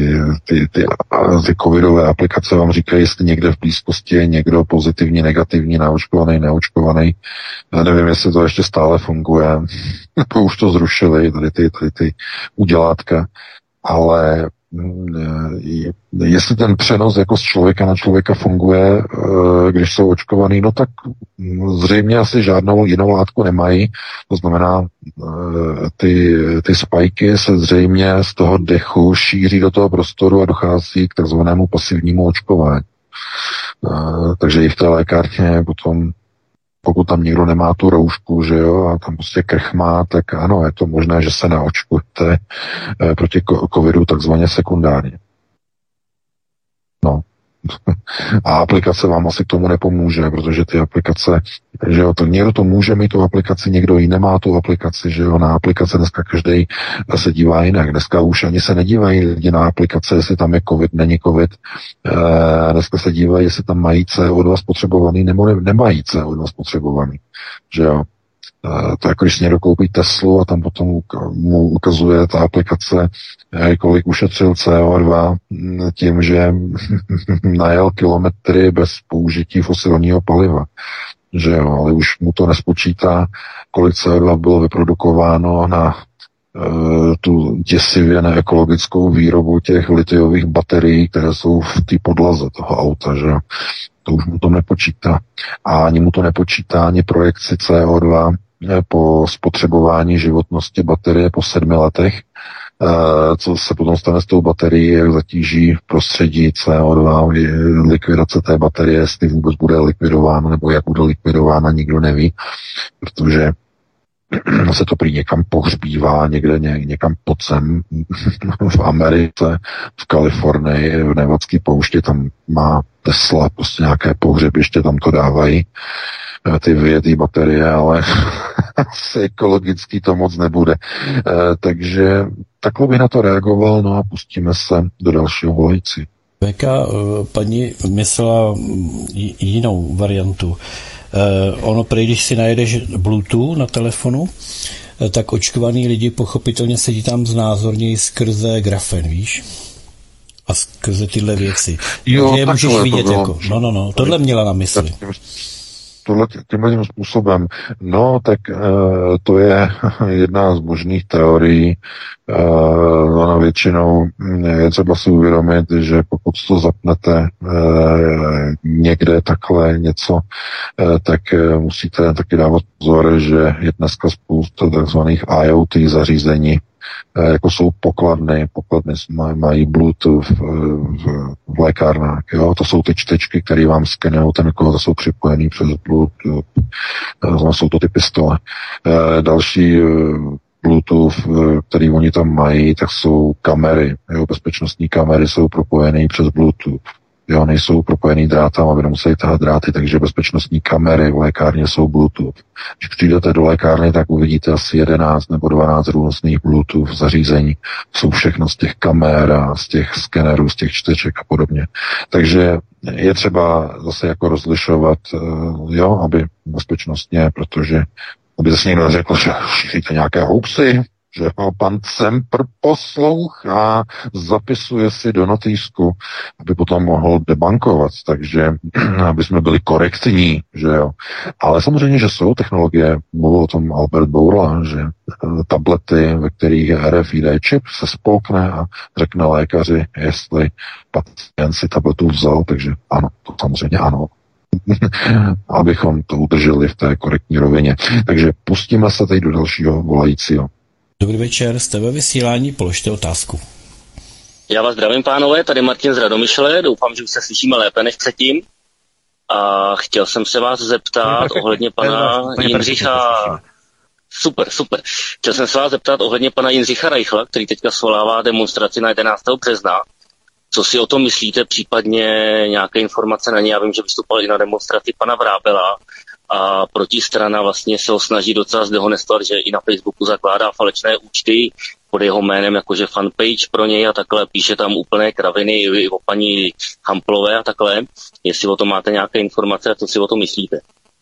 ty covidové aplikace vám říkají, jestli někde v blízkosti je někdo pozitivní, negativní, naočkovaný, neočkovaný. Já nevím, jestli to ještě stále funguje. Už to zrušili, tady ty udělátka, ale jestli ten přenos jako z člověka na člověka funguje, když jsou očkovaný, no tak zřejmě asi žádnou jinou látku nemají. To znamená, ty spajky se zřejmě z toho dechu šíří do toho prostoru a dochází k takzvanému pasivnímu očkování. Takže i v té lékárně potom, pokud tam někdo nemá tu roušku, že jo, a tam prostě krch má, tak ano, je to možné, že se naočkujete proti covidu takzvaně sekundárně. No. A aplikace vám asi k tomu nepomůže, protože ty aplikace, že jo, to někdo to může mít tu aplikaci, někdo ji nemá tu aplikaci, že jo, na aplikace dneska každý se dívá jinak. Dneska už ani se nedívají lidi na aplikace, jestli tam je covid, není covid. Dneska se dívají, jestli tam mají CO2 spotřebovaný nebo nemají CO2 spotřebovaný, že jo. To jako když si někdo koupí Teslu a tam potom mu ukazuje ta aplikace, kolik ušetřil CO2 tím, že najel kilometry bez použití fosilního paliva. Že jo, ale už mu to nespočítá, kolik CO2 bylo vyprodukováno na tu děsivě neekologickou výrobu těch litiových baterií, které jsou v té podlaze toho auta, že jo. To už mu to nepočítá. A ani mu to nepočítá ani projekci CO2 po spotřebování životnosti baterie po 7 letech, co se potom stane s tou baterií, jak zatíží prostředí CO2, likvidace té baterie, jestli vůbec bude likvidována, nebo jak bude likvidována, nikdo neví, protože se to prý někam pohřbívá, někde někam pod zem v Americe, v Kalifornii, v Nevadské poušti, tam má Tesla prostě nějaké pohřebiště, tam to dávají ty vyjetý baterie, ale asi ekologický to moc nebude. Takže takhle bych na to reagoval, no a pustíme se do dalšího volající. Veka, paní myslela jinou variantu. Ono prý, když si najedeš Bluetooth na telefonu, tak očkovaný lidi pochopitelně sedí tam znázorněji skrze grafen, víš? A skrze tyhle věci. Jo, je můžeš vidět jako. No, tohle měla na mysli. Tímhle způsobem. No, tak to je jedna z možných teorií. Ona většinou je třeba si uvědomit, že pokud to zapnete někde takhle něco, tak musíte taky dávat pozor, že je dneska spousta takzvaných IoT zařízení, jako jsou pokladny mají Bluetooth v lékárnách, jo? To jsou ty čtečky, které vám skenují ten kód, jsou připojený přes Bluetooth, jsou to ty pistole. Další Bluetooth, který oni tam mají, tak jsou kamery, jo? Bezpečnostní kamery jsou propojené přes Bluetooth. Jo, nejsou propojený drátama, aby nemuseli tahat dráty, takže bezpečnostní kamery v lékárně jsou Bluetooth. Když přijdete do lékárny, tak uvidíte asi 11 nebo 12 různých Bluetooth zařízení. Jsou všechno z těch kamer a z těch skenerů, z těch čteček a podobně. Takže je třeba zase jako rozlišovat, jo, aby bezpečnostně, protože aby zase někdo řekl, že šíříte nějaké hoaxy, že ho pan Cempr poslouchá, zapisuje si do notýsku, aby potom mohl debankovat, takže aby jsme byli korektní, že jo. Ale samozřejmě, že jsou technologie, mluvil o tom Albert Bourla, že tablety, ve kterých je RFID čip, se spolkne a řekne lékaři, jestli pacient si tabletu vzal, takže ano, to samozřejmě ano. Abychom to udrželi v té korektní rovině. Takže pustíme se teď do dalšího volajícího. Dobrý večer, jste ve vysílání, položte otázku. Já vás zdravím, pánové, tady Martin z Radomyšle, doufám, že už se slyšíme lépe než předtím. A chtěl jsem se vás zeptat ohledně pana Jindřicha... Super. Chtěl jsem se vás zeptat ohledně pana Jindřicha Reichla, který teďka svolává demonstraci na 11. března. Co si o tom myslíte, případně nějaké informace na ně? Já vím, že vystupoval i na demonstraci pana Vrábela a protistrana vlastně se ho snaží docela zdehonestovat, že i na Facebooku zakládá falešné účty pod jeho jménem, jakože fanpage pro něj a takhle, píše tam úplné kraviny i o paní Hamplové a takhle. Jestli o tom máte nějaké informace a co si o tom myslíte?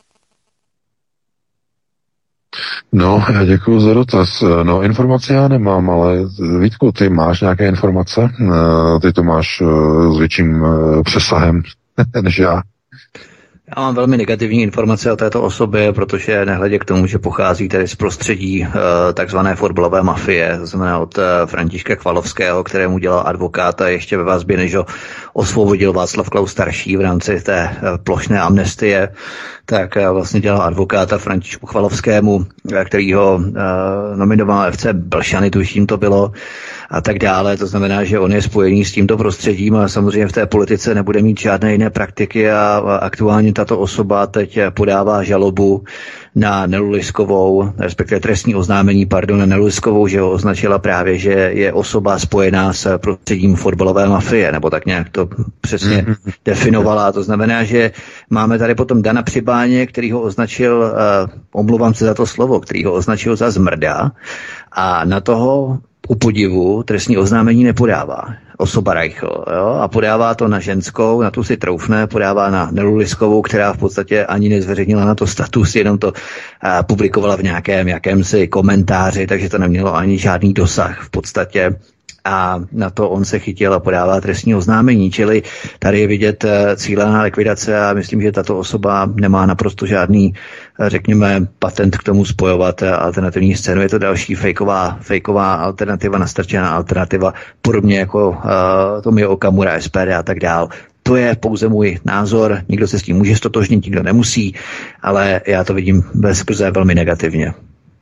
No, já děkuji za dotaz. No, informace já nemám, ale Vítku, ty máš nějaké informace? Ty to máš s větším přesahem než já. Já mám velmi negativní informace o této osobě, protože nehledě k tomu, že pochází tedy z prostředí takzvané fotbalové mafie, to znamená od Františka Chvalovského, kterému dělal advokáta ještě ve vazbě, než ho osvobodil Václav Klaus starší v rámci té plošné amnestie, tak vlastně dělal advokáta Františku Chvalovskému, který ho nominoval FC Blšany, tuším to bylo, a tak dále. To znamená, že on je spojený s tímto prostředím a samozřejmě v té politice nebude mít žádné jiné praktiky a aktuálně tato osoba teď podává žalobu na Nelu Liskovou, respektive trestní oznámení, na Nelu Liskovou, že ho označila právě, že je osoba spojená s prostředím fotbalové mafie, nebo tak nějak to přesně definovala. To znamená, že máme tady potom Dana Přibáně, který ho označil, omluvám se za to slovo, který ho označil za zmrda a na toho u podivu trestní oznámení nepodává osoba Reichl, jo? A podává to na ženskou, na tu si troufne, podává na Nelu Liskovou, která v podstatě ani nezveřejnila na to status, jenom to publikovala v nějakém jakémsi komentáři, takže to nemělo ani žádný dosah v podstatě. A na to on se chytil a podává trestní oznámení, čili tady je vidět cílená likvidace a myslím, že tato osoba nemá naprosto žádný, řekněme, patent k tomu spojovat alternativní scénu. Je to další fejková alternativa, nastrčená alternativa, podobně jako Tomio Okamura, SPD a tak dál. To je pouze můj názor, někdo se s tím může stotožnit, nikdo nemusí, ale já to vidím bezskrze velmi negativně.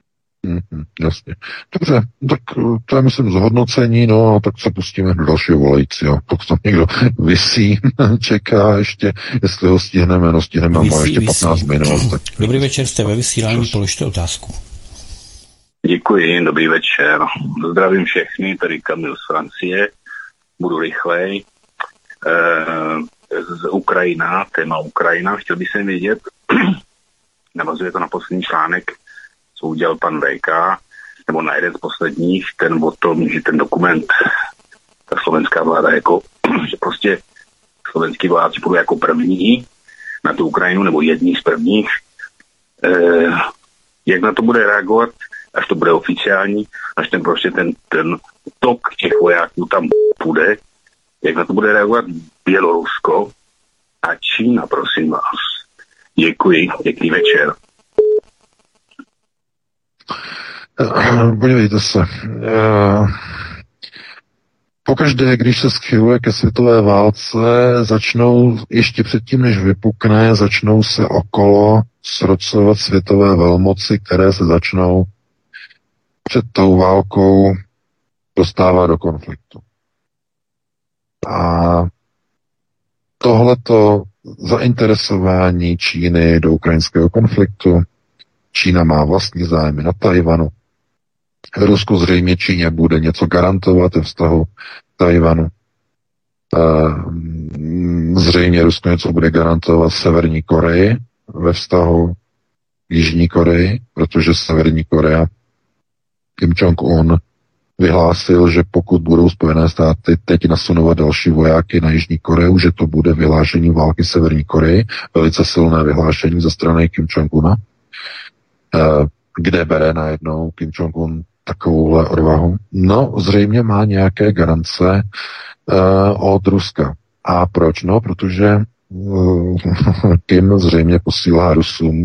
Jasně. Dobře, tak to je myslím zhodnocení, no a tak se pustíme do dalšího volajícího. Pokud tam někdo visí, čeká ještě, jestli ho stihneme, má ještě 15 minut. Tak... Dobrý večer, jste ve vysílání, položte otázku. Děkuji, dobrý večer. Zdravím všechny, tady Kamil z Francie. Budu rychlej. Z Ukrajina, téma Ukrajina. Chtěl bych se vědět, navazuje to na poslední článek, co udělal pan VK, nebo na jeden z posledních, ten o tom, že ten dokument, ta slovenská vláda, jako, že prostě slovenský vládci budou jako první na tu Ukrajinu, nebo jední z prvních. Jak na to bude reagovat, až to bude oficiální, až ten prostě ten tok těch vojáků tam půjde, jak na to bude reagovat Bělorusko a Čína, prosím vás. Děkuji, pěkný večer. Podívejte se. Pokaždé, když se schyluje ke světové válce, začnou, ještě předtím, než vypukne, začnou se okolo srocovat světové velmoci, které se začnou před tou válkou dostávat do konfliktu. A tohleto zainteresování Číny do ukrajinského konfliktu, Čína má vlastní zájmy na Tajvanu, Rusko zřejmě Číně bude něco garantovat ve vztahu Tajvanu. Zřejmě Rusko něco bude garantovat Severní Koreji ve vztahu Jižní Koreji, protože Severní Korea, Kim Jong-un vyhlásil, že pokud budou Spojené státy teď nasunovat další vojáky na Jižní Koreu, že to bude vyhlášení války Severní Koreji, velice silné vyhlášení ze strany Kim Jong-una, kde bere najednou Kim Jong-un takovouhle odvahu. No, zřejmě má nějaké garance od Ruska. A proč? No, protože Kim zřejmě posílá Rusům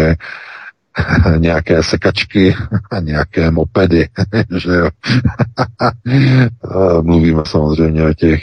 nějaké sekačky a nějaké mopedy, že jo. Mluvíme samozřejmě o těch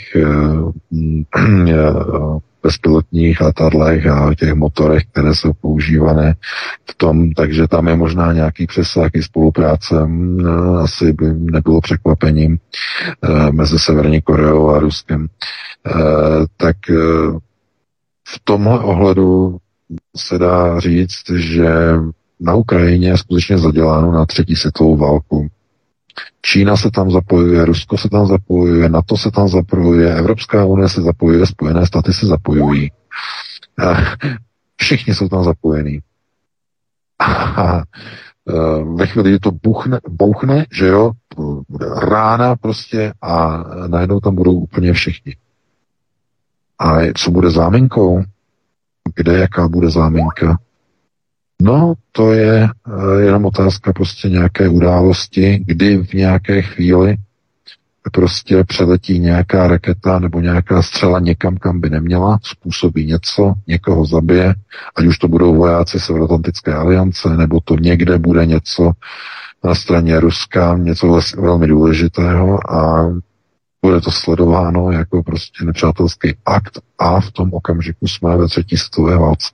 bezpilotních letadlech a o těch motorech, které jsou používané v tom, takže tam je možná nějaký přesah i spolupráce, asi by nebylo překvapením mezi Severní Koreou a Ruskem. Tak v tomhle ohledu se dá říct, že na Ukrajině je skutečně zaděláno na třetí světovou válku. Čína se tam zapojuje, Rusko se tam zapojuje, NATO se tam zapojuje, Evropská unie se zapojuje, Spojené státy se zapojují. Všichni jsou tam zapojení. A ve chvíli, kdy to bouchne, že jo, bude rána prostě a najednou tam budou úplně všichni. A co bude záminkou? Kde, jaká bude záminka? No, to je jenom otázka prostě nějaké události, kdy v nějaké chvíli prostě přeletí nějaká raketa nebo nějaká střela někam, kam by neměla, způsobí něco, někoho zabije, ať už to budou vojáci Severoatlantické aliance, nebo to někde bude něco na straně Ruska, něco velmi důležitého a bude to sledováno jako prostě nepřátelský akt a v tom okamžiku jsme ve třetí světové válce.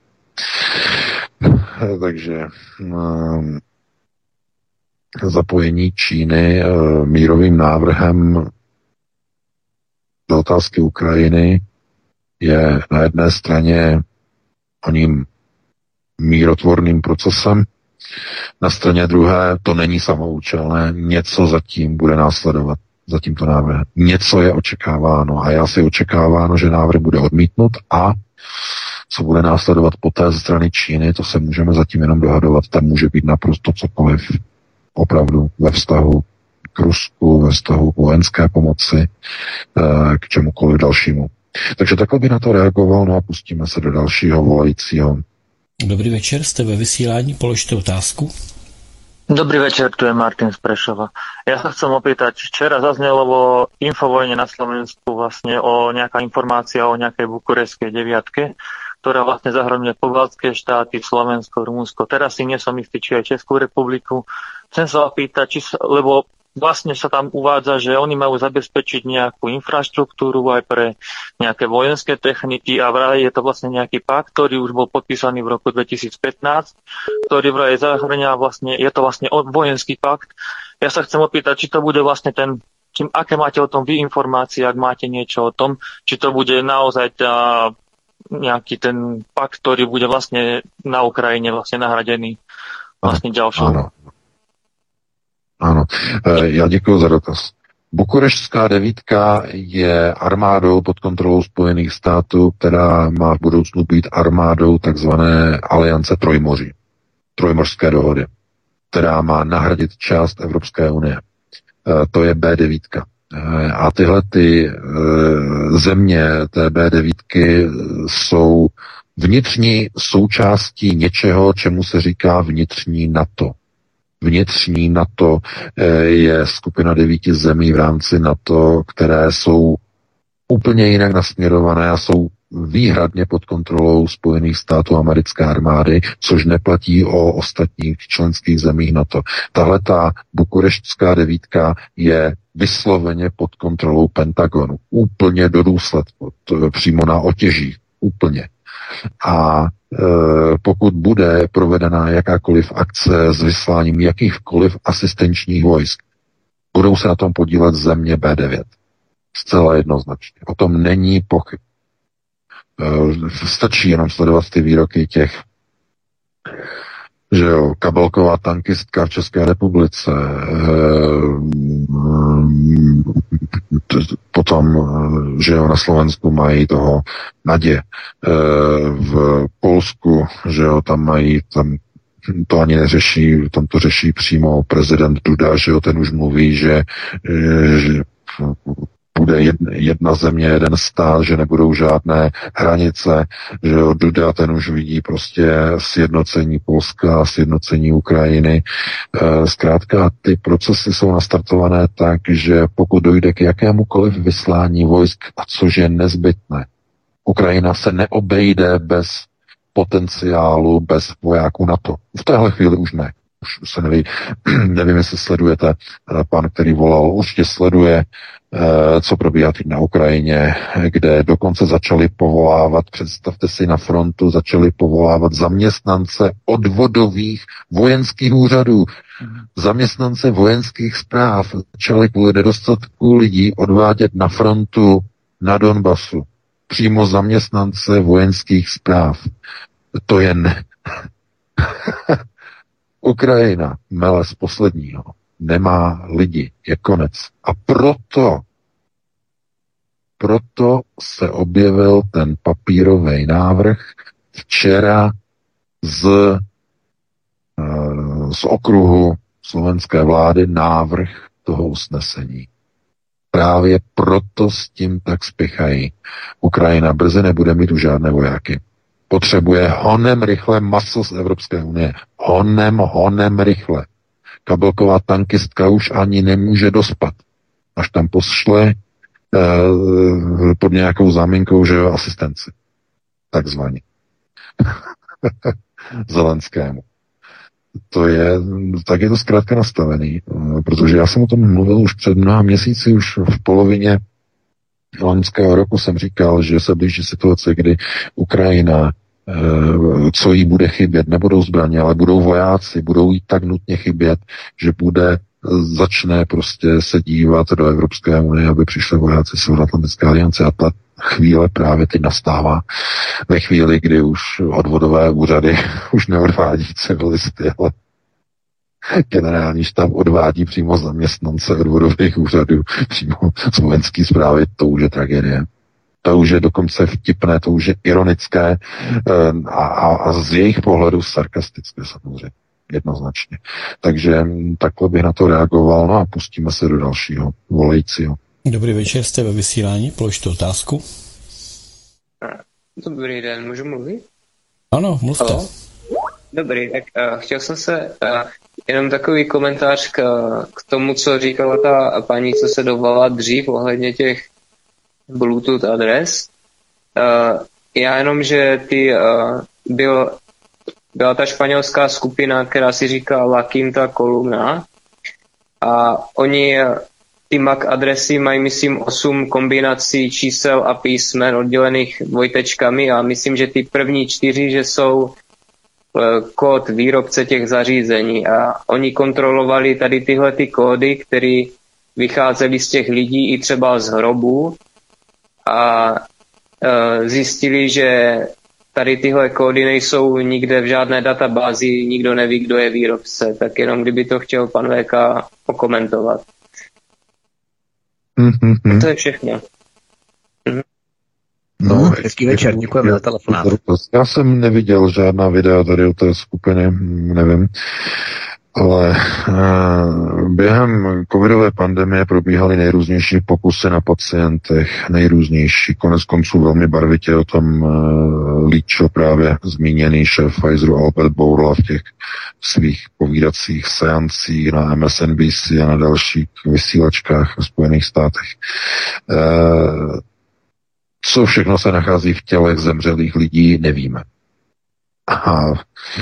Takže zapojení Číny mírovým návrhem do otázky Ukrajiny je na jedné straně oním mírotvorným procesem, na straně druhé to není samoučelné, něco zatím bude následovat za tímto návrhem. Něco je očekáváno a já si očekáváno, že návrh bude odmítnut a co bude následovat poté ze strany Číny, to se můžeme zatím jenom dohadovat. Tam může být naprosto cokoliv. Opravdu ve vztahu k Rusku, ve vztahu k vojenské pomoci, k čemukoliv dalšímu. Takže takhle by na to reagoval, no a pustíme se do dalšího volajícího. Dobrý večer, jste ve vysílání, položte otázku. Dobrý večer, tu je Martin z Prešova. Ja sa chcem opýtať, včera zaznelo vo Infovojne na Slovensku vlastne o nejaká informácia o nejakej bukurešskej deviatke, ktorá vlastne zahrňuje pobaltské štáty, Slovensko, Rumunsko. Teraz si nie som istý, či aj Českú republiku. Chcem sa opýtať, lebo vlastne sa tam uvádza, že oni majú zabezpečiť nejakú infraštruktúru aj pre nejaké vojenské techniky a vraj je to vlastne nejaký pakt, ktorý už bol podpísaný v roku 2015, ktorý vraj zahrňa vlastne, je to vlastne vojenský pakt. Ja sa chcem opýtať, či to bude vlastne aké máte o tom vy informácie, ak máte niečo o tom, či to bude naozaj nejaký ten pakt, ktorý bude vlastne na Ukrajine vlastne nahradený vlastne ďalšou. Áno. Ano, já děkuji za dotaz. Bukureštská devítka je armádou pod kontrolou Spojených států, která má v budoucnu být armádou takzvané aliance Trojmoří, Trojmořské dohody, která má nahradit část Evropské unie. To je B9. A tyhle ty země té B9 jsou vnitřní součástí něčeho, čemu se říká vnitřní NATO. Vnitřní NATO je skupina 9 zemí v rámci NATO, které jsou úplně jinak nasměrované a jsou výhradně pod kontrolou Spojených států americké armády, což neplatí o ostatních členských zemích NATO. Tahle ta bukureštská devítka je vysloveně pod kontrolou Pentagonu. Úplně do důsledku, přímo na otěží. Úplně. A pokud bude provedena jakákoliv akce s vysláním jakýchkoliv asistenčních vojsk, budou se na tom podílet země B9. Zcela jednoznačně. O tom není pochyb. Stačí jenom sledovat ty výroky těch, že jo, kabelková tankistka v České republice, potom, že jo, na Slovensku mají toho Nadě, v Polsku, že jo, tam mají, tam to ani neřeší, tam to řeší přímo prezident Duda, že jo, ten už mluví, že bude jedna země, jeden stát, že nebudou žádné hranice, že jo, Duda ten už vidí prostě sjednocení Polska, sjednocení Ukrajiny. Zkrátka ty procesy jsou nastartované tak, že pokud dojde k jakémukoliv vyslání vojsk, a což je nezbytné, Ukrajina se neobejde bez potenciálu, bez vojáků NATO. V téhle chvíli už ne. Už se nevím, jestli sledujete pan, který volal, určitě sleduje, co probíhá teď na Ukrajině, kde dokonce začali povolávat, představte si na frontu, začali povolávat zaměstnance odvodových vojenských úřadů, zaměstnance vojenských správ, začali kvůli nedostatku lidí odvádět na frontu na Donbasu. Přímo zaměstnance vojenských správ. To je ne... Ukrajina, mele z posledního, nemá lidi, je konec. A proto se objevil ten papírový návrh včera z okruhu slovenské vlády návrh toho usnesení. Právě proto s tím tak spěchají. Ukrajina brzy nebude mít už žádné vojáky. Potřebuje honem rychle maso z Evropské unie. Honem rychle. Kabelková tankistka už ani nemůže dospat. Až tam pošle pod nějakou záminkou, že jo, asistenci. Takzvaně. Zelenskému. Tak je to zkrátka nastavený, protože já jsem o tom mluvil už před mnoha měsíci, už v polovině loňského roku jsem říkal, že se blíží situace, kdy Ukrajina, co jí bude chybět, nebudou zbraně, ale budou vojáci, budou jí tak nutně chybět, že začne prostě se dívat do Evropské unie, aby přišli vojáci Severoatlantické aliance, a ta chvíle právě teď nastává. Ve chvíli, kdy už odvodové úřady už neodvádí civilisty, ale generální štáb odvádí přímo zaměstnance odvodových úřadů, přímo z vojenské správy, to už je tragédie. To už je dokonce vtipné, to už je ironické a z jejich pohledu sarkastické samozřejmě, jednoznačně. Takže takhle bych na to reagoval, no a pustíme se do dalšího volajícího. Dobrý večer, jste ve vysílání, položte otázku. Dobrý den, můžu mluvit? Ano, mluvte. Halo? Dobrý, tak chtěl jsem se jenom takový komentář k tomu, co říkala ta paní, co se dovolala dřív ohledně těch Bluetooth adres. Já jenom, že byla ta španělská skupina, která si říká La Quinta Columna, a oni ty MAC adresy mají, myslím, 8 kombinací čísel a písmen oddělených dvojtečkami, a myslím, že ty první 4, že jsou kód výrobce těch zařízení, a oni kontrolovali tady tyhle ty kódy, které vycházely z těch lidí i třeba z hrobů, a zjistili, že tady tyhle kódy nejsou nikde v žádné databázi, nikdo neví, kdo je výrobce, tak jenom kdyby to chtěl pan VK okomentovat. To je všechno. No, hezký večer, děkujeme za telefonát. Já jsem neviděl žádná videa tady o té skupiny, nevím, ale během covidové pandemie probíhaly nejrůznější pokusy na pacientech, nejrůznější. Konec konců velmi barvitě o tom líčil právě zmíněný šéf Pfizeru Albert Bourla v těch svých povídacích seancích na MSNBC a na dalších vysílačkách v Spojených státech. Co všechno se nachází v tělech zemřelých lidí, nevíme. A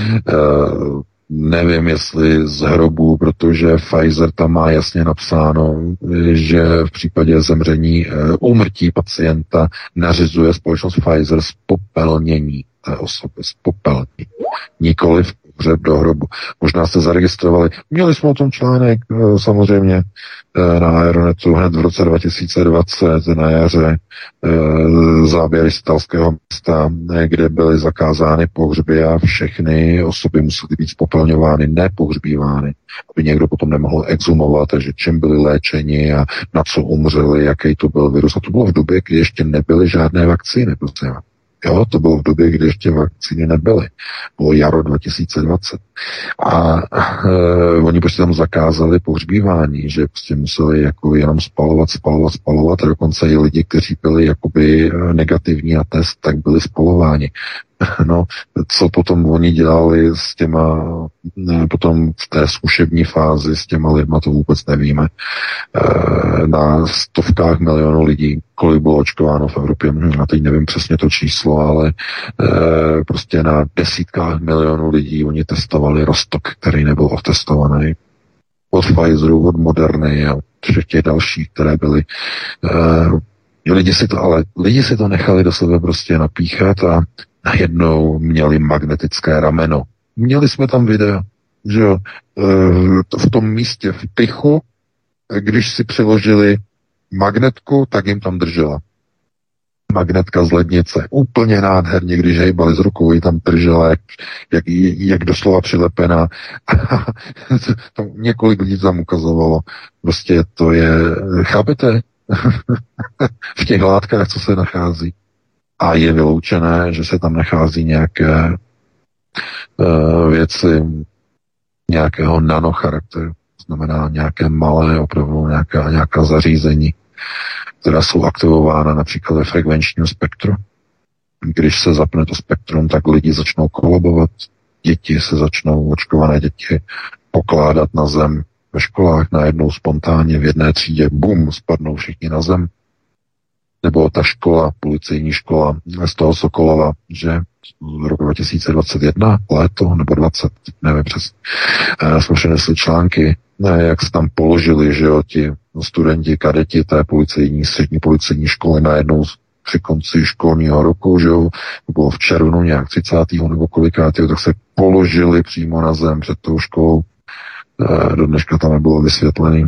nevím, jestli z hrobu, protože Pfizer tam má jasně napsáno, že v případě zemření úmrtí pacienta nařizuje společnost Pfizer spopelnění té osoby, spopelnění. Nikoliv hřeb do hrobu. Možná jste zaregistrovali. Měli jsme o tom článek samozřejmě na Aeronetu hned v roce 2020 na jaře záběry z italského města, kde byly zakázány pohřby a všechny osoby musely být spopelňovány, nepohřbívány, aby někdo potom nemohl exhumovat, takže čím byli léčeni a na co umřeli, jaký to byl virus. A to bylo v době, kdy ještě nebyly žádné vakcíny, prosím. Jo, to bylo v době, kdy ještě vakcíny nebyly. Bylo jaro 2020. A oni prostě tam zakázali pohřbívání, že prostě museli jako jenom spalovat a dokonce i lidi, kteří byli jakoby negativní na test, tak byli spalováni. No, co potom oni dělali s těma, potom v té zkušební fázi s těma lidma, to vůbec nevíme. Na stovkách milionů lidí, kolik bylo očkováno v Evropě, já teď nevím přesně to číslo, ale prostě na desítkách milionů lidí oni testovali Rostok, který nebyl otestovaný. Od Pfizeru, od Moderny a všech těch dalších, které byly. Lidi si to nechali do sebe prostě napíchat a najednou měli magnetické rameno. Měli jsme tam video, že jo, v tom místě v Tychu, když si přiložili magnetku, tak jim tam držela. Magnetka z lednice. Úplně nádherně, když hejbali z rukou, ji tam držela, jak doslova přilepená. Tam několik lidí tam ukazovalo. Prostě to je, chápete? V těch látkách, co se nachází. A je vyloučené, že se tam nachází nějaké věci nějakého nanocharakteru. Znamená nějaké malé, opravdu nějaká zařízení, která jsou aktivována například ve frekvenčním spektru. Když se zapne to spektrum, tak lidi začnou kolabovat, očkované děti pokládat na zem ve školách, najednou spontánně v jedné třídě, bum, spadnou všichni na zem. Nebo ta škola, policejní škola z toho Sokolova, že z roku 2021, léto nebo 20, nevím přesně, jsme přinesli články, jak se tam položili, že jo, ti studenti, kadeti té střední policejní školy najednou při konci školního roku, že jo, bylo v červnu nějak 30. nebo kolikátého, tak se položili přímo na zem před tou školou. Do dneška tam nebylo vysvětlený.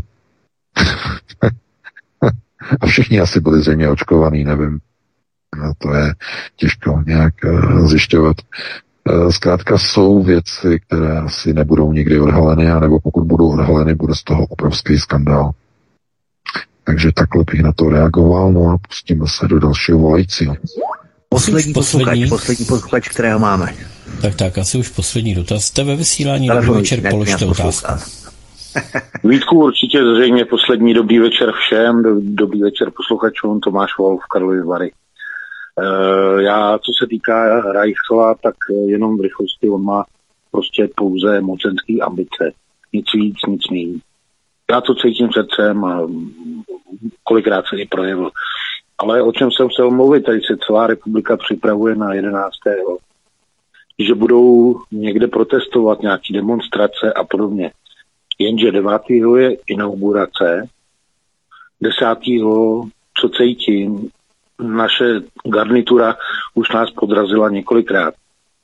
A všichni asi byli zřejmě očkovaný, nevím. No, to je těžko nějak zjišťovat. Zkrátka jsou věci, které asi nebudou nikdy odhaleny, anebo pokud budou odhaleny, bude z toho obrovský skandál. Takže takhle bych na to reagoval, no a pustíme se do dalšího volajícího. Poslední posluchač, kterého máme. Tak, asi už poslední dotaz. Jste ve vysílání, dobrý večer, položte otázku. Vítku, určitě zřejmě poslední dobrý večer všem, dobrý večer posluchačům, Tomáš Wolf, Karlovy Vary. Já, co se týká Reichela, tak jenom v rychlosti, on má prostě pouze mocenský ambice. Nic víc, nic méně. Já to cítím srdcem a kolikrát se i projevil. Ale o čem jsem chtěl mluvit, tady se celá republika připravuje na 11. že budou někde protestovat nějaké demonstrace a podobně. Jenže 9. je inaugurace, 10. co cítím, naše garnitura už nás podrazila několikrát.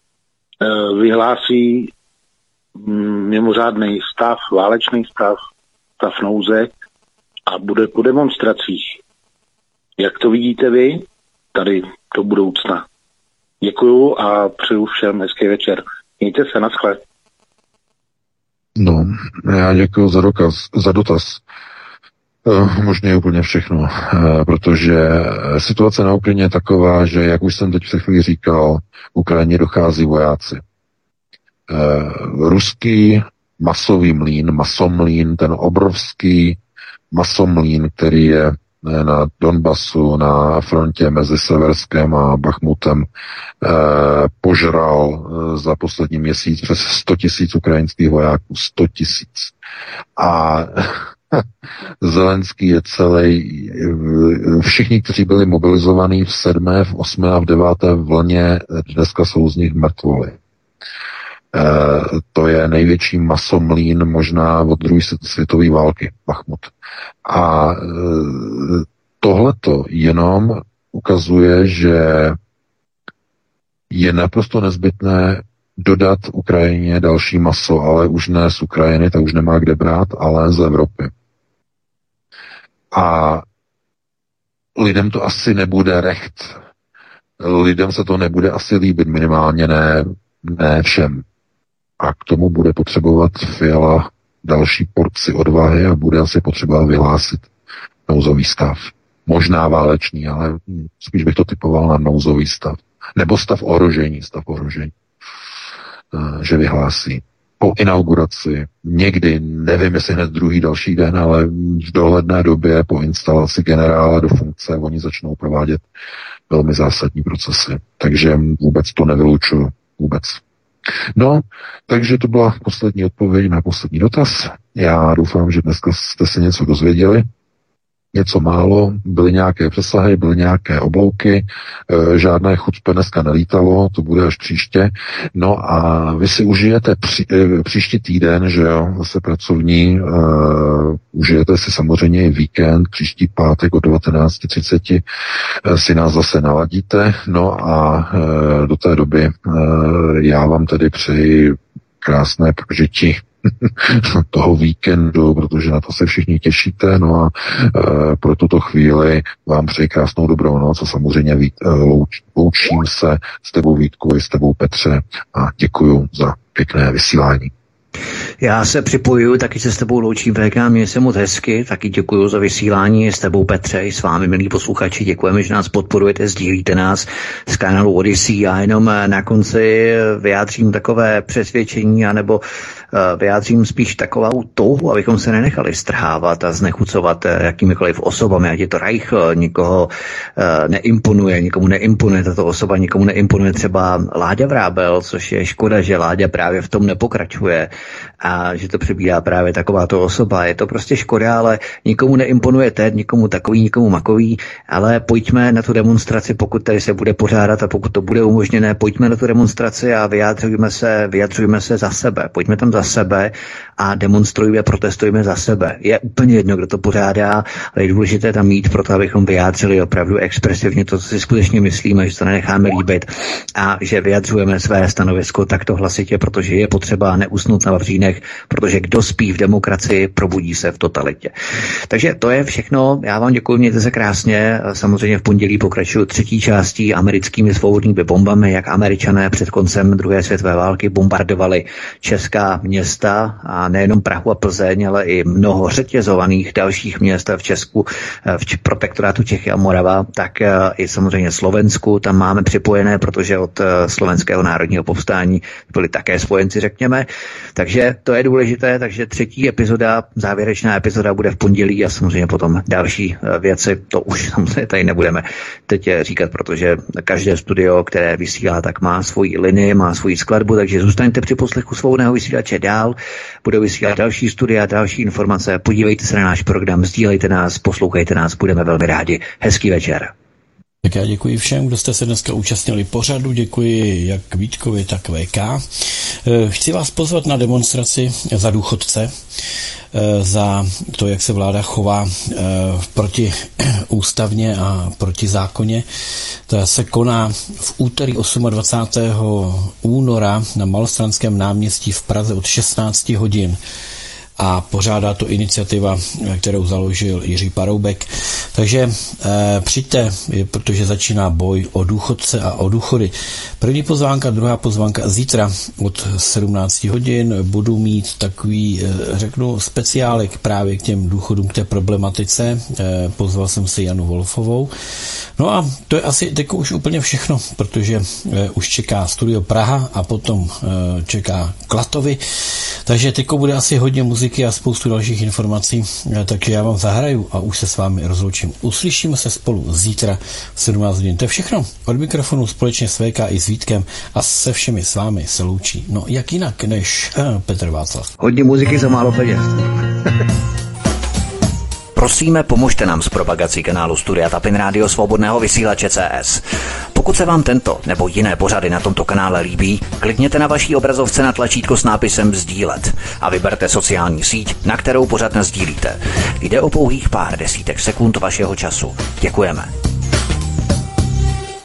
Vyhlásí mimořádný stav, válečný stav nouze a bude po demonstracích. Jak to vidíte vy tady do budoucna? Děkuju a přeju všem hezký večer. Mějte se, naschle. No, já děkuju za dotaz. Možná je úplně všechno, protože situace na Ukrajině je taková, že, jak už jsem teď před chvíli říkal, v Ukrajině dochází vojáci. Ruský masový mlýn, masomlýn, ten obrovský masomlýn, který je na Donbasu, na frontě mezi Severskem a Bachmutem, požral za poslední měsíc přes 100 000 ukrajinských vojáků. 100 000. A Zelenský je celý, všichni, kteří byli mobilizovaní v 7., v 8. a v 9. vlně, dneska jsou z nich mrtvoly. To je největší masomlýn možná od druhé světové války, Bachmut. A tohleto jenom ukazuje, že je naprosto nezbytné dodat Ukrajině další maso, ale už ne z Ukrajiny, tak už nemá kde brát, ale z Evropy. A lidem to asi nebude recht. Lidem se to nebude asi líbit, minimálně ne všem. A k tomu bude potřebovat Fiala další porci odvahy a bude asi potřeba vyhlásit nouzový stav. Možná válečný, ale spíš bych to typoval na nouzový stav. Nebo stav ohrožení. Že vyhlásí. Po inauguraci, někdy, nevím, jestli hned druhý, další den, ale v dohledné době po instalaci generála do funkce oni začnou provádět velmi zásadní procesy. Takže vůbec to nevylučuju. Vůbec. No, takže to byla poslední odpověď na poslední dotaz. Já doufám, že dneska jste se něco dozvěděli. Něco málo, byly nějaké přesahy, byly nějaké oblouky, žádné chucpe dneska nelítalo, to bude až příště. No a vy si užijete příští týden, že jo, zase pracovní, užijete si samozřejmě i víkend, příští pátek o 19:30 si nás zase naladíte, no a do té doby já vám tedy přeji krásné prožití toho víkendu, protože na to se všichni těšíte, no a pro tuto chvíli vám přeji krásnou dobrou noc a samozřejmě loučím se s tebou, Vítku, i s tebou, Petře, a děkuju za pěkné vysílání. Já se připojuju, taky se s tebou loučím, VK, mě se moc hezky, taky děkuju za vysílání s tebou, Petře, i s vámi, milí posluchači, děkujeme, že nás podporujete, sdílíte nás z kanálu Odyssey. Já jenom na konci vyjádřím takové přesvědčení, anebo vyjádřím spíš takovou touhu, abychom se nenechali strhávat a znechucovat jakýmikoliv osobami, ať je to Reich, nikoho neimponuje, nikomu neimponuje tato osoba, nikomu neimponuje třeba Láďa Vrábel, což je škoda, že Láďa právě v tom nepokračuje a že to přebírá právě takováto osoba. Je to prostě škoda, ale nikomu neimponuje Ted, nikomu takový, nikomu makový, ale pojďme na tu demonstraci, pokud tady se bude pořádat a pokud to bude umožněné, pojďme na tu demonstraci a vyjadřujme se za sebe. Pojďme tam za sebe a demonstrujme, protestujme za sebe. Je úplně jedno, kdo to pořádá, ale je důležité tam mít proto, abychom vyjádřili opravdu expresivně to, co si skutečně myslíme, že to nenecháme líbit a že vyjadřujeme své stanovisko takto hlasitě, protože je potřeba neusnout na vavřínech, protože kdo spí v demokracii, probudí se v totalitě. Takže to je všechno. Já vám děkuji, mějte se krásně. Samozřejmě v pondělí pokračuju třetí částí americkými svobodnými bombami, jak Američané před koncem druhé světové války bombardovali česká města a nejenom Prahu a Plzeň, ale i mnoho řetězovaných dalších měst v Česku, v protektorátu Čechy a Morava, tak i samozřejmě Slovensku tam máme připojené, protože od slovenského národního povstání byli také spojenci, řekněme. Takže to je důležité, takže třetí epizoda, závěrečná epizoda bude v pondělí a samozřejmě potom další věci, to už samozřejmě tady nebudeme teď říkat, protože každé studio, které vysílá, tak má svoji linii, má svoji skladbu, takže zůstaňte při poslechu Svobodného vysílače dál, budou vysílat další studia, další informace, podívejte se na náš program, sdílejte nás, poslouchejte nás, budeme velmi rádi. Hezký večer. Tak já děkuji všem, kdo jste se dneska účastnili pořadu, děkuji jak Vítkovi, tak VK. Chci vás pozvat na demonstraci za důchodce, za to, jak se vláda chová proti ústavně a proti zákoně. To se koná v úterý 28. února na Malostranském náměstí v Praze od 16 hodin. a pořádá to iniciativa, kterou založil Jiří Paroubek. Takže přijďte, protože začíná boj o důchodce a o důchody. První pozvánka, druhá pozvánka zítra od 17 hodin. Budu mít takový, řeknu, speciálek právě k těm důchodům, k té problematice. Pozval jsem si Janu Wolfovou. No a to je asi teď už úplně všechno, protože už čeká Studio Praha a potom čeká Klatovy. Takže teď bude asi hodně muziky a spoustu dalších informací, takže já vám zahraju a už se s vámi rozloučím. Uslyšíme se spolu zítra v 17 hodin. To je všechno. Od mikrofonu společně s VK i s Vítkem a se všemi s vámi se loučí. No jak jinak než Petr Václav. Hodně muziky za málo peněz. Prosíme, pomožte nám s propagací kanálu Studia Tapin Rádio Svobodného vysílače CS. Pokud se vám tento nebo jiné pořady na tomto kanále líbí, klikněte na vaší obrazovce na tlačítko s nápisem sdílet a vyberte sociální síť, na kterou pořad nasdílíte. Jde o pouhých pár desítek sekund vašeho času. Děkujeme.